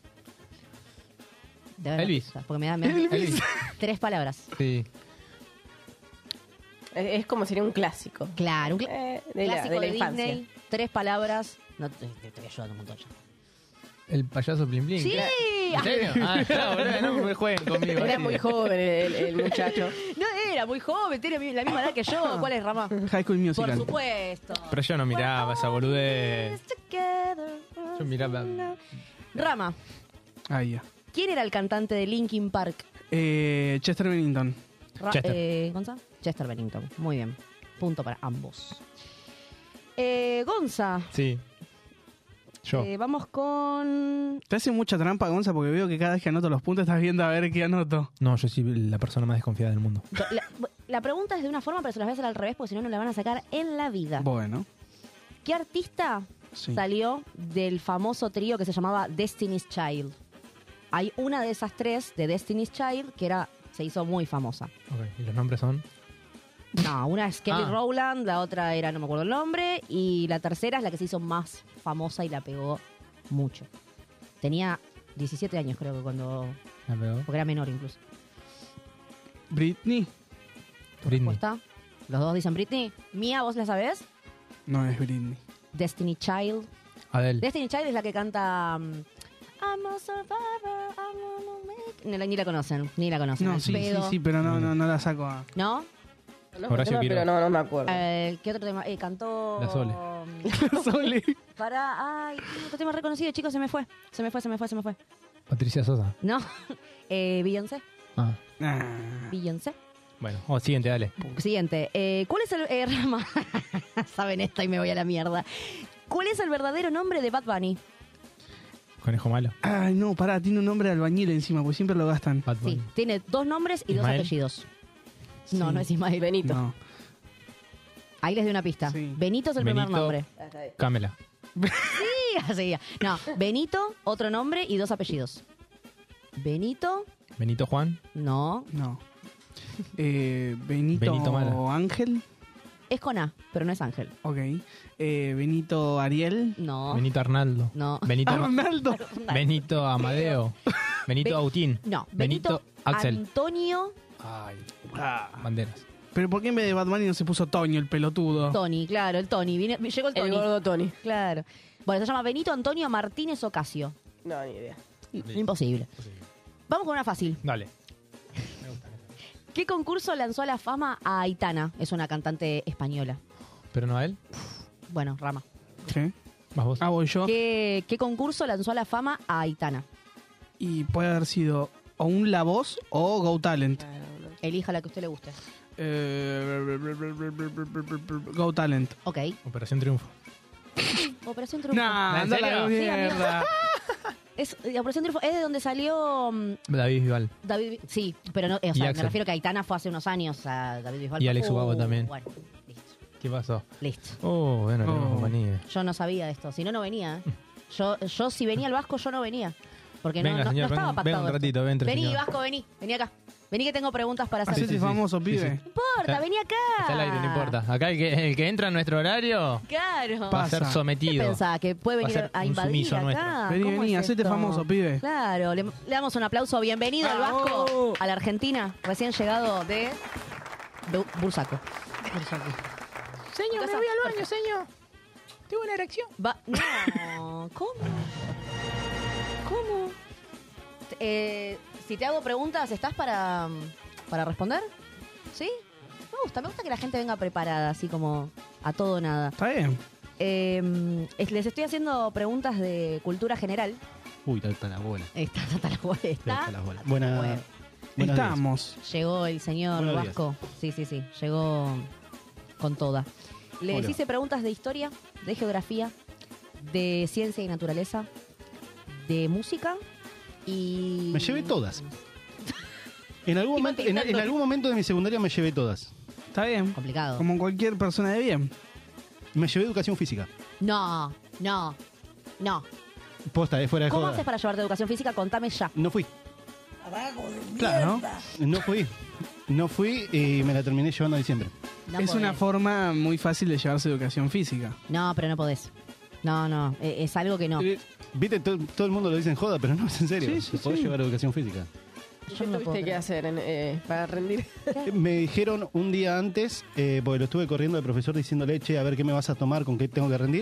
Te doy una Elvis. pista, porque me da, me da- Elvis. tres palabras. Sí. Es, es como sería un clásico. Claro, un cl- Eh, de, la, clásico de la de infancia. Disney. Tres palabras. No, te, te estoy ayudando un montón ya. El payaso Blim Blim. ¡Sí! ¿En serio? Ah, no, boludo, no me jueguen conmigo. Era así. muy joven el, el muchacho. No era muy joven, tiene la misma edad que yo. ¿Cuál es, Rama? High School Por Musical. supuesto. Pero yo no miraba esa boludez. Yo miraba... Rama, Ahí ya. ¿quién era el cantante de Linkin Park? Eh, Chester Bennington. Ra- Chester. eh, ¿Gonza? Chester Bennington. Muy bien. Punto para ambos. Eh, Gonza, Sí. Yo. eh, vamos con... Te hace mucha trampa, Gonza, porque veo que cada vez que anoto los puntos estás viendo a ver qué anoto. No, yo soy la persona más desconfiada del mundo. La, la pregunta es de una forma, pero se las voy a hacer al revés, porque si no, no la van a sacar en la vida. Bueno. ¿Qué artista Sí. salió del famoso trío que se llamaba Destiny's Child? Hay una de esas tres de Destiny's Child que era se hizo muy famosa. Ok, ¿y los nombres son? No, una es Kelly Ah. Rowland, la otra era, no me acuerdo el nombre, y la tercera es la que se hizo más famosa y la pegó mucho. Tenía diecisiete años creo que cuando... La pegó. Porque era menor incluso. Britney. Britney. ¿Está? Los dos dicen Britney. Mía, ¿vos la sabés? No es Britney. Destiny Child. Adele. Destiny Child es la que canta... um, I'm a survivor, I'm gonna make... Ni la, ni la conocen, ni la conocen. No, al sí, sí, pedo. sí, pero no, no, no la saco a... ¿No? No, Horacio no, Quiroga. pero no, no me acuerdo. Eh, ¿Qué otro tema? Eh, cantó... La Sole. Sole. Para... Ay, otro tema reconocido, chicos, se me fue. Se me fue, se me fue, se me fue. Patricia Sosa. ¿No? Eh, Beyoncé. Ah. Ah. Beyoncé. Bueno, oh, siguiente, dale. Siguiente. Eh, ¿Cuál es el... Eh, Rama? Saben esta y me voy a la mierda. ¿Cuál es el verdadero nombre de Bad Bunny? Conejo malo. Ay, no, pará, tiene un nombre de albañil encima, porque siempre lo gastan. Bad Bunny. Sí, tiene dos nombres y Ismael. dos apellidos. No, Sí. no es Ismael. Benito. No. Ahí les doy una pista. Sí. Benito es el primer Benito. nombre. Camela. Sí, así ya. No, Benito, otro nombre y dos apellidos. Benito, Benito Juan. no. No. Eh, Benito, Benito Mala. Ángel. Es con A, pero no es Ángel. Ok. Eh, Benito Ariel. No. Benito Arnaldo. No. Benito, Arnaldo. Benito Amadeo. Benito Be- Autín. No. Benito, Axel. Antonio Ay. Ah. Banderas. Pero ¿por qué en vez de Bad Bunny no se puso Toño, el pelotudo? Tony, claro, el Tony. Vine- llegó el Tony. El gordo Tony. Claro. Bueno, se llama Benito Antonio Martínez Ocasio. No, ni idea. Imposible. Vamos con una fácil. Dale. ¿Qué concurso lanzó a la fama a Aitana? Es una cantante española. ¿Pero no a él? Bueno, Rama. ¿Qué? Más vos. Ah, voy yo. ¿Qué, qué concurso lanzó a la fama a Aitana? Y puede haber sido o un La Voz o Go Talent. Elija la que a usted le guste. Eh, Go Talent. Ok. Operación Triunfo. Operación Triunfo. Nah, anda la Sí, amigo. mierda. Es, eh, Operación Triunfo es de donde salió mm, David Bisbal. David. Sí, pero no, eh, o Y sea, me Axel. refiero que Aitana fue hace unos años. A David Bisbal. Y fue- Alex Ubago Uh, también. Bueno, listo. ¿Qué pasó? Listo. Oh, bueno, tenemos Oh. compañía. Yo no sabía de esto. Si no, no venía. ¿eh? Yo, yo si venía al Vasco, yo no venía. Porque no, Venga, no, señor, no estaba venga, pactado. venga un esto. ratito, vente, Vení, señor. Vasco, vení. Vení acá. Vení que tengo preguntas para hacer. Hacete sí, sí. famoso, Sí, pibe. sí. No importa, Está- vení acá. Está al aire, no importa. Acá el que, el que entra a nuestro horario Claro. va a ser Pasa. ¿Qué sometido. pensás? ¿Que puede Va a venir ser a un invadir sumiso acá? nuestro. Vení, ¿Cómo vení, es hacete esto? famoso, pibe. Claro, le, le damos un aplauso. Bienvenido al ¡Bravo! Vasco, a la Argentina, recién llegado de, de Bursaco. Señor, me voy al baño, señor. Tengo una erección. Va, no, ¿cómo? ¿Cómo? Eh, si te hago preguntas, ¿estás para, para responder? ¿Sí? Me gusta, me gusta que la gente venga preparada, así como a todo o nada. Está bien. Eh, es- les estoy haciendo preguntas de cultura general. Uy, está la bola. Está, está la bola, está. Está la bola. Buena, Bueno. buenos días. Estamos. Llegó el señor Buenos días. Vasco. Sí, sí, sí. Llegó con toda. Les Hola. hice preguntas de historia, de geografía, de ciencia y naturaleza, de música y... Me llevé todas. En algún, momento, en, en algún momento de mi secundaria me llevé todas. Está bien. Complicado. Como cualquier persona de bien. Me llevé educación física. No, no, no. Posta, de fuera de ¿Cómo joda. haces para llevarte educación física? Contame ya. No fui. Claro. No fui. No fui y me la terminé llevando a diciembre. No es podés. una forma muy fácil de llevarse educación física. No, pero no podés. No, no. e- Es algo que no. Eh, Viste, todo, todo el mundo lo dice en joda, pero no es en serio. Sí, sí, Podés sí. llevar educación física. ¿Qué Yo no lo puedo tuviste que creer. hacer en, eh, para rendir? Eh, Me dijeron un día antes, eh, porque lo estuve corriendo al profesor diciéndole, che, a ver qué me vas a tomar, con qué tengo que rendir.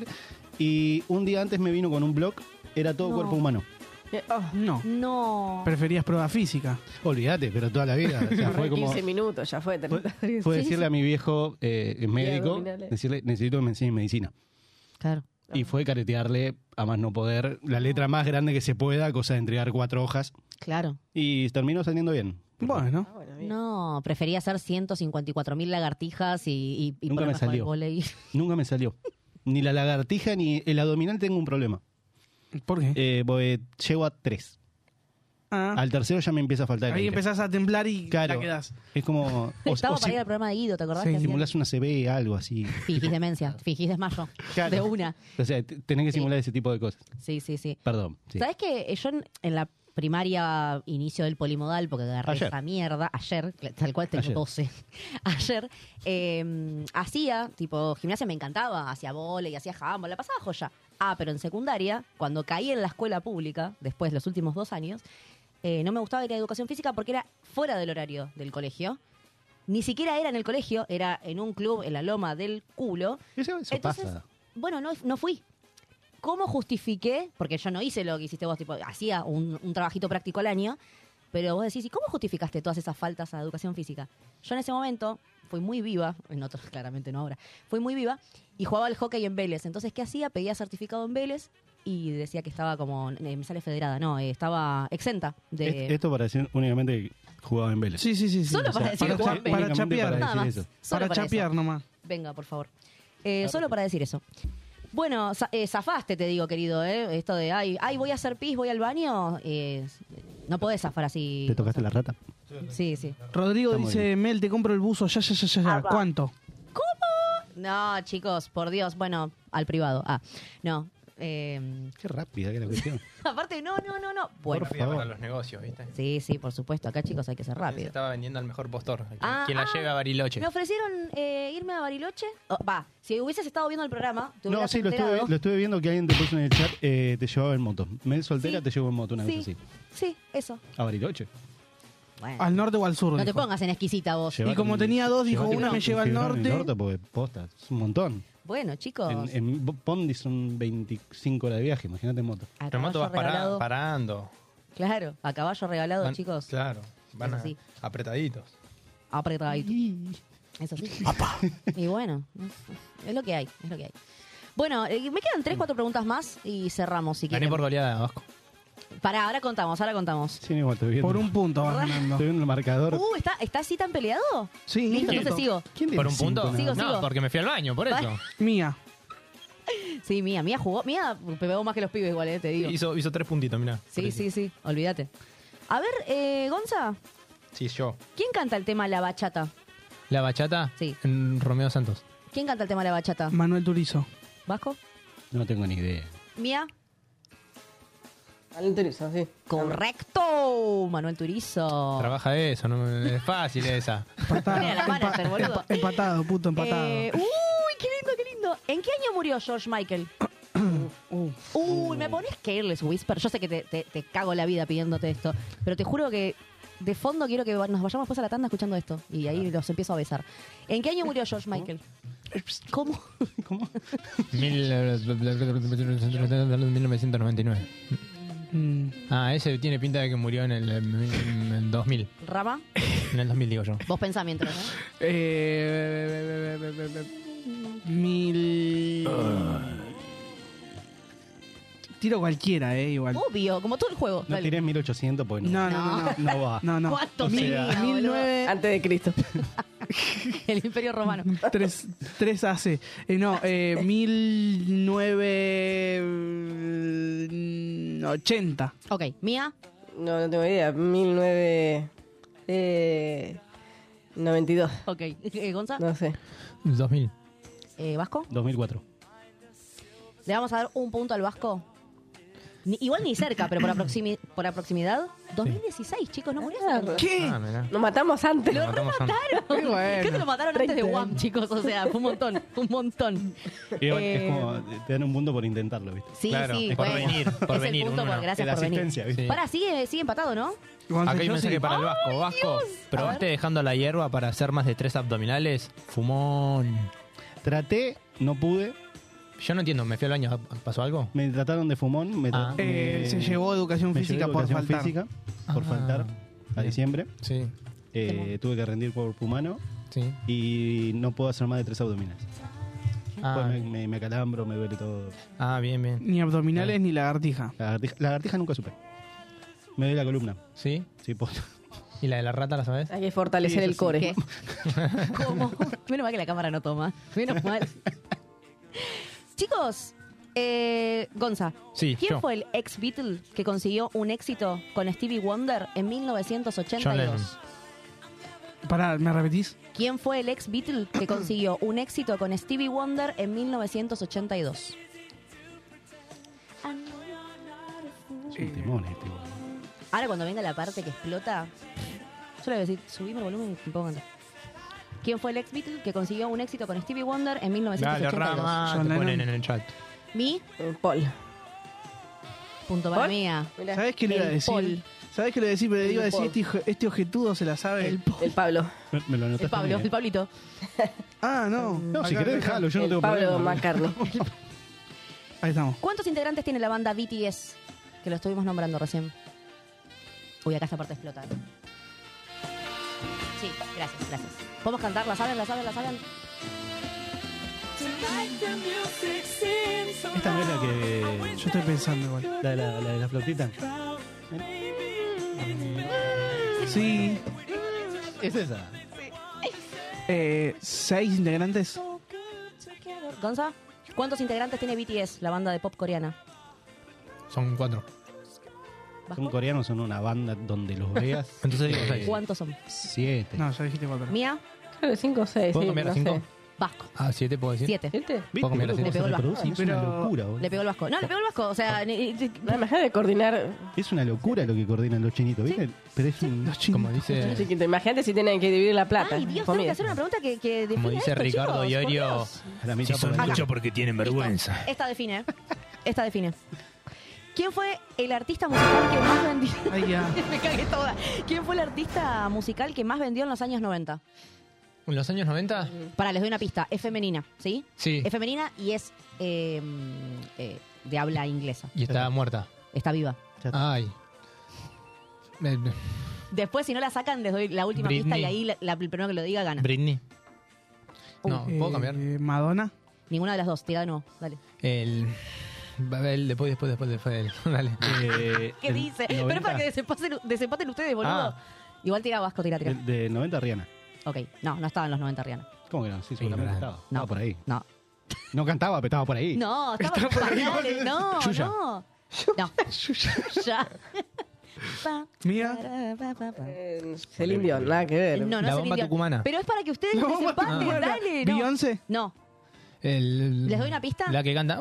Y un día antes me vino con un blog, era todo No. cuerpo humano. Eh, oh, No. No. Preferías prueba física. Olvídate, pero toda la vida. O sea, fue como. quince minutos, ya fue. Fue, treinta. fue Sí, decirle sí. a mi viejo eh, médico, abdominales. decirle, necesito que me enseñe medicina. Claro. Y fue caretearle, a más no poder, la letra más grande que se pueda, cosa de entregar cuatro hojas. Claro. Y terminó saliendo bien. Bueno. Ah, bueno, bien. No, prefería hacer ciento cincuenta y cuatro mil lagartijas y, y, y Nunca me ponerme a jugar al salió. vóley. Nunca me salió. Ni la lagartija ni el abdominal tengo un problema. ¿Por qué? Eh, porque llego a tres. Ah, Al tercero ya me empieza a faltar el ahí aire. empezás a temblar y Claro. la quedás. Es como... O, Estaba o para si- ir al programa de Guido, ¿te acordás? Sí. que hacía? simulás una C B, algo así. Fingís demencia, fingís desmayo. Claro. De una. O sea, t- tenés que Sí. simular ese tipo de cosas. Sí, sí, sí. Perdón. Sí. ¿Sabes que yo en, en la primaria inicio del polimodal, porque agarré Ayer. esa mierda, ayer, tal cual tengo Ayer. doce, ayer, eh, hacía, tipo, gimnasia me encantaba, hacía vóley, hacía handball, la pasaba joya. Ah, pero en secundaria, cuando caí en la escuela pública, después los últimos dos años, eh, no me gustaba ir a educación física porque era fuera del horario del colegio. Ni siquiera era en el colegio, era en un club en la loma del culo. Eso, eso Entonces, pasa. bueno, no, no fui. ¿Cómo justifiqué? Porque yo no hice lo que hiciste vos, tipo, hacía un, un trabajito práctico al año, pero vos decís, ¿y cómo justificaste todas esas faltas a educación física? Yo en ese momento fui muy viva, en otros claramente no ahora, fui muy viva y jugaba al hockey en Vélez. Entonces, ¿qué hacía? Pedía certificado en Vélez y decía que estaba como, eh, me sale federada, no, eh, estaba exenta de... Es- Esto para decir únicamente que jugaba en Vélez. Sí, sí, sí. sí. Solo para decir para, Juan cha- P. para Únicamente chapear. para Nada decir más. eso. Solo Para para chapear eso. nomás. Venga, por favor. Eh, solo para decir eso. Bueno, za- eh, zafaste, te digo, querido, ¿eh? Esto de, ay, ay, voy a hacer pis, voy al baño. eh, no podés zafar así. ¿Te tocaste la rata? Sí, sí. Rodrigo Está muy dice, Mel, te compro el buzo, ya, ya, ya, ya, ya. ¿Cuánto? No, chicos, por Dios. Bueno, al privado. Ah, no. eh, Qué rápida que es la cuestión. aparte, no, no, no, no. Bueno, Rápida para los negocios, ¿viste? sí, sí, por supuesto. Acá, chicos, hay que ser Se rápido. estaba vendiendo al mejor postor. Quien, Ah, quien la ah, lleve a Bariloche. Me ofrecieron eh, irme a Bariloche. Oh, va, si hubieses estado viendo el programa, te No, hubieras sí, lo estuve, enterado. lo estuve viendo que alguien te puso en el chat, eh, te llevaba en moto. Mel soltera Sí. te llevó en moto, una Sí, vez así. sí, eso. A Bariloche. Bueno, ¿Al norte o al sur? no te dijo. pongas en exquisita vos. Y como tenía dos, dijo, Llevate una un- me un lleva al fibrón en el norte. norte porque posta, es un montón. Bueno, chicos. En, en Bo- Pondi son veinticinco horas de viaje, imagínate en moto. a Pero en moto vas caballo para- regalado. parando. Claro, a caballo regalado, Van- chicos. Claro, van Es a- así. apretaditos. Apretadito. Eso sí. Y bueno, es lo que hay, es lo que hay. Bueno, eh, me quedan tres, cuatro preguntas más y cerramos si Gané quieren. por goleada, Vasco. Pará, ahora contamos, ahora contamos. Sí, igual estoy viendo. Por un punto vas ganando. Estoy viendo el marcador. Uh, ¿está, ¿está así tan peleado? Sí, Listo, un entonces punto. sigo. ¿Quién ¿Por tiene un cinco punto? nada Sigo, más? no, sigo. porque me fui al baño, por eso. Mía. Sí, Mía, Mía jugó. Mía pegó más que los pibes igual, eh, te digo. Hizo, hizo tres puntitos, mirá. Sí, sí, sí, olvídate. A ver, eh, Gonza, Sí, yo. ¿quién canta el tema La Bachata? La bachata Sí. en Romeo Santos. ¿Quién canta el tema La Bachata? Manuel Turizo. ¿Vasco? No tengo ni idea. ¿Mía? Al Turizo, sí. Correcto, Manuel Turizo. Trabaja eso, no es fácil esa. Empatado, Mira la manager, empa- boludo. empa- empatado, puto empatado. Eh, uy, qué lindo, qué lindo. ¿En qué año murió George Michael? Uh, Uy, me pones Careless Whisper. Yo sé que te, te- te cago la vida pidiéndote esto, pero te juro que de fondo quiero que nos vayamos después a la tanda escuchando esto y ahí los empiezo a besar. ¿En qué año murió George Michael? ¿Cómo? ¿Cómo? Mil novecientos noventa y nueve. mm, Ah, ese tiene pinta de que murió en el, en el dos mil. ¿Rama? En el dos mil, digo yo. Vos pensá mientras, ¿no? eh, mil... Tiro cualquiera, eh, igual. Obvio, como todo el juego. No Dale. tiré mil ochocientos porque no. No, no, no, no. No va. No, no. ¿Cuánto Mil- tenía, mil boludo? nueve- Antes de Cristo. El Imperio Romano. tres, tres A C. Eh, no, eh, mil nueve ochenta. Ok, Mía. No, no tengo idea. mil nueve... Eh, noventa y dos. Ok. Eh, ¿Gonza? No sé. dos mil. Eh, ¿Vasco? dos mil cuatro. Le vamos a dar un punto al Vasco. Ni- igual ni cerca, pero por, aproximi- por aproximidad. dos mil dieciséis, chicos, no murió. ¿Qué? Ah, mirá. Nos matamos antes. Nos matamos antes. ¿Qué bueno. ¿Qué te lo mataron antes de treinta Wham, chicos? O sea, fue un montón, fue un montón. Igual Eh, es como, te dan un punto por intentarlo, ¿viste? Sí, Claro, sí, por bueno. venir, por es venir, el punto uno por no. gracias La por venir. asistencia, ¿viste? Sí. Para, sigue, sigue empatado, ¿no? Gonza, Acá hay yo un mensaje sí. para el Vasco. Vasco, ¿probaste dejando la hierba para hacer más de tres abdominales? Fumón. Traté, no pude. Yo no entiendo, ¿me fui al baño? ¿Pasó algo? Me trataron de fumón. Me Ah. tra- Eh, me- se llevó educación me física llevé por educación faltar. física por Ah. faltar a Bien. diciembre. Sí, Eh, tuve que rendir cuerpo humano sí. y no puedo hacer más de tres abdominales. Ah, Pues me, me, me acalambro, me duele todo. ah, bien, bien. Ni abdominales ni lagartija. La lagartija, la lagartija nunca supe. Me duele la columna. ¿Sí? Sí, po- ¿Y la de la rata la sabes? Hay que fortalecer Sí, el eso sí. core. ¿Qué? ¿Cómo? Menos mal que la cámara no toma. Menos mal. Chicos, eh, Gonza, Sí, ¿quién yo. fue el ex Beatle que consiguió un éxito con Stevie Wonder en mil novecientos ochenta y John Lennon. dos? Pará, ¿me repetís? ¿Quién fue el ex Beatle que consiguió un éxito con Stevie Wonder en mil novecientos ochenta y dos? es un temón este, boludo. Ahora cuando venga la parte que explota, yo le voy a decir, subime el volumen y me pongo a cantar. ¿Quién fue el ex Beatle que consiguió un éxito con Stevie Wonder en mil novecientos Dale, ochenta y dos? Rama, John te Lennon. ponen en el chat. Mi Eh, Paul. punto para ¿Paul? mía. Mirá. ¿Sabés qué le iba a El decir? Paul. ¿Sabés qué le iba a decir? Pero le El iba a decir, Paul. este, hijo- este objetudo se la sabe. El, El Pablo. Me, me lo anotaste el Pablo, a mí, el eh. Pablito. Ah, no. No, si Acá, querés acá. dejalo, yo no el tengo Pablo problema. McCartney. Ahí estamos. ¿Cuántos integrantes tiene la banda B T S? Que lo estuvimos nombrando recién. Uy, acá esta parte explota. Sí, gracias, gracias. ¿Podemos cantar? ¿La saben? ¿La saben? ¿La saben? Esta no es la que. Yo estoy pensando igual. La de la, la, de la flautita. Sí. Es esa. Eh, ¿Seis integrantes? ¿Gonza? ¿Cuántos integrantes tiene B T S, la banda de pop coreana? Son cuatro. Son ¿Vasco? coreanos, son una banda donde los veas. Entonces digo eh, seis. ¿Cuántos son? Siete. No, ya dijiste cuatro. ¿Mía? Creo que cinco o seis. ¿Puedo sí, cambiar a no cinco? sé. Vasco. Ah, siete puedo decir. Siete. ¿Viste? ¿Puedo cambiar a ¿Viste cinco? cómo Le pegó el se reproducen? Es una Pero- locura, boludo. Le pegó el Vasco. No, le pegó el Vasco. O sea, ni- ni- No, imagínate de coordinar. Es una locura lo que coordinan los chinitos, ¿viste? Pero es un. Los chinos. Como dice, Chiquito, imagínate si tienen que dividir la plata. Ay, Dios, tengo Comida. que hacer una pregunta que, que define como dice esto, Ricardo chicos, por Iorio, Dios. A la mitad si son por ahí. muchos porque tienen vergüenza. Esta define. Esta define. ¿Quién fue el artista musical que más vendió? Ay, ya. Me cagué toda. ¿Quién fue el artista musical que más vendió en los años noventa? ¿En los años noventa? Para, les doy una pista. Es femenina, ¿sí? Sí. Es femenina y es eh, eh, de habla inglesa. Y está muerta. Está viva. Ay. Eh, Después, si no la sacan, les doy la última Britney. pista y ahí la, la- el primero que lo diga gana. Britney. No, ¿puedo Eh, cambiar? Madonna. Ninguna de las dos. Tira de nuevo. Dale. El... el- Después, después, después, después. del- Dale. Eh, ¿Qué del dice? Pero es noventa, para que desempaten, desempaten ustedes, boludo. Ah. Igual tira Vasco, tira, tira. del- De noventa Rihanna. Ok. No, no estaba en los noventa, Rihanna. ¿Cómo que no? Sí, seguramente Ignorante. estaba. No. Estaba por ahí. No. No cantaba, pero estaba por ahí. No, estaba por ahí. No, Yuya. no. No. Ya. Pa, Mía. para, pa, pa, pa. Eh, Celine Dion, nada que ver. No, no La es bomba Celine Dion. tucumana. Pero es para que ustedes La bomba desempaten, tucumana. dale. No. ¿Beyoncé? No. El- ¿Les doy una pista? La que canta.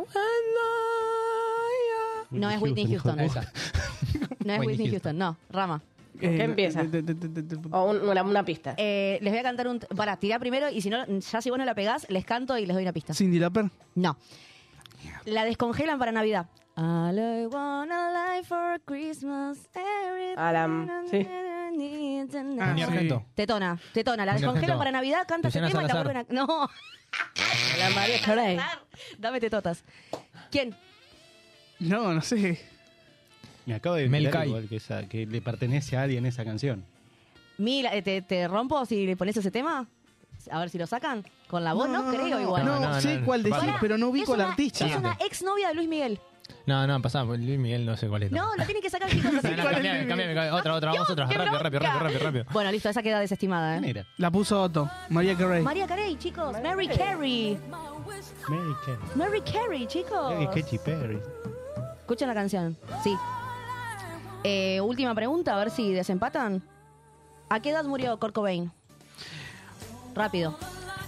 No es Whitney Houston. Esa. No es Whitney Whitney Houston. Houston, no. Rama. ¿Qué empieza? de- de- de- de- de- O un- una, una pista. Eh, les voy a cantar un... Para, tirá primero y si no, ya si vos no la pegás, les canto y les doy una pista. Cindy Lauper. No. La descongelan para Navidad. All I wanna live for Christmas. everything Alam, sí. I need tonight. Ah, Ni sí. Argento. Tetona, tetona. La Ni descongelan Argento. para Navidad, canta ese Luciana tema y la Salazar. vuelven a... No. La María Carey. Dame tetotas. ¿Quién? No, no sé. Me acabo de Mel enterar Kai. igual que, esa, que le pertenece a alguien esa canción. Mila, eh, te, ¿Te rompo si le pones ese tema? A ver si lo sacan. Con la voz no, creo igual. No, No, no, sé no, cuál no. decir, Pará, pero no ubico es al una, artista. Es una ex novia de Luis Miguel. No, no, pasá. Luis Miguel no sé cuál es. No, la tienen que sacar, chicos. así. No, no, cambiame, cambiame, cambiame. Otra, otra, vamos, otra. ¡Qué Rápido, rápido, bronca! rápido, rápido, rápido. Bueno, listo, esa queda desestimada, ¿Quién ¿eh? era? La puso Otto. María Carey. María Carey, chicos. Mary Carey. Mary Carey. Mary Carey, chicos. Mary Katy Perry. Escuchen la canción. Sí. Eh, última pregunta, a ver si desempatan. ¿A qué edad murió Kurt Cobain? rápido.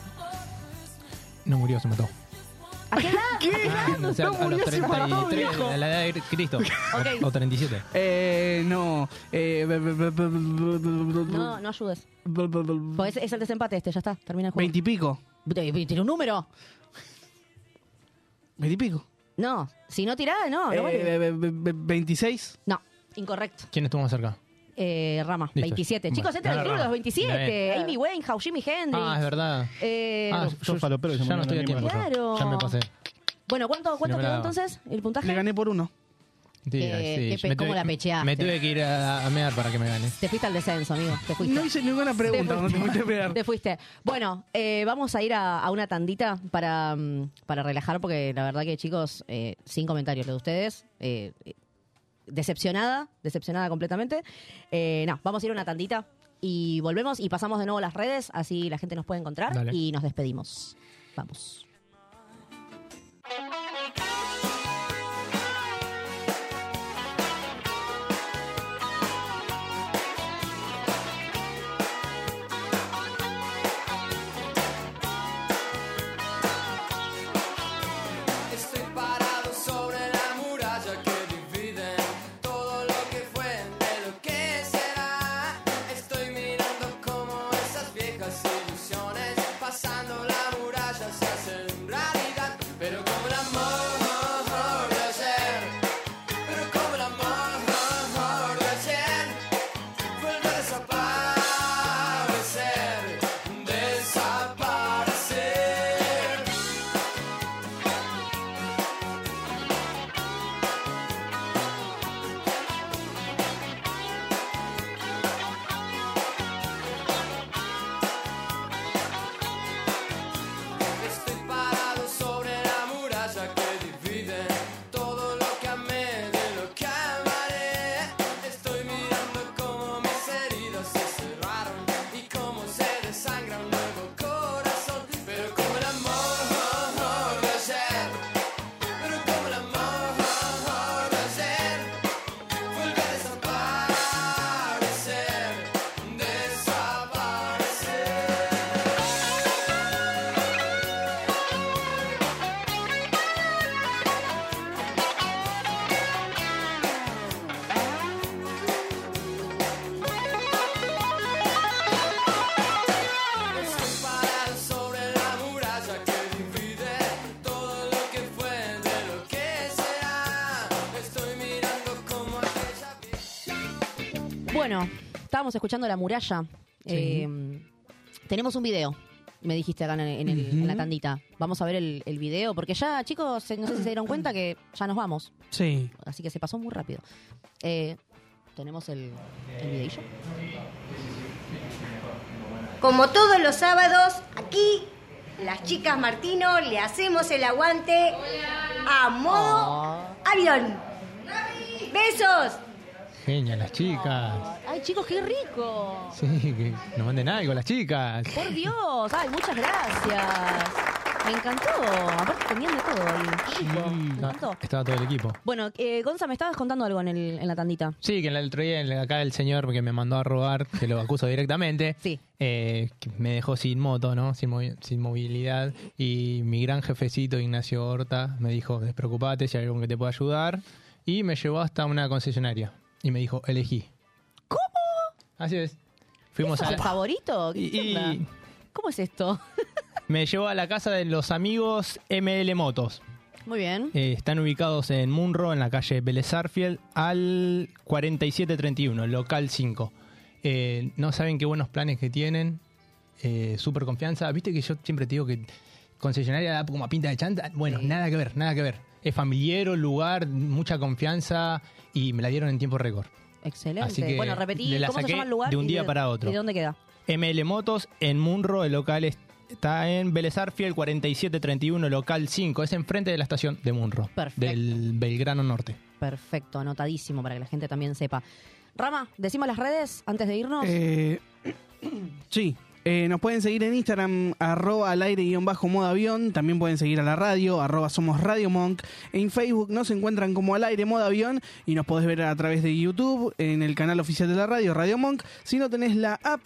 No murió, se mató. ¿A qué edad? ¿Qué? Ah, no sé, a, a los treinta y tres, a la edad de Cristo. Ok. O, o treinta y siete. Eh, no. Eh, be- be- be- be- be- be- No, no ayudes. be- be- be- Porque es, es el desempate este, ya está, termina el juego. Veintipico. ¿Tiene un número? Veintipico. No, si no tirás, no, no Eh, vale. be- be- be- Veintiséis. No, incorrecto. ¿Quién estuvo más cerca? Eh, Rama, Listo. veintisiete. Bueno, Chicos, entra en el dale, club de los Rama. veintisiete. Está Amy Winehouse, Jimi Hendrix. Ah, es verdad. Eh, Ah, Yo yo, falopero que se ya no murió estoy a en la tiempo. yo. Claro. Ya me pasé. Bueno, ¿cuánto, cuánto Si no me quedó la- entonces el puntaje? Le gané por uno. Sí, Eh, sí. qué pe- Me ¿cómo tuve- la pecheaste? Me tuve que ir a, a mear para que me gane. Te fuiste al descenso, amigo. Te fuiste. No hice ninguna pregunta cuando te fuiste a pegar. Te fuiste. Bueno, eh, vamos a ir a, a una tandita para, mm, para relajar, porque la verdad que, chicos, eh, sin comentarios lo de ustedes. Eh, eh, decepcionada, decepcionada completamente. Eh, no, vamos a ir a una tandita y volvemos y pasamos de nuevo las redes, así la gente nos puede encontrar. Dale. Y nos despedimos. Vamos. Estoy parado sobre la muralla que divide todo lo que fue de lo que será. Estoy mirando como esas viejas ilusiones pasando la muralla se hacen realidad. Pero como el amor de ayer, pero como el amor de ayer, vuelve a desaparecer, desaparecer. Estoy parado sobre la muralla que divide todo lo que amé de lo que amaré. Estoy mirando cómo mis heridas se cerraron y cómo se desangra un nuevo corazón. Pero como el amor de ayer, pero como el amor de ayer, vuelve a desaparecer, desaparecer. Estoy parado sobre la muralla que divide todo lo que fue de lo que será. Estoy mirando como aquella vieja. Bueno, estábamos escuchando La Muralla. Eh, tenemos un video, me dijiste acá en, en el- en la tandita. Vamos a ver el, el video, porque ya, chicos, no sé si se dieron cuenta que ya nos vamos. Sí. Así que se pasó muy rápido. Eh, tenemos el, el videillo. Como todos los sábados, aquí, las chicas Martino le hacemos el aguante a modo avión. ¡Besos! Genial, las chicas. ¡Ay, chicos, qué rico! Sí, que nos manden algo las chicas. ¡Por Dios! ¡Ay, muchas gracias! Me encantó. Aparte tenían de todo ahí. Qué rico. Me encantó. Estaba todo el equipo. Bueno, eh, Gonza, me estabas contando algo en, el, en la tandita. Sí, que el otro día el- acá el señor que me mandó a robar, que lo acuso directamente, Sí. eh, que me dejó sin moto, ¿no? Sin, movi- sin movilidad. Y mi gran jefecito Ignacio Horta me dijo, despreocupate si hay algo que te pueda ayudar. Y me llevó hasta una concesionaria. Y me dijo, elegí. ¿Cómo? Así es. Fuimos ¿Es a el favorito? ¿Qué Y- onda? y- ¿Cómo es esto? Me llevó a la casa de los amigos M L Motos. Muy bien. Eh, están ubicados en Munro, en la calle Vélez Sarsfield, al cuarenta y siete treinta y uno, local cinco. Eh, no saben qué buenos planes que tienen. Eh, Súper confianza. Viste que yo siempre te digo que concesionaria da como a pinta de chanta. Bueno, nada que ver, nada que ver. Es familiar, lugar, mucha confianza y me la dieron en tiempo récord. Excelente. Así que bueno, repetí, le la ¿cómo se saqué llama el lugar? de un y día para otro. ¿Y de dónde queda? M L Motos en Munro, el local es- está en Vélez Sarsfield, cuarenta y siete treinta y uno, local cinco. Es enfrente de la estación de Munro, Perfecto. del Belgrano Norte. Perfecto, anotadísimo para que la gente también sepa. Rama, decimos las redes antes de irnos. Eh, sí. Eh, nos pueden seguir en Instagram, arroba al aire guión bajo modo avión. También pueden seguir a la radio, arroba somos Radio Monk. En Facebook nos encuentran como al aire modo avión y nos podés ver a través de YouTube en el canal oficial de la radio, Radio Monk. Si no tenés la app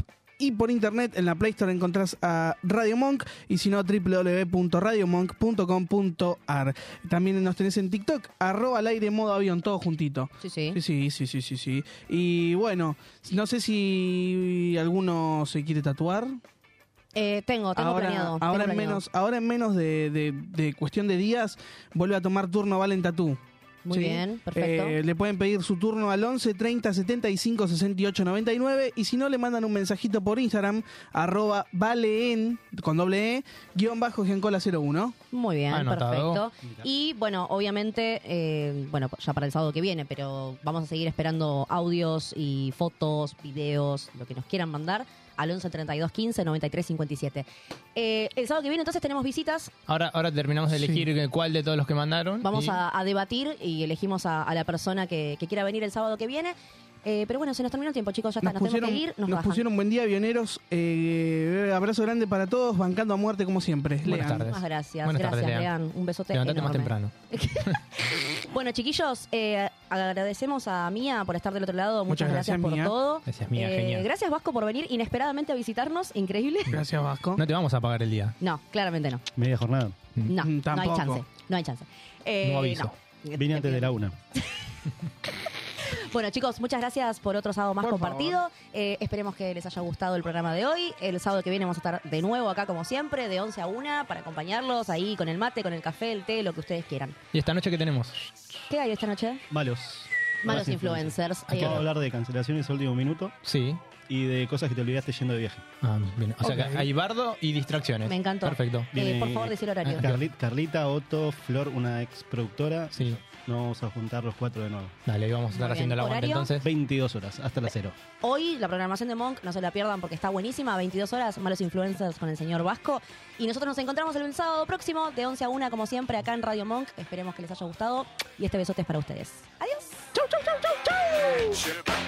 y por internet en la Play Store encontrás a Radio Monk y si no doble u doble u doble u punto radio monk punto com punto a r. También nos tenés en TikTok, arroba al aire modo avión, todo juntito. Sí, sí. Sí, sí, sí, sí, sí. Y bueno, no sé si alguno se quiere tatuar. Eh, tengo, tengo ahora, planeado. Ahora, tengo en planeado. menos, ahora en menos de, de, de cuestión de días vuelve a tomar turno Valen Tatú. Muy bien, perfecto. Eh, le pueden pedir su turno al once treinta setenta y cinco sesenta y ocho noventa y nueve y si no le mandan un mensajito por Instagram arroba valen con doble e guión bajo Giancola cero uno. Muy bien, Anotado. perfecto. Y bueno, obviamente, eh, bueno, ya para el sábado que viene, pero vamos a seguir esperando audios y fotos, videos, lo que nos quieran mandar al once treinta y dos quince noventa y tres cincuenta y siete. Eh, el sábado que viene entonces tenemos visitas. Ahora, ahora terminamos de elegir cuál de todos los que mandaron. Vamos y- a, a debatir y elegimos a, a la persona que, que quiera venir el sábado que viene. Eh, pero bueno, se nos terminó el tiempo, chicos. Ya está, Nos nos, tenemos pusieron, que ir. Nos, nos bajan. pusieron buen día, avioneros. Eh, abrazo grande para todos, bancando a muerte como siempre. Buenas Lean. tardes. Muchas gracias, Buenas gracias, tardes, Lean. Lean. Un besote Levantate más enorme. temprano. Bueno, chiquillos, eh, agradecemos a Mía por estar del otro lado. Muchas, Muchas gracias, gracias, por Mía. todo. Gracias, Mía, Eh, genial. Gracias, Vasco, por venir inesperadamente a visitarnos. Increíble. Gracias, Vasco. No te vamos a pagar el día. No, claramente no. Media jornada. No, no hay tampoco. chance. No hay chance. Eh, No aviso. no. Vine antes de la una. Bueno, chicos, muchas gracias por otro sábado más Por compartido. Eh, esperemos que les haya gustado el programa de hoy. El sábado que viene vamos a estar de nuevo acá, como siempre, de once a una, para acompañarlos ahí con el mate, con el café, el té, lo que ustedes quieran. ¿Y esta noche qué tenemos? ¿Qué hay esta noche? Malos. Malos influencers. Hay que Eh, hablar de cancelaciones a último minuto. Sí. Y de cosas que te olvidaste yendo de viaje. Ah, bien. O sea, Ok. que hay bardo y distracciones. Me encantó. Perfecto. Eh, por favor, decí el horario. Carli- Carlita, Otto, Flor, una ex productora. Sí. Nos vamos a juntar los cuatro de nuevo. Dale, ahí vamos a estar Muy haciendo bien. el aguante ¿Horario? entonces. veintidós horas, hasta las cero. Hoy la programación de Monk, no se la pierdan porque está buenísima, veintidós horas, Malos Influencers con el señor Vasco. Y nosotros nos encontramos el sábado próximo de once a una, como siempre, acá en Radio Monk. Esperemos que les haya gustado y este besote es para ustedes. Adiós. Chau, chau, chau, chau, chau.